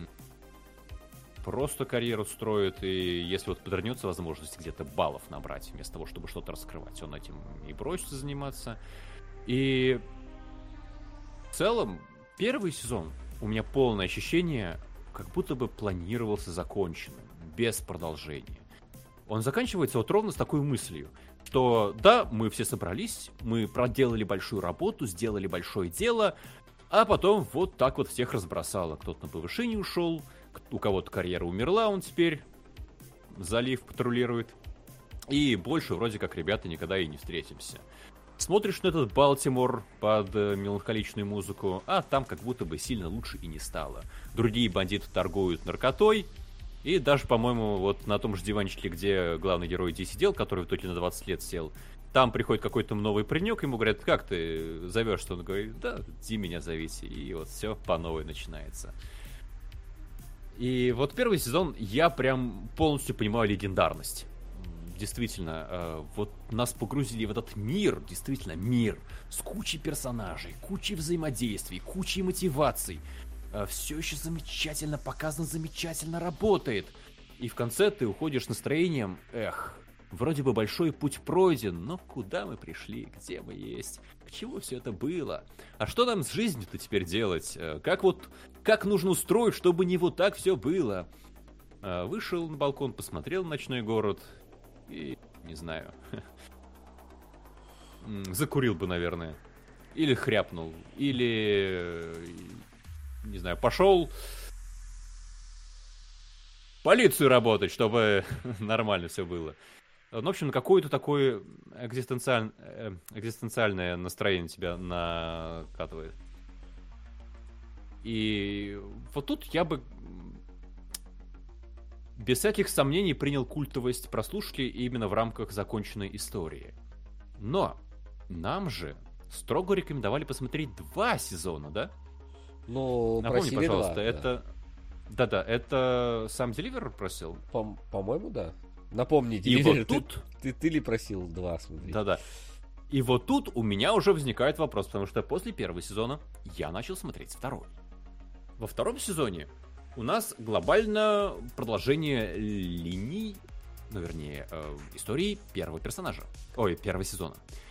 просто карьеру строит, и если вот подвернется возможность где-то баллов набрать, вместо того, чтобы что-то раскрывать, он этим и бросится заниматься. И в целом, первый сезон у меня полное ощущение, как будто бы планировался законченным, без продолжения. он заканчивается вот ровно с такой мыслью, что да, мы все собрались, мы проделали большую работу, сделали большое дело, а потом вот так вот всех разбросало. Кто-то на повышение ушел, у кого-то карьера умерла, он теперь залив патрулирует. И больше вроде как ребята никогда и не встретимся. Смотришь на этот Балтимор под меланхоличную музыку, а там как будто бы сильно лучше и не стало. Другие бандиты торгуют наркотой, и даже, по-моему, вот на том же диванчике, где главный герой Ди сидел, который в итоге на 20 лет сел, там приходит какой-то новый паренек, ему говорят, как ты зовешься? Он говорит, да, Ди меня зовите, и вот все по новой начинается. И вот первый сезон я прям полностью понимаю легендарность. Действительно, вот нас погрузили в этот мир, действительно мир, с кучей персонажей, кучей взаимодействий, кучей мотиваций. Все еще замечательно показано, замечательно работает. И в конце ты уходишь с настроением, вроде бы большой путь пройден, но куда мы пришли, где мы есть, к чему все это было? А что нам с жизнью-то теперь делать? Как нужно устроить, чтобы не вот так все было? Вышел на балкон, посмотрел на ночной город и, не знаю, закурил бы, наверное. Или хряпнул, или, не знаю, пошел в полицию работать, чтобы нормально все было. Ну, в общем, какое-то такое экзистенциальное настроение тебя накатывает. И вот тут я бы без всяких сомнений принял культовость прослушки именно в рамках законченной истории. Но нам же строго рекомендовали посмотреть 2 сезона, да? Ну, напомни, просили пожалуйста, 2, это... Да-да, это сам Деливер просил? По-моему, да. Напомни, И Деливер, вот тут... ты ли просил 2 смотреть? Да-да. И вот тут у меня уже возникает вопрос, потому что после первого сезона я начал смотреть 2. Во 2 сезоне у нас глобально продолжение линий, ну, вернее, истории первого персонажа. Первого сезона.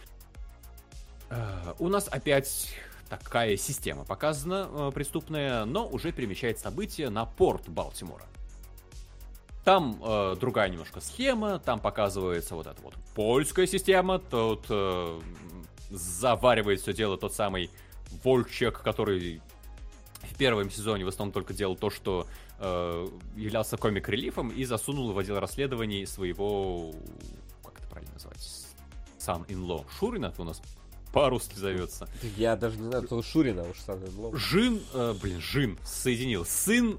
У нас опять такая система показана, преступная, но уже перемещает события на порт Балтимора. Там другая немножко схема, там показывается вот эта вот польская система, тут заваривает все дело тот самый Вольчек, который в первом сезоне в основном только делал то, что являлся комик-релифом и засунул в отдел расследований своего, как это правильно называть, son-in-law. Шурина это у нас по-русски зовется. Я даже не знаю, кто Шурина, уж son-in-law. Жин соединил. Сын,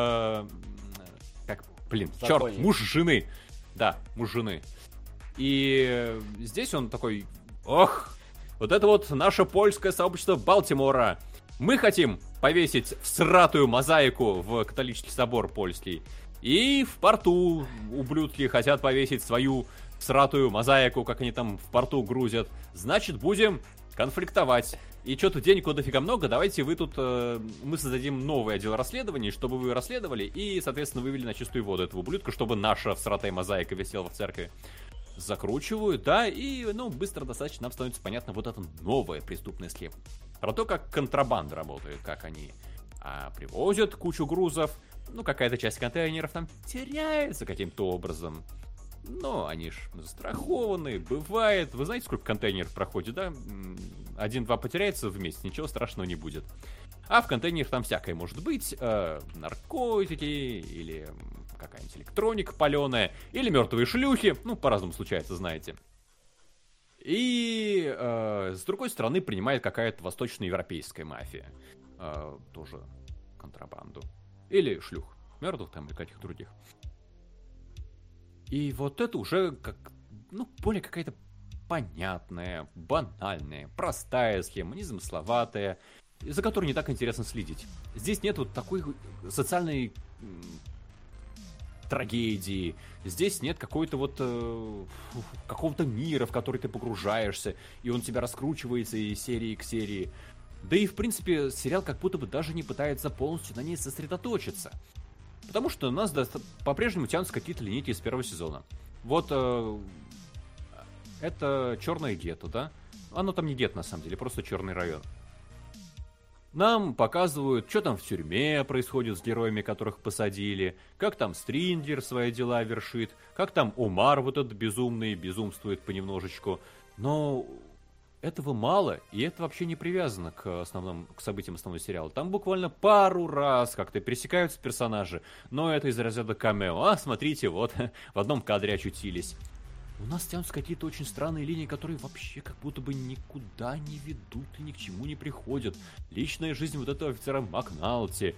Законник. муж жены. Да, муж жены. И здесь он такой, вот это вот наше польское сообщество Балтимора. Мы хотим повесить всратую мозаику в католический собор польский. И в порту ублюдки хотят повесить свою всратую мозаику, как они там в порту грузят. Значит, будем конфликтовать. И что-то денег дофига много, давайте вы тут... мы создадим новый отдел расследований, чтобы вы расследовали и, соответственно, вывели на чистую воду этого ублюдка, чтобы наша всратая мозаика висела в церкви. Закручивают, да, и, быстро достаточно нам становится понятно вот эта новая преступная схема. Про то, как контрабанда работает, как они привозят кучу грузов, какая-то часть контейнеров там теряется каким-то образом. Но они ж застрахованы, бывает. Вы знаете, сколько контейнеров проходит, да? 1-2 потеряется в месяц, ничего страшного не будет. А в контейнерах там всякое может быть. Наркотики, или какая-нибудь электроника паленая, или мертвые шлюхи. По-разному случается, знаете. И с другой стороны принимает какая-то восточноевропейская мафия. Тоже контрабанду. Или шлюх. Мертвых там, или каких-то других. И вот это уже как, более какая-то понятная, банальная, простая схема, незамысловатая, за которой не так интересно следить. Здесь нет вот такой социальной трагедии, здесь нет какой-то вот какого-то мира, в который ты погружаешься, и он тебя раскручивается из серии к серии. Да и, в принципе, сериал как будто бы даже не пытается полностью на ней сосредоточиться. Потому что у нас по-прежнему тянутся какие-то линейки из первого сезона. Вот это черное гетто, да? Оно там не гетто, на самом деле, просто черный район. Нам показывают, что там в тюрьме происходит с героями, которых посадили, как там Стринглер свои дела вершит, как там Омар вот этот безумный безумствует понемножечку. Но этого мало, и это вообще не привязано к событиям основного сериала. Там буквально пару раз как-то пересекаются персонажи, но это из разряда камео. А, смотрите, вот, в одном кадре очутились. У нас тянутся какие-то очень странные линии, которые вообще как будто бы никуда не ведут и ни к чему не приходят. Личная жизнь вот этого офицера Макналти.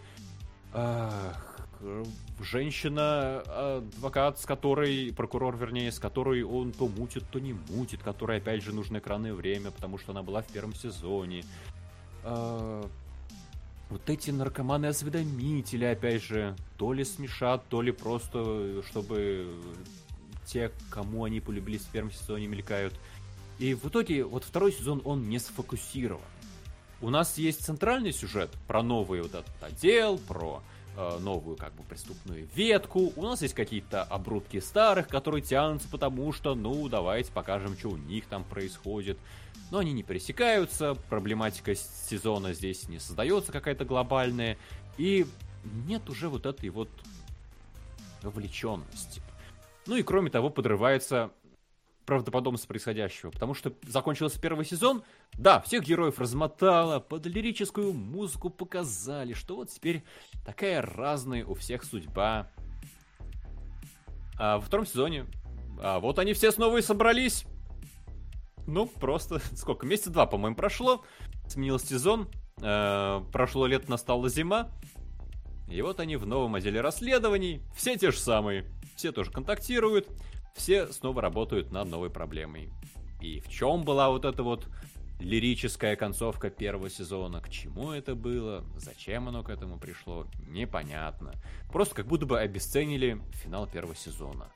Женщина-адвокат, прокурор, с которой он то мутит, то не мутит, которой, опять же, нужно экранное время, потому что она была в первом сезоне. Вот эти наркоманы-осведомители, опять же, то ли смешат, то ли просто, чтобы те, кому они полюбились в первом сезоне, мелькают. И в итоге, вот второй сезон, он не сфокусирован. У нас есть центральный сюжет про новый вот этот отдел, про новую как бы преступную ветку. У нас есть какие-то обрубки старых, которые тянутся, потому что, ну, давайте покажем, что у них там происходит. Но они не пересекаются, проблематика сезона здесь не создается какая-то глобальная, и нет уже вот этой вот вовлеченности. Ну и кроме того, подрывается правдоподобность происходящего, потому что закончился первый сезон, да, всех героев размотало, под лирическую музыку показали, что вот теперь такая разная у всех судьба. А во втором сезоне, вот они все снова и собрались. Ну, просто, сколько, месяца 2, по-моему, прошло, сменился сезон, прошло лето, настала зима, и вот они в новом отделе расследований, все те же самые, все тоже контактируют, все снова работают над новой проблемой. И в чем была вот эта вот лирическая концовка первого сезона, к чему это было, зачем оно к этому пришло, непонятно. Просто как будто бы обесценили финал первого сезона.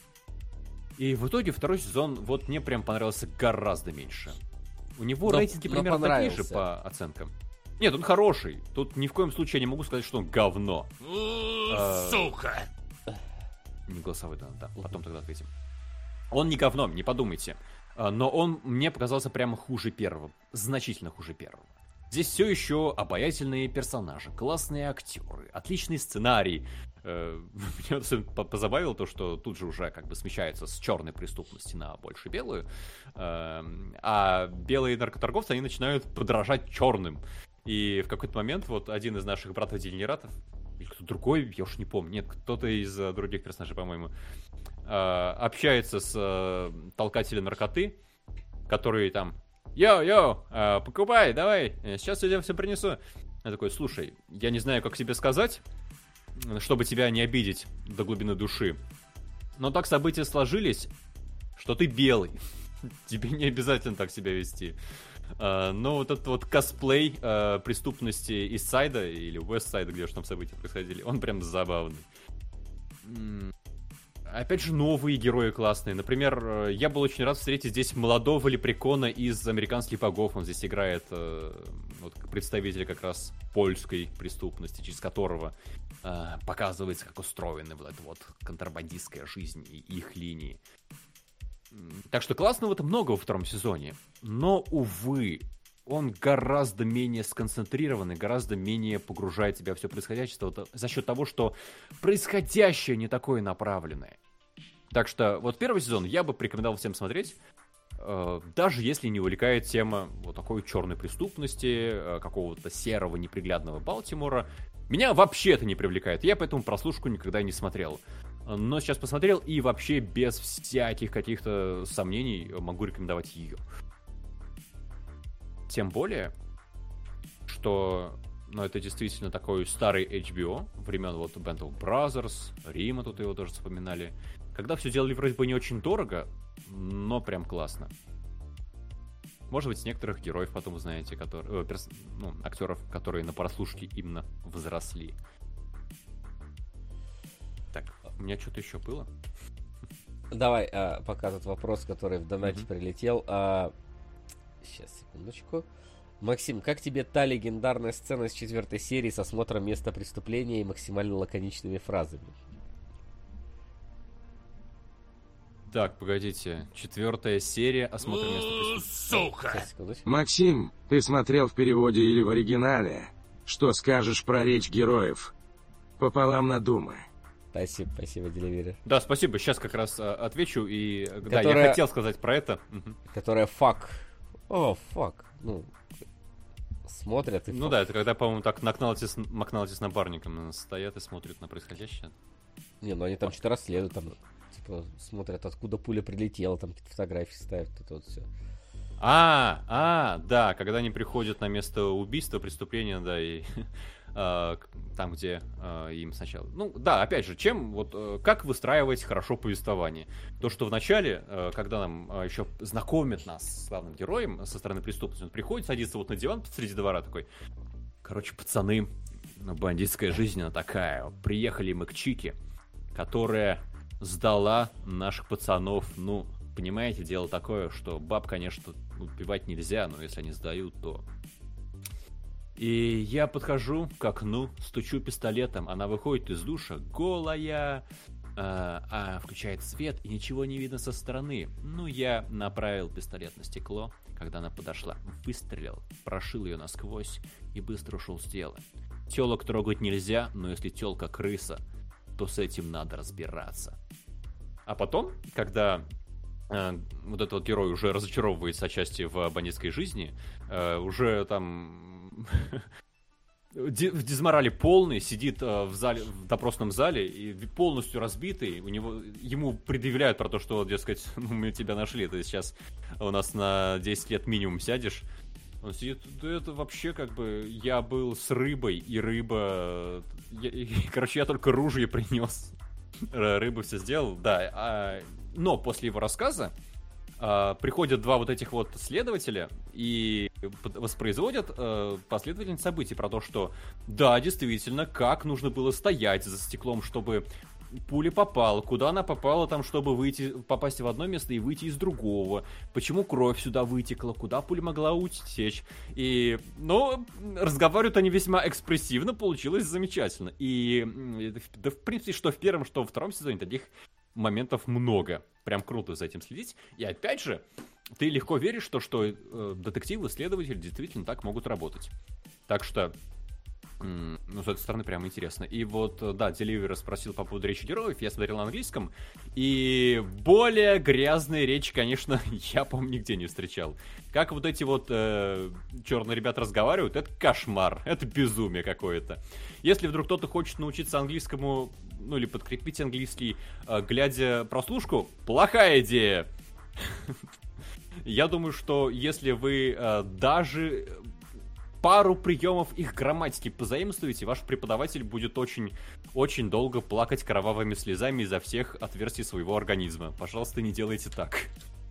И в итоге второй сезон вот мне прям понравился гораздо меньше. У него рейтинги примерно такие же по оценкам. Нет, он хороший. Тут ни в коем случае я не могу сказать, что он говно. Сука! Не голосовой, да, потом тогда ответим. Он не говно, не подумайте. Но он мне показался прямо хуже первого. Значительно хуже первого. Здесь все еще обаятельные персонажи, классные актеры, отличный сценарий. Меня позабавило то, что тут же уже как бы смещается с черной преступности на больше белую. А белые наркоторговцы, они начинают подражать черным. И в какой-то момент вот один из наших братов-дегенератов, или кто-то другой, я уж не помню, нет, кто-то из других персонажей, по-моему, общается с толкателем наркоты, который там: йоу, покупай, давай, сейчас я тебе все принесу. Я такой: слушай, я не знаю, как тебе сказать, чтобы тебя не обидеть до глубины души, но так события сложились, что ты белый. Тебе не обязательно так себя вести. Но вот этот вот косплей преступности Ист-Сайда или Уэст-Сайда, где же там события происходили, он прям забавный. Опять же, новые герои классные. Например, я был очень рад встретить здесь молодого лепрекона из «Американских богов». Он здесь играет вот, представителя как раз польской преступности, через которого показывается, как устроена вот эта вот контрабандистская жизнь и их линии. Так что классного-то много во втором сезоне. Но, увы, он гораздо менее сконцентрированный, гораздо менее погружает тебя в все происходящее за счет того, что происходящее не такое направленное. Так что вот первый сезон я бы порекомендовал всем смотреть, даже если не увлекает тема вот такой черной преступности, какого-то серого неприглядного Балтимора. Меня вообще это не привлекает, я поэтому прослушку никогда не смотрел. Но сейчас посмотрел и вообще без всяких каких-то сомнений могу рекомендовать ее. Тем более, что это действительно такой старый HBO, времен вот Band of Brothers, Рима, тут его тоже вспоминали. Когда все делали вроде бы не очень дорого, но прям классно. Может быть, с некоторых героев потом узнаете, актеров, которые на прослушке именно возросли. Так, у меня что-то еще было? Давай, пока тот вопрос, который в донате прилетел. Сейчас, секундочку. Максим, как тебе та легендарная сцена с 4 серии с осмотром места преступления и максимально лаконичными фразами? Так, погодите. 4 серия, осмотр места преступления. Сука! Сейчас, секундочку. Максим, ты смотрел в переводе или в оригинале? Что скажешь про речь героев? Пополам на Думы. Спасибо, Деливери. Да, спасибо. Сейчас как раз отвечу. И да, Которая- я хотел сказать про это. Мгм. Которая фак. О, фак. Ну, смотрят и Ну фак. да, это когда, по-моему, так Макналти с напарником стоят и смотрят на происходящее. Не, ну они там что-то расследуют, там, типа, смотрят, откуда пуля прилетела, там какие-то фотографии ставят, это вот все. Да, когда они приходят на место убийства, преступления, да, и там, где им сначала... Ну, да, опять же, как выстраивать хорошо повествование? То, что в начале, когда нам еще знакомят нас с главным героем со стороны преступности, он приходит, садится вот на диван посреди двора такой: короче, пацаны, бандитская жизнь, она такая. Приехали мы к Чике, которая сдала наших пацанов. Ну, понимаете, дело такое, что баб, конечно, убивать нельзя, но если они сдают, то... И я подхожу к окну, стучу пистолетом, она выходит из душа, голая, включает свет, и ничего не видно со стороны. Ну, я направил пистолет на стекло, когда она подошла, выстрелил, прошил ее насквозь и быстро ушел с тела. Телок трогать нельзя, но если телка крыса, то с этим надо разбираться. А потом, когда вот этот вот герой уже разочаровывается отчасти в бандитской жизни, уже там в дизморали полный, сидит в допросном зале и полностью разбитый, ему предъявляют про то, что, дескать, мы тебя нашли, ты сейчас у нас на 10 лет минимум сядешь. Он сидит, да это вообще как бы я был с рыбой, и рыба... короче, я только ружье принес. Рыбу все сделал, да. Но после его рассказа приходят два вот этих вот следователя и воспроизводят последовательность событий про то, что да, действительно, как нужно было стоять за стеклом, чтобы пуля попала, куда она попала, там, чтобы попасть в одно место и выйти из другого, почему кровь сюда вытекла, куда пуля могла утечь. Но разговаривают они весьма экспрессивно, получилось замечательно. И да, в принципе, что в первом, что во втором сезоне таких моментов много. Прям круто за этим следить. И опять же, ты легко веришь, что детективы, следователи действительно так могут работать. Так что, с этой стороны прям интересно. И вот, да, Деливер спросил по поводу речи героев, я смотрел на английском, и более грязные речи, конечно, я, по-моему, нигде не встречал. Как вот эти вот черные ребята разговаривают, это кошмар, это безумие какое-то. Если вдруг кто-то хочет научиться английскому, ну или подкрепить английский, глядя прослушку, плохая идея. Я думаю, что если вы даже пару приемов их грамматики позаимствуете, ваш преподаватель будет очень, очень долго плакать кровавыми слезами изо всех отверстий своего организма. Пожалуйста, не делайте так.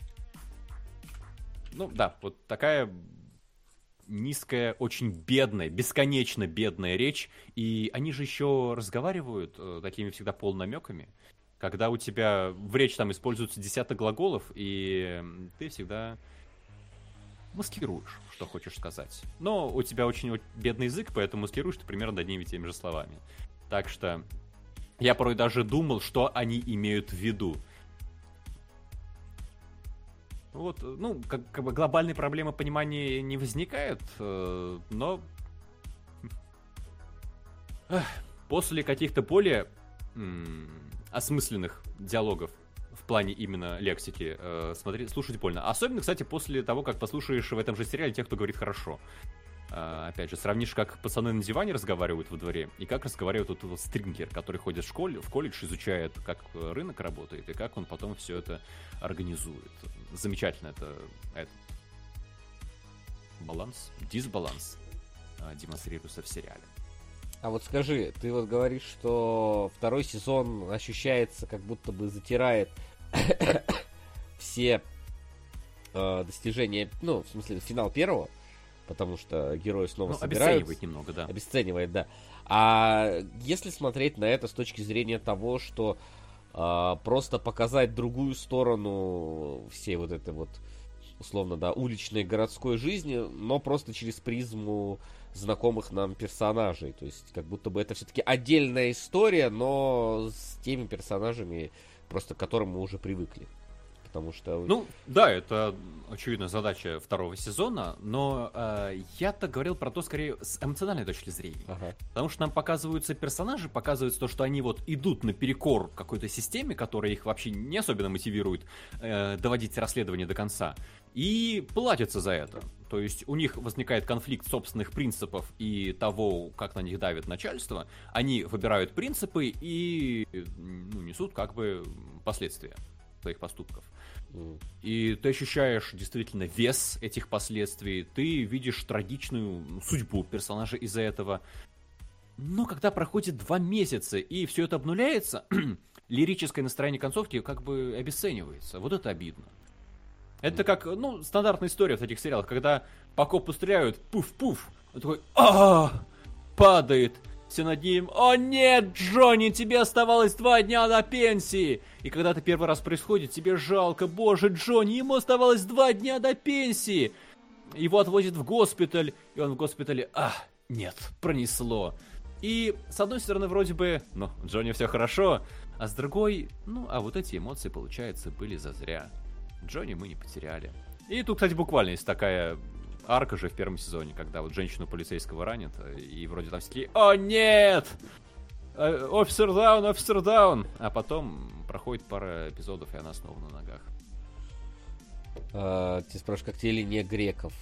Ну да, вот такая низкая, очень бедная, бесконечно бедная речь. И они же еще разговаривают такими всегда полунамеками. Когда у тебя в речи там используются десяток глаголов, и ты всегда маскируешь, что хочешь сказать. Но у тебя очень бедный язык, поэтому маскируешь ты примерно одними и теми же словами. Так что я порой даже думал, что они имеют в виду. Вот, ну, как бы глобальной проблемы понимания не возникает, но после каких-то более осмысленных диалогов в плане именно лексики слушать больно. Особенно, кстати, после того, как послушаешь в этом же сериале тех, кто говорит хорошо. Опять же, сравнишь, как пацаны на диване разговаривают во дворе, и как разговаривает вот этот стрингер, который ходит в колледж, изучает, как рынок работает, и как он потом все это организует. Замечательно это дисбаланс демонстрируется в сериале. А вот скажи, ты вот говоришь, что второй сезон ощущается, как будто бы затирает все достижения, ну, в смысле, финал первого, потому что герои снова собираются. Обесценивает немного, да. Обесценивает, да. А если смотреть на это с точки зрения того, что просто показать другую сторону всей вот этой вот, условно, да, уличной городской жизни, но просто через призму знакомых нам персонажей. То есть, как будто бы это все-таки отдельная история, но с теми персонажами, просто к которым мы уже привыкли. потому что... Ну, да, это, очевидно, задача второго сезона, но я-то говорил про то, скорее, с эмоциональной точки зрения. Ага. Потому что нам показываются персонажи, показывается то, что они вот идут наперекор какой-то системе, которая их вообще не особенно мотивирует доводить расследование до конца, и платятся за это. То есть у них возникает конфликт собственных принципов и того, как на них давит начальство. Они выбирают принципы и несут как бы последствия своих поступков. И ты ощущаешь действительно вес этих последствий, ты видишь трагичную судьбу персонажа из-за этого. Но когда проходит 2 месяца и все это обнуляется, лирическое настроение концовки как бы обесценивается. Вот это обидно. Это как, стандартная история в таких сериалах, когда по копу стреляют, пуф-пуф, он такой, падает, все над ним, о нет, Джонни, тебе оставалось 2 дня до пенсии. И когда это первый раз происходит, тебе жалко, боже, Джонни, ему оставалось 2 дня до пенсии. Его отвозят в госпиталь, и он в госпитале, нет, пронесло. И с одной стороны вроде бы, Джонни все хорошо, а с другой, вот эти эмоции, получается, были зазря. Джонни мы не потеряли. И тут, кстати, буквально есть такая арка же в первом сезоне, когда вот женщину полицейского ранят, и вроде там все такие, о нет! Офицер даун! А потом проходит пара эпизодов, и она снова на ногах. Ты спрашиваешь, как те линии греков?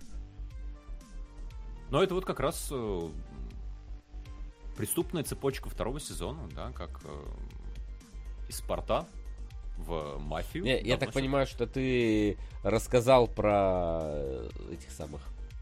Но это вот как раз преступная цепочка 2 сезона, да, как из Спарта в мафию. Я так понимаю, что ты рассказал про этих самых...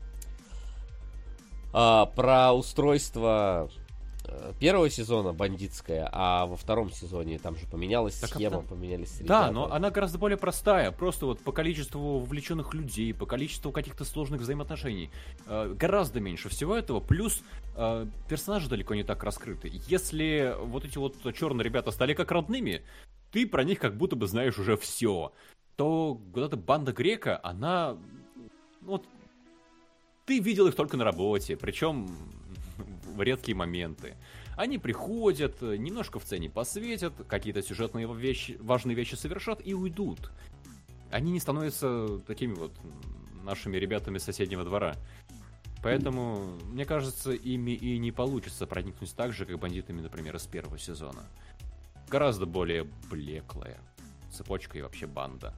про устройство 1 сезона бандитское, а во 2 сезоне там же поменялась схема, поменялись ребята. Да, но она гораздо более простая. Просто вот по количеству вовлеченных людей, по количеству каких-то сложных взаимоотношений. Гораздо меньше всего этого. Плюс персонажи далеко не так раскрыты. Если вот эти вот черные ребята стали как родными, ты про них как будто бы знаешь уже все, то вот эта банда Грека, она... Вот, ты видел их только на работе, причем в редкие моменты. Они приходят, немножко в сцене посветят, какие-то сюжетные важные вещи совершат и уйдут. Они не становятся такими вот нашими ребятами с соседнего двора. Поэтому, мне кажется, ими и не получится проникнуть так же, как бандитами, например, из 1 сезона. Гораздо более блеклая цепочка и вообще банда.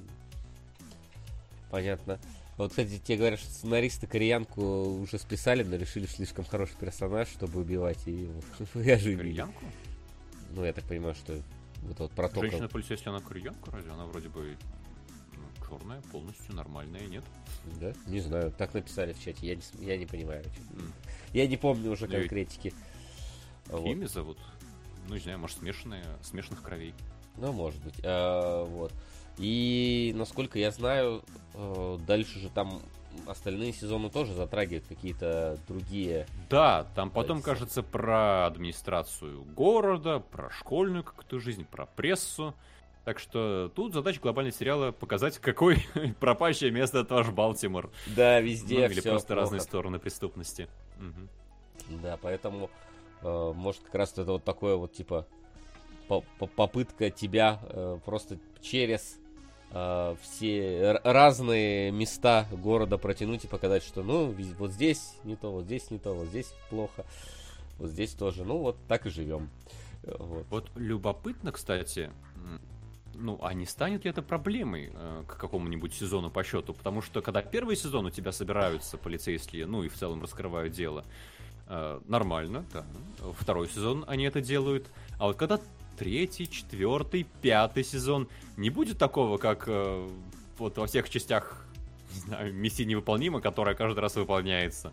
Понятно. Вот, кстати, тебе говорят, что сценаристы кореянку уже списали, но решили слишком хороший персонаж, чтобы убивать ее. Кореянку? Я так понимаю, что вот про то, Женщина-полицейская, если она кореянка, разве она вроде бы черная, полностью нормальная, нет? Да? Не знаю, так написали в чате, я не понимаю. Я не помню уже конкретики. Имя зовут? Не знаю, может, смешанных кровей. Может быть. Вот. И, насколько я знаю, дальше же там остальные сезоны тоже затрагивают какие-то другие... Да, там потом, кажется, про администрацию города, про школьную какую-то жизнь, про прессу. Так что тут задача глобального сериала показать, какое пропащее место это ваш Балтимор. Да, везде или все просто плохо. Разные стороны преступности. Да, поэтому может как раз это вот такое вот типа попытка тебя просто через все разные места города протянуть и показать, что вот здесь не то, вот здесь не то, вот здесь плохо, вот здесь тоже. Вот так и живем. Вот любопытно, кстати, а не станет ли это проблемой к какому-нибудь сезону по счету? Потому что когда 1 сезон у тебя собираются полицейские, и в целом раскрывают дело, нормально, да. 2 сезон они это делают. А вот когда 3, 4, 5 сезон, не будет такого, как вот во всех частях, не знаю, «Миссия невыполнима», которая каждый раз выполняется?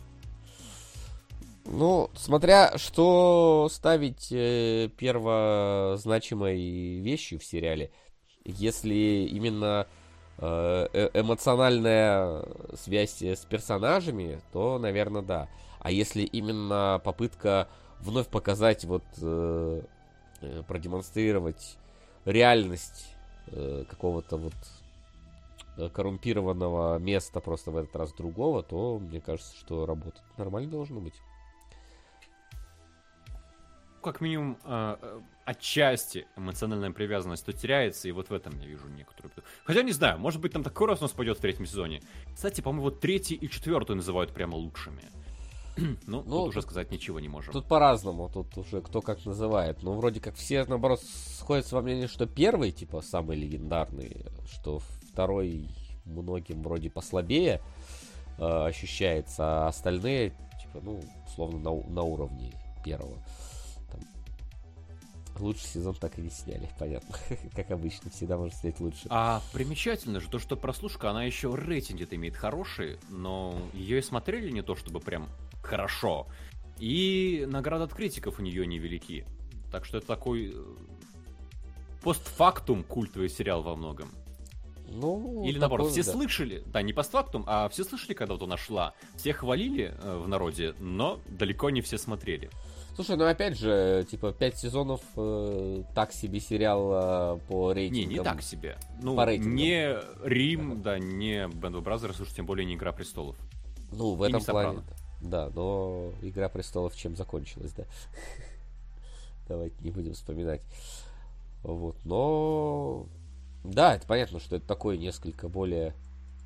Смотря что ставить первозначимой вещью в сериале. Если именно эмоциональная связь с персонажами, то, наверное, да. А если именно попытка вновь показать, продемонстрировать реальность какого-то коррумпированного места, просто в этот раз другого, то мне кажется, что работать нормально должно быть. как минимум, отчасти эмоциональная привязанность то теряется, и вот в этом я вижу некоторую... Хотя, не знаю, может быть, там такой разнос пойдет в третьем сезоне. Кстати, по-моему, вот третий и четвертый называют прямо лучшими. Ну, тут уже сказать ничего не можем. Тут по-разному, тут уже кто как называет. Но вроде как все, наоборот, сходятся во мнении, что первый, типа, самый легендарный, что второй многим вроде послабее ощущается, а остальные, типа, ну, условно, на уровне первого. Там, лучший сезон так и не сняли, понятно. Как обычно, всегда можно снять лучше. А примечательно же то, что прослушка, она еще рейтинги-то имеет хорошие, но ее и смотрели не то чтобы прям хорошо. И награды от критиков у нее невелики. Так что это такой постфактум культовый сериал во многом. Ну, или наоборот, все слышали, да, не постфактум, а все слышали, когда вот она шла. Все хвалили в народе, но далеко не все смотрели. Слушай, ну опять же, типа, 5 сезонов так себе сериал по рейтингам. Не так себе. Ну, по рейтингам. Не Рим, да, не Band of Brothers, уж тем более не Игра престолов. Ну, в этом плане. Да, но Игра престолов чем закончилась, да? Давайте не будем вспоминать. Вот, но... Да, это понятно, что это такой несколько более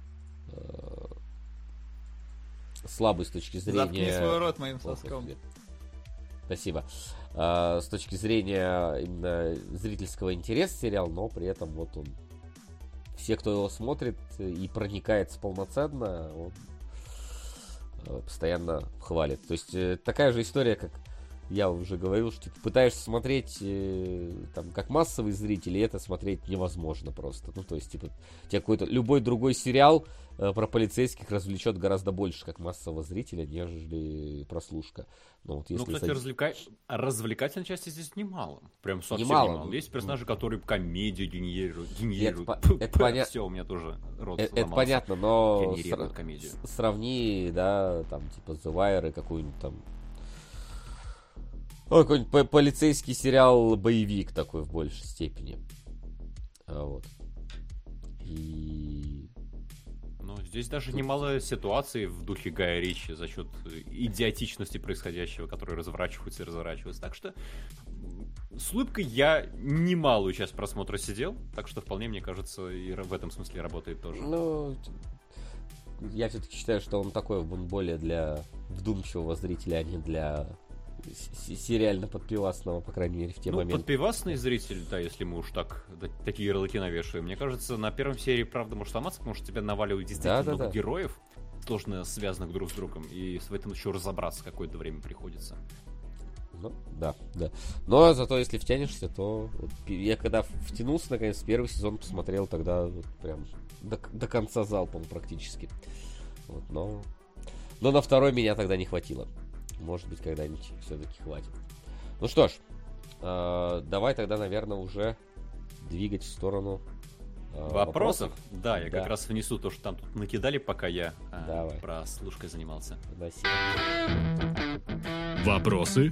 слабый с точки зрения... Заткни свой рот моим соском. Спасибо. С точки зрения именно зрительского интереса сериал, но при этом вот он... Все, кто его смотрит и проникается полноценно, он постоянно хвалит. То есть такая же история, как я уже говорил, что типа, пытаешься смотреть там, как массовый зритель, и это смотреть невозможно просто. Ну, то есть, типа, тебя какой-то любой другой сериал про полицейских развлечет гораздо больше как массового зрителя, нежели прослушка. Ну, вот если кстати, развлекательной части здесь немало. Прям совсем немало. Есть персонажи, которые комедию генерируют. Это понятно. Все, у меня тоже рот это понятно, но комедию. Сравни, да, там, типа, The Wire и какую-нибудь там какой-нибудь полицейский сериал, боевик такой в большей степени. Вот. И... Ну, здесь даже немало ситуаций в духе Гая Ричи за счет идиотичности происходящего, которые разворачиваются и разворачиваются. Так что с улыбкой я немалую часть просмотра сидел, так что вполне, мне кажется, и в этом смысле работает тоже. Ну, я все-таки считаю, что он такой, он более для вдумчивого зрителя, а не для... сериально подпивасного, по крайней мере, в те моменты. Подпивасный зритель, да, если мы уж такие ярлыки навешиваем. Мне кажется, на первом серии, правда, может сломаться, потому что тебя наваливают действительно много героев, сложно связанных друг с другом, и в этом еще разобраться какое-то время приходится. Ну, да. Но зато, если втянешься, то... Вот, я когда втянулся, наконец, первый сезон посмотрел, тогда вот прям до конца залпом практически. Вот, но на второй меня тогда не хватило. Может быть, когда-нибудь все-таки хватит. Ну что ж, давай тогда, наверное, уже двигать в сторону вопросов. Да, я как раз внесу то, что там тут накидали, пока я прослушкой занимался. Спасибо. Вопросы?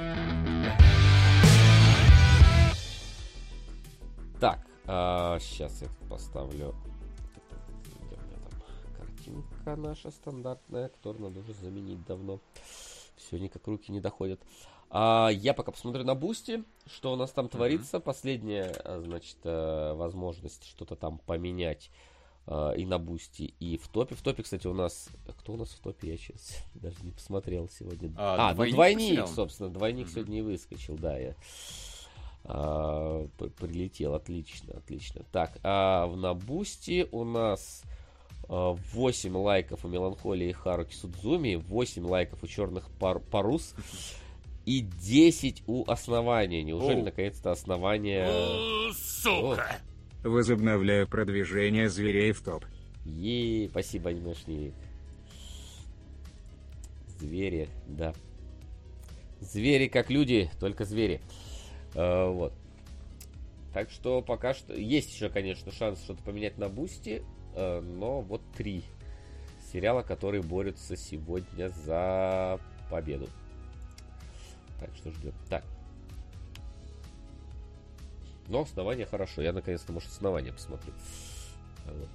Так, сейчас я поставлю... Где у меня там картинка наша стандартная, которую надо уже заменить давно. Все, никак руки не доходят. Я пока посмотрю на Бусти, что у нас там творится. Последняя, значит, возможность что-то там поменять и на Бусти, и в топе. В топе, кстати, у нас... Кто у нас в топе? Я сейчас даже не посмотрел сегодня. Двойник, собственно. Двойник сегодня и выскочил, да. Я прилетел. Отлично. Так, на Бусти у нас... 8 лайков у Меланхолии Харуки Судзуми, 8 лайков у Черных Парус и 10 у Основания. Неужели наконец-то Основание... Сука! Возобновляю продвижение зверей в топ. Спасибо, анимешник. Звери, да. Звери как люди, только звери. Вот. Так что пока что... Есть еще, конечно, шанс что-то поменять на Бусти. Но вот 3 сериала, которые борются сегодня за победу. Так, что ждем. Так. Но Основание хорошо. Я наконец-то, может, Основание посмотрю. Вот.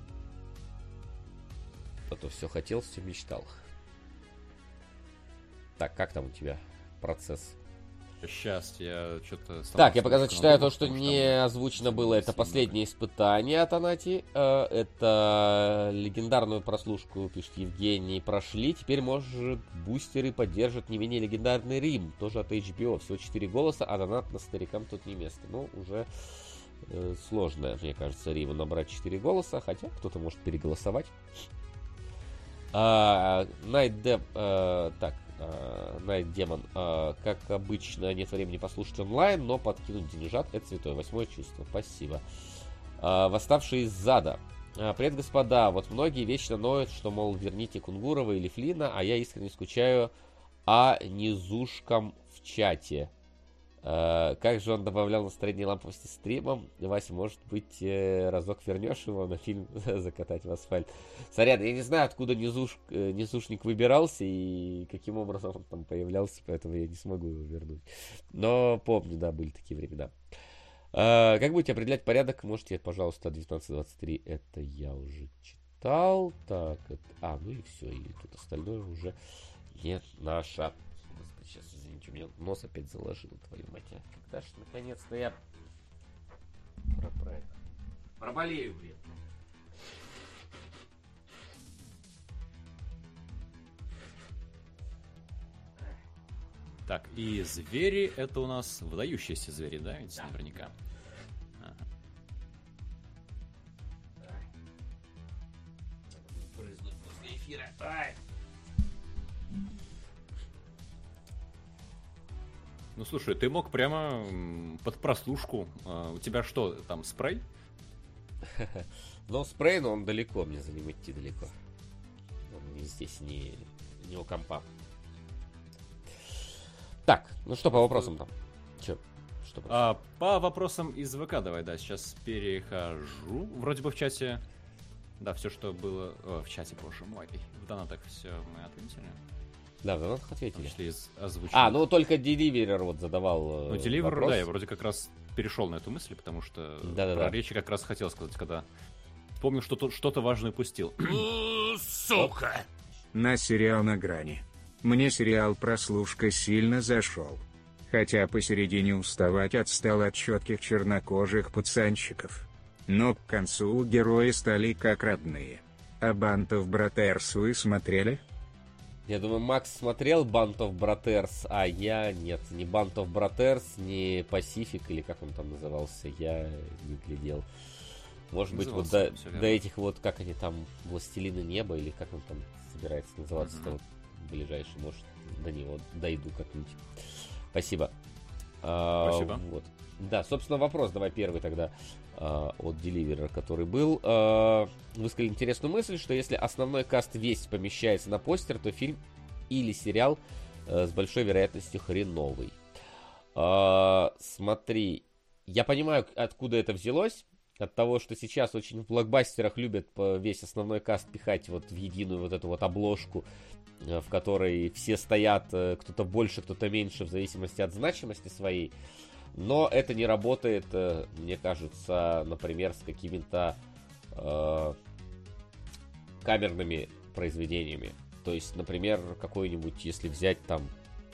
А то все хотел, все мечтал. Так, как там у тебя процесс Сейчас я что-то... Так, я пока зачитаю то, что не озвучено было. Это последнее испытание от Анати. Это легендарную прослушку, пишет Евгений, прошли. Теперь, может, бустеры поддержат не менее легендарный Рим. Тоже от HBO. Всего 4 голоса, а донат на старикам тут не место. Ну, уже сложно, мне кажется, Риму набрать 4 голоса. Хотя кто-то может переголосовать. Night Demon, как обычно, нет времени послушать онлайн, но подкинуть деньжат — это святое. 8 чувство, спасибо. Восставший из зада. Привет, господа. Вот многие вечно ноют, что, мол, верните Кунгурова или Флина, а я искренне скучаю о низушкам в чате. Как же он добавлял настроение ламповости стримом. Вася, может быть, разок вернешь его на фильм «Закатать в асфальт». Сорян, я не знаю, откуда низушник выбирался и каким образом он там появлялся, поэтому я не смогу его вернуть. Но помню, да, были такие времена. Как будете определять порядок? Можете, пожалуйста, 1923. Это я уже читал. Так, это... ну и все. И тут остальное уже не наша. Сейчас, извините, у меня нос опять заложил, твою мать. Когда ж наконец-то я проболею, блин. Так, и звери — это у нас выдающиеся звери, да, ведь наверняка? Брызнуть после эфира. Ай! Ну, слушай, ты мог прямо под прослушку. У тебя что, там, спрей? Ну, спрей, но он далеко, мне за ним идти далеко. Он не здесь, не у компа. Так, ну что по вопросам там? Что по вопросам из ВК давай, да, сейчас перехожу. Вроде бы в чате... Да, все, что было... в чате, боже мой. В донатах все мы ответили. Да, в донатах ответили. Ну только Деливерер вот задавал Ну, Деливерер, да, я вроде как раз перешел на эту мысль, потому что про речи как раз хотел сказать, когда помню, что что-то важное упустил. Сука! На сериал «На грани». Мне сериал «Прослушка» сильно зашел. Хотя посередине уставать отстал от четких чернокожих пацанчиков. Но к концу герои стали как родные. А Band of Brothers вы смотрели? Я думаю, Макс смотрел Band of Brothers, а я нет. Ни Band of Brothers, ни Pacific, или как он там назывался, я не глядел. Может быть, вот до этих вот, как они там, Властелины Неба, или как он там собирается называться-то вот ближайший, может, до него дойду как-нибудь. Спасибо. Спасибо. Вот. Да, собственно, вопрос давай первый тогда от Деливера, который был. Высказали интересную мысль, что если основной каст весь помещается на постер, то фильм или сериал с большой вероятностью хреновый. Смотри, я понимаю, откуда это взялось. От того, что сейчас очень в блокбастерах любят весь основной каст пихать вот в единую вот эту вот обложку, в которой все стоят, кто-то больше, кто-то меньше, в зависимости от значимости своей. Но это не работает, мне кажется, например, с какими-то камерными произведениями. То есть, например, какой-нибудь, если взять там,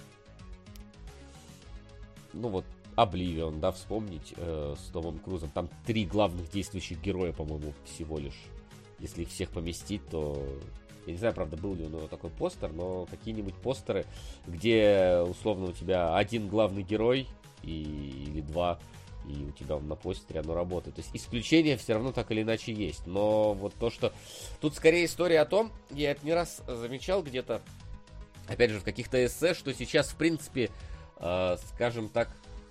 ну вот, Обливион, да, вспомнить с Томом Крузом. Там 3 главных действующих героя, по-моему, всего лишь. Если их всех поместить, то... Я не знаю, правда, был ли у него такой постер, но какие-нибудь постеры, где, условно, у тебя один главный герой или 2, и у тебя он на постере, оно работает. То есть исключения все равно так или иначе есть. Но вот то, что... Тут скорее история о том, я это не раз замечал где-то, опять же, в каких-то эссе, что сейчас, в принципе, скажем так,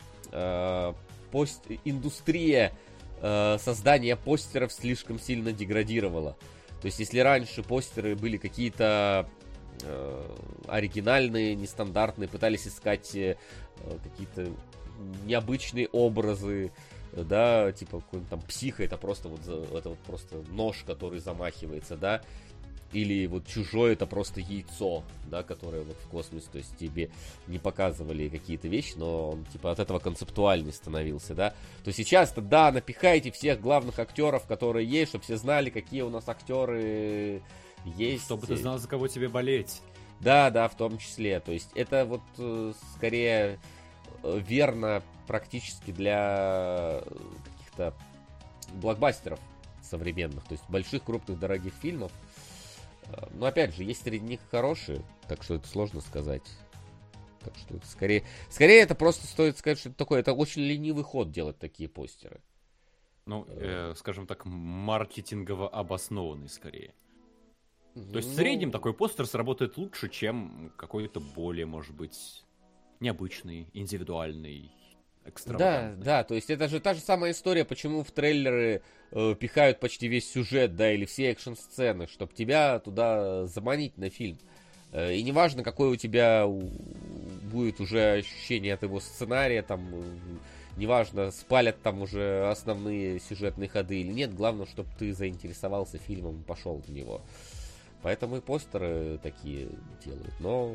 индустрия создания постеров слишком сильно деградировала. То есть, если раньше постеры были какие-то оригинальные, нестандартные, пытались искать какие-то необычные образы, да, типа какой-нибудь там психа, это просто вот это вот просто нож, который замахивается, да, или вот чужое, это просто яйцо, да, которое вот в космосе, то есть тебе не показывали какие-то вещи, но он типа от этого концептуальнее становился, да. То сейчас-то, да, напихайте всех главных актеров, которые есть, чтобы все знали, какие у нас актеры есть. Чтобы ты знал, за кого тебе болеть. Да, да, в том числе. То есть это вот скорее верно практически для каких-то блокбастеров современных, то есть больших, крупных, дорогих фильмов. Но опять же, есть среди них хорошие, так что это сложно сказать. Так что это скорее это просто стоит сказать, что это такое, это очень ленивый ход делать такие постеры. Ну, скажем так, маркетингово обоснованный скорее. То есть в Ну, среднем такой постер сработает лучше, чем какой-то более, может быть, необычный, индивидуальный, экстравагантный. Да, то есть это же та же самая история, почему в трейлеры пихают почти весь сюжет, да, или все экшн-сцены, чтобы тебя туда заманить на фильм. И неважно, какое у тебя будет уже ощущение от его сценария, там, неважно, спалят там уже основные сюжетные ходы или нет, главное, чтобы ты заинтересовался фильмом и пошел в него. Поэтому и постеры такие делают. Но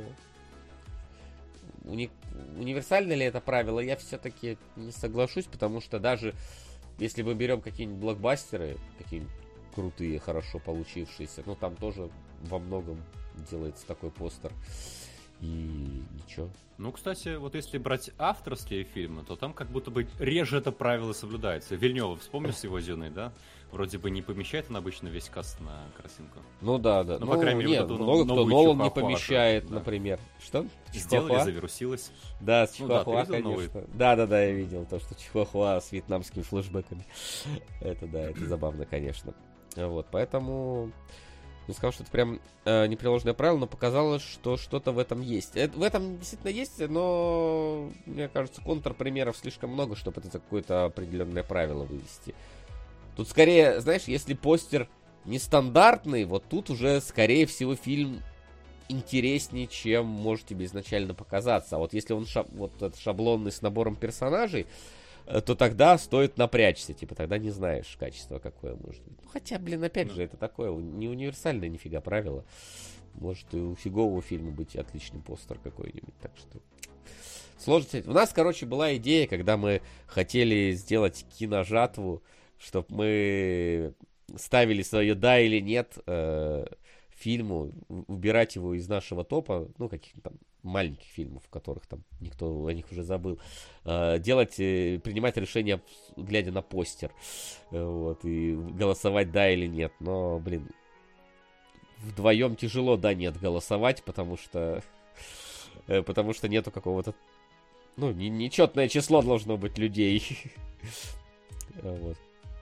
универсально ли это правило, я все-таки не соглашусь, потому что даже если мы берем какие-нибудь блокбастеры, какие-нибудь крутые, хорошо получившиеся, ну там тоже во многом делается такой постер. И ничего. Ну, кстати, вот если брать авторские фильмы, то там как будто бы реже это правило соблюдается. Вильнёва, вспомнишь с его «Зюной», да? Вроде бы не помещает он обычно весь каст на картинку. Ну да. Ну, по крайней мере, нет, вот эту много кто новую Нолан не Чихуахуа, помещает, да. например. Что? Сделали, Чихуахуа? завирусилось. Да, с Ну да, Чихуахуа, ты видел конечно. Да, я видел то, что Чихуахуа с вьетнамскими флешбэками. Это да, это забавно, конечно. Вот, поэтому... Не сказал, что это прям непреложное правило, но показалось, что что-то в этом есть. В этом действительно есть, но, мне кажется, контрпримеров слишком много, чтобы это за какое-то определенное правило вывести. Тут скорее, знаешь, если постер нестандартный, вот тут уже, скорее всего, фильм интереснее, чем может тебе изначально показаться. А вот если он вот этот шаблонный с набором персонажей, то тогда стоит напрячься, типа, тогда не знаешь качество какое может быть. Ну, хотя, блин, опять же, это такое не универсальное нифига правило. Может и у фигового фильма быть отличный постер какой-нибудь, так что... Сложно. У нас, короче, была идея, когда мы хотели сделать киножатву, чтобы мы ставили свое «да» или «нет» фильму, убирать его из нашего топа, ну, каких-то там маленьких фильмов, в которых там никто о них уже забыл, принимать решение, глядя на постер, вот, и голосовать «да» или «нет». Но, блин, вдвоем тяжело «да», «нет» голосовать, потому что нету какого-то, ну, нечетное число должно быть людей. Вот.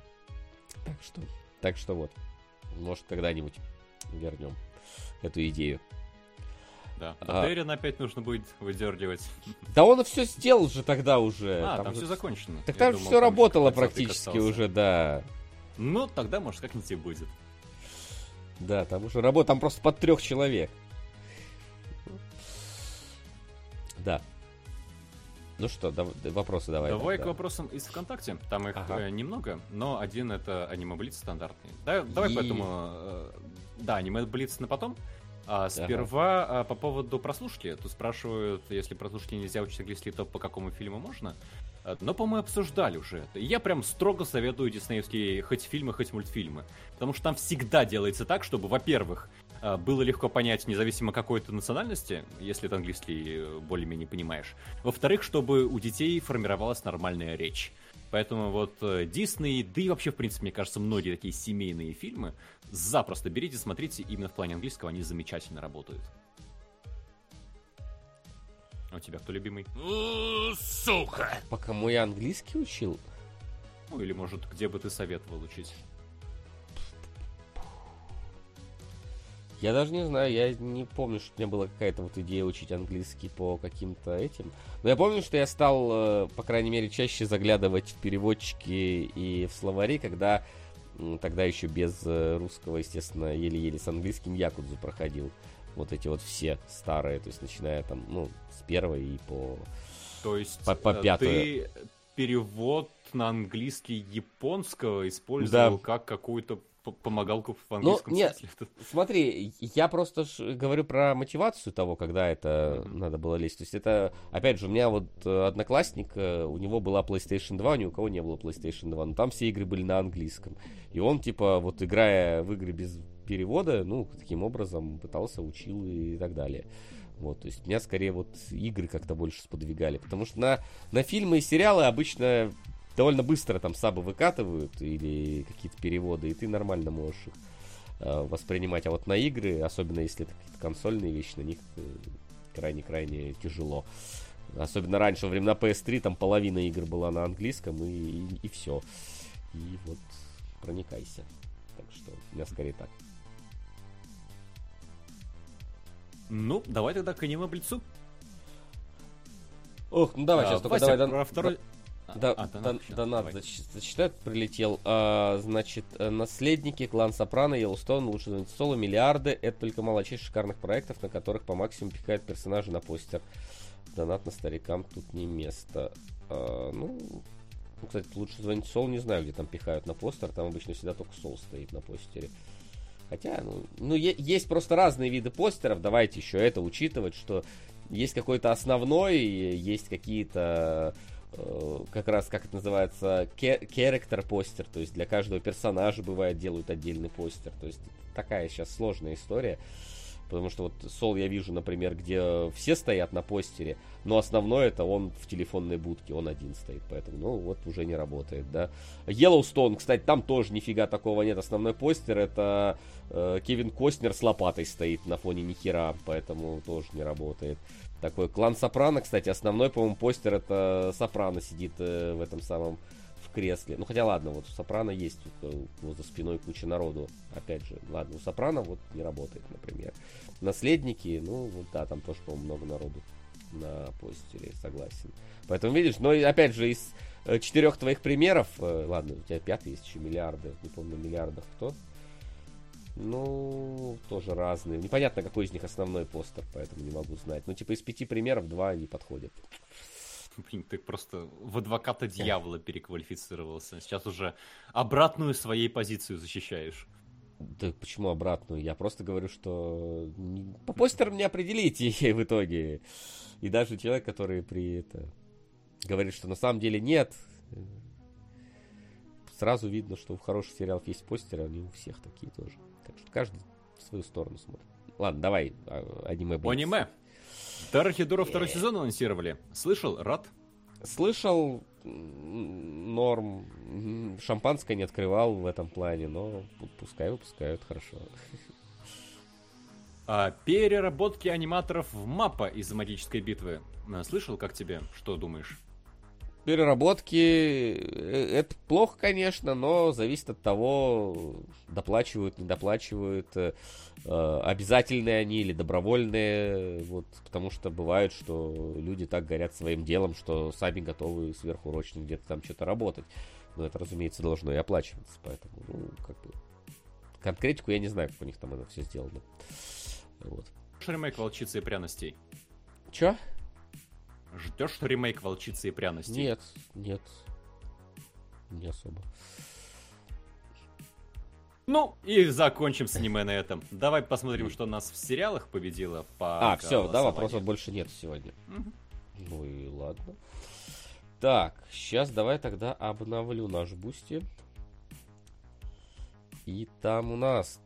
Так что вот, может, когда-нибудь вернем эту идею. Да, Дерина опять нужно будет выдергивать. Да он все сделал же тогда уже. Там все закончено. Так там же все работало практически уже, да. Ну, тогда, может, как-нибудь и будет. Да, там уже работа, там просто под 3 человек. Да. Ну что, вопросы давай. Давай к вопросам из ВКонтакте. Там их немного, но один это аниме-блиц стандартный. Давай поэтому... Да, аниме-блиц на потом. Сперва по поводу прослушки. Тут спрашивают, если прослушки нельзя учить английский, то по какому фильму можно? Но, по-моему, обсуждали уже это. И я прям строго советую диснеевские хоть фильмы, хоть мультфильмы. Потому что там всегда делается так, чтобы, во-первых, было легко понять, независимо какой ты национальности, если ты английский более-менее понимаешь. Во-вторых, чтобы у детей формировалась нормальная речь. Поэтому вот Дисней, да и вообще, в принципе, мне кажется, многие такие семейные фильмы запросто берите, смотрите, именно в плане английского они замечательно работают. А у тебя кто любимый? Сука! По кому я английский учил? Ну, или, может, где бы ты советовал учить? Я даже не знаю, я не помню, что у меня была какая-то вот идея учить английский по каким-то этим. Но я помню, что я стал, по крайней мере, чаще заглядывать в переводчики и в словари, когда тогда еще без русского, естественно, еле-еле с английским якудзу проходил. Вот эти вот все старые, то есть начиная там, ну, с первой и то есть по пятую. Ты перевод на английский японского использовал как какую-то помогалку в английском смысле? Смотри, я просто говорю про мотивацию того, когда это надо было лезть. То есть это, опять же, у меня вот одноклассник, у него была PlayStation 2, ни у кого не было PlayStation 2, но там все игры были на английском. И он, типа, вот играя в игры без перевода, ну, таким образом пытался, учил и так далее. Вот, то есть меня скорее вот игры как-то больше сподвигали. Потому что на фильмы и сериалы обычно довольно быстро там сабы выкатывают или какие-то переводы, и ты нормально можешь их воспринимать. А вот на игры, особенно если это какие-то консольные вещи, на них крайне-крайне тяжело. Особенно раньше, во времена PS3, там половина игр была на английском, и все. И вот проникайся. Так что у меня скорее так. Ну, давай тогда к аниме-блицу. Ох, ну давай, сейчас только Вася, давай. про второй... Донат зачитать прилетел. Значит, наследники, клан Сопрано, Йеллоустоун, лучше звонить Соло, миллиарды. Это только мало часть шикарных проектов, на которых по максимуму пихают персонажи на постер. Донат на старикам тут не место. Кстати, лучше звонить Сол, не знаю, где там пихают на постер. Там обычно всегда только Сол стоит на постере. Хотя, есть просто разные виды постеров. Давайте еще это учитывать, что есть какой-то основной, есть какие-то как раз, как это называется, character постер. То есть для каждого персонажа бывает делают отдельный постер. То есть такая сейчас сложная история. Потому что вот Сол я вижу, например, где все стоят на постере, но основной это он в телефонной будке, он один стоит, поэтому, вот уже не работает, да. Йеллоустоун, кстати, там тоже нифига такого нет, основной постер это Кевин Костнер с лопатой стоит на фоне нихера, поэтому тоже не работает. Такой клан Сопрано, кстати, основной, по-моему, постер это Сопрано сидит в этом самом в кресле. Ну, хотя, ладно, вот у Сопрано есть вот за спиной куча народу. Опять же, ладно, у Сопрано вот не работает, например. Наследники, вот да, там тоже, по-моему, много народу на постере, согласен. Поэтому, видишь, но, опять же, из 4 твоих примеров, ладно, у тебя 5 есть еще миллиарды, не помню, миллиардов кто? Тоже разные. Непонятно, какой из них основной постер, поэтому не могу знать. Типа из 5 примеров 2 не подходят. Блин, ты просто в адвоката дьявола переквалифицировался. Сейчас уже обратную своей позицию защищаешь. Да почему обратную? Я просто говорю, что по постерам не определите в итоге. И даже человек, который говорит, что на самом деле нет, сразу видно, что у хороших сериалов есть постеры, они у всех такие тоже. Так что каждый в свою сторону смотрит. Ладно, давай аниме. Аниме. Дорохидора второй сезон анонсировали. Слышал? Рад? Слышал, норм. Шампанское не открывал в этом плане, но пускай выпускают, хорошо. Переработки аниматоров в МАПа из «Магической битвы». Слышал, как тебе? Что думаешь? Переработки, это плохо, конечно, но зависит от того, доплачивают, не доплачивают, обязательные они или добровольные, потому что бывает, что люди так горят своим делом, что сами готовы сверхурочно где-то там что-то работать. Но это, разумеется, должно и оплачиваться, поэтому, конкретику я не знаю, как у них там это все сделано. Вот. Ремейк «Волчицы и пряностей». Чё? Ждешь ремейк «Волчицы и пряностей»? Нет. Не особо. И закончим с аниме на этом. Давай посмотрим, что нас в сериалах победило по все, да, вопросов больше нет сегодня. Ну и ладно. Так, сейчас давай тогда обновлю наш бусти. И там у нас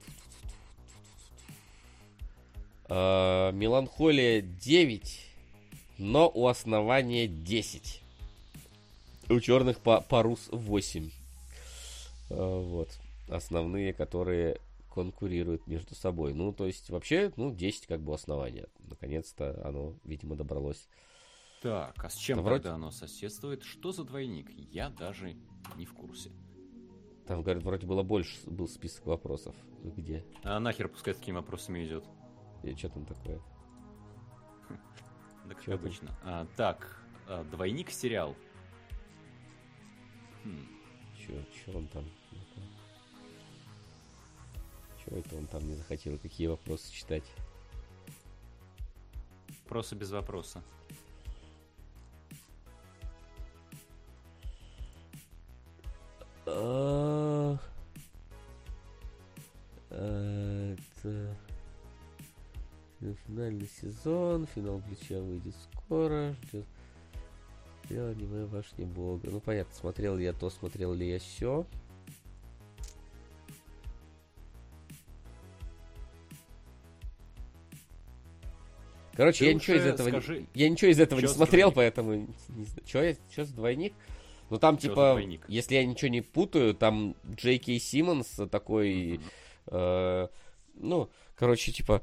Меланхолия 9, но у основания 10. У черных парус 8. Вот. Основные, которые конкурируют между собой. То есть, вообще, 10 как бы основания. Наконец-то оно, видимо, добралось. Так, а с чем тогда оно соседствует? Что за двойник? Я даже не в курсе. Там, говорят, вроде был список вопросов. Где? А нахер пускай с такими вопросами идет? И что там такое? Да как обычно. Двойник сериал. Чё он там? Чё это он там не захотел? Какие вопросы читать? Вопросы без вопроса. Это финальный сезон, финал Блича выйдет скоро. Ждет аниме Башни Бога. Понятно, смотрел ли я то, смотрел ли я сё. Короче, Ты я ничего из лучше этого, скажи, я ничего из этого не чё с смотрел, двойник? поэтому не знаю. Что за двойник? Ну там Чё за типа, двойник? если я ничего не путаю, там Джей Кей Симмонс такой, ну, короче, типа,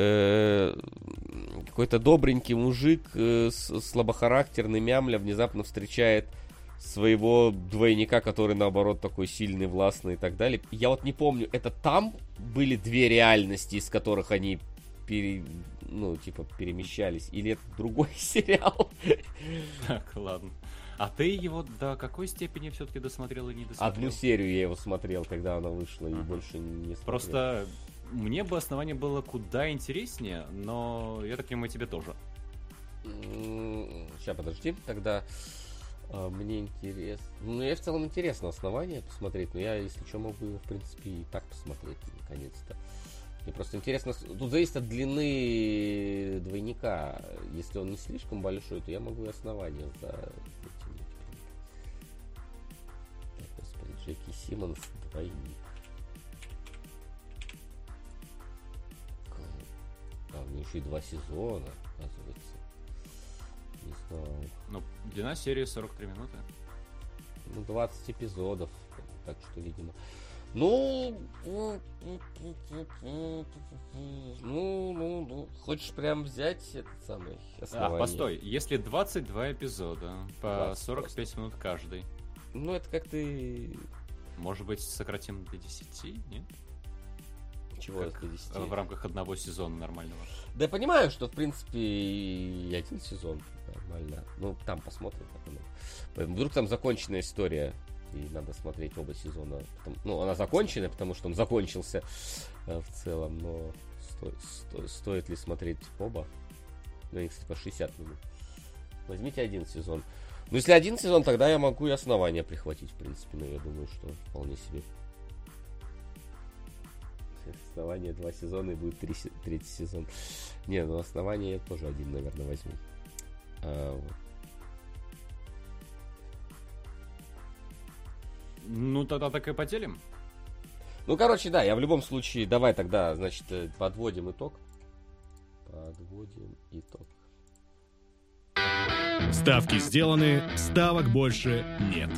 какой-то добренький мужик, слабохарактерный мямля, внезапно встречает своего двойника, который, наоборот, такой сильный, властный и так далее. Я вот не помню, это там были две реальности, из которых они перемещались, или это другой сериал? Так, ладно. А ты его до какой степени все-таки досмотрел и не досмотрел? Одну серию я его смотрел, когда она вышла, и больше не смотрел. Просто мне бы основание было куда интереснее, но я так понимаю, тебе тоже. Сейчас, подожди, тогда мне интересно. Ну, я в целом интересно основание посмотреть, но я, если что, могу его, в принципе, и так посмотреть, наконец-то. Мне просто интересно, тут зависит от длины двойника. Если он не слишком большой, то я могу и основание затянуть. Так, господи, Джеки Симмонс, двойник. А, у него еще и 2 сезона, оказывается. Не знаю. Ну, длина серии 43 минуты. Ну, 20 эпизодов. Так что, видимо. Ну, хочешь прям взять этот самый основание? Постой, если 22 эпизода по 20 45 просто. минут каждый, Ну, это как ты... может быть, сократим до 10, нет? Чего Как до 10? в рамках одного сезона нормального. Да я понимаю, что, в принципе, и один сезон нормально. Ну, там посмотрим, как оно. Вдруг там законченная история, и надо смотреть оба сезона. Ну, она закончена, потому что он закончился в целом, но стоит ли смотреть оба? Ну, их, типа, 60 минут. Возьмите один сезон. Ну, если один сезон, тогда я могу и основание прихватить, в принципе. Но я думаю, что вполне себе. Основание 2 сезона и будет 3 сезон. Не, ну основание я тоже один, наверное, возьму. Вот. Ну, тогда так и поделим. Ну, короче, да, я в любом случае, давай тогда, значит, подводим итог. Ставки сделаны, ставок больше нет.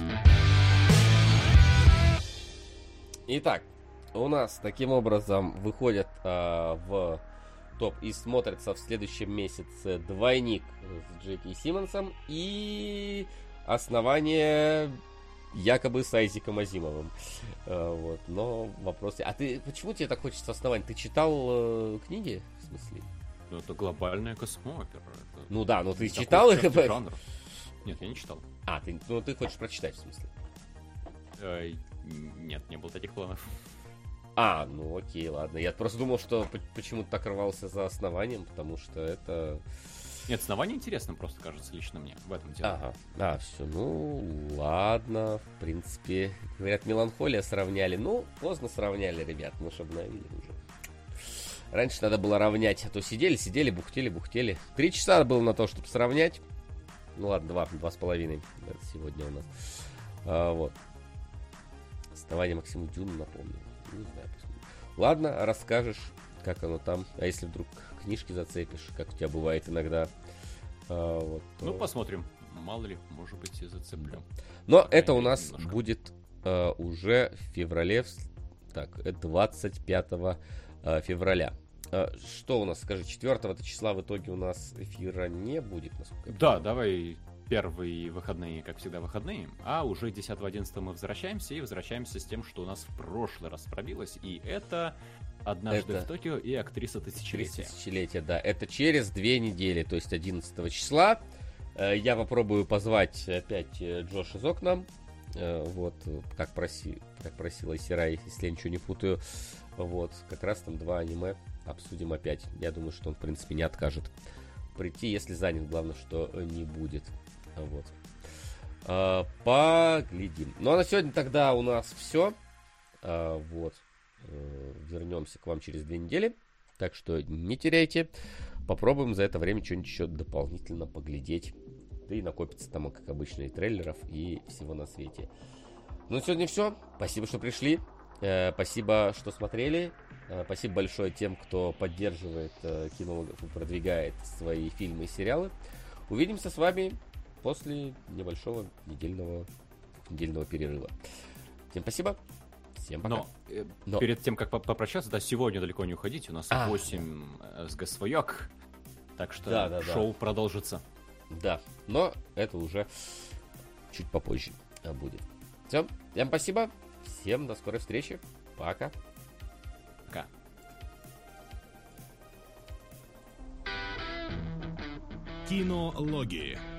Итак, у нас таким образом выходят в топ и смотрятся в следующем месяце двойник с Джеки Симмонсом и основание якобы с Айзеком Азимовым. Вот, но вопросы. А ты почему тебе так хочется основания? Ты читал книги, в смысле? Ну, это глобальная космоопера. Это Ну да, но ты такой читал их? частый жанр. Нет, я не читал. А, ты хочешь прочитать, в смысле? Нет, не было таких планов. А, ну окей, ладно. Я просто думал, что почему-то так рвался за основанием, потому что это... Нет, основание интересно, просто кажется лично мне. В этом дело. Ага, все, ну ладно, в принципе. Говорят, меланхолия сравняли. Ну, поздно сравняли, ребят, мы же обновили уже. Раньше надо было равнять, а то сидели, бухтели. 3 часа было на то, чтобы сравнять. Ну ладно, 2,5 сегодня у нас. Вот. Основание Максиму Дюну напомнил. Не знаю, посмотрим. Ладно, расскажешь, как оно там. А если вдруг книжки зацепишь, как у тебя бывает иногда. Вот, то... Ну, посмотрим. Мало ли, может быть, и зацеплю. Но Пока это у не нас немножко. будет уже в феврале. Так, 25 февраля. Что у нас, скажи, 4 числа в итоге у нас эфира не будет, насколько я Да, понимаю? давай первые выходные, как всегда, выходные. А уже 10-11 мы возвращаемся. И возвращаемся с тем, что у нас в прошлый раз пробилось. И это «Однажды Это в Токио» и «Актриса тысячелетия». Тысячелетие, да. Это через 2 недели, то есть 11 числа. Я попробую позвать опять Джоша из окна. Вот, как просила Исирай, если я ничего не путаю. Вот, как раз там 2 аниме обсудим опять. Я думаю, что он, в принципе, не откажет прийти, если занят. Главное, что не будет. Вот. Поглядим. Ну, а на сегодня тогда у нас все. Вот. Вернемся к вам через 2 недели. Так что не теряйте. Попробуем за это время что-нибудь еще дополнительно поглядеть. Да и накопится там, как обычно, и трейлеров, и всего на свете. Ну, на сегодня все. Спасибо, что пришли. Спасибо, что смотрели. Спасибо большое тем, кто поддерживает кинологов и продвигает свои фильмы и сериалы. Увидимся с вами после небольшого недельного перерыва. Всем спасибо. Всем пока. Но перед тем, как попрощаться, да, сегодня далеко не уходите. У нас 8 СГ свояк. Так что шоу продолжится. Да, но это уже чуть попозже будет. Все, всем спасибо. Всем до скорой встречи. Пока. Пока. Кинологии.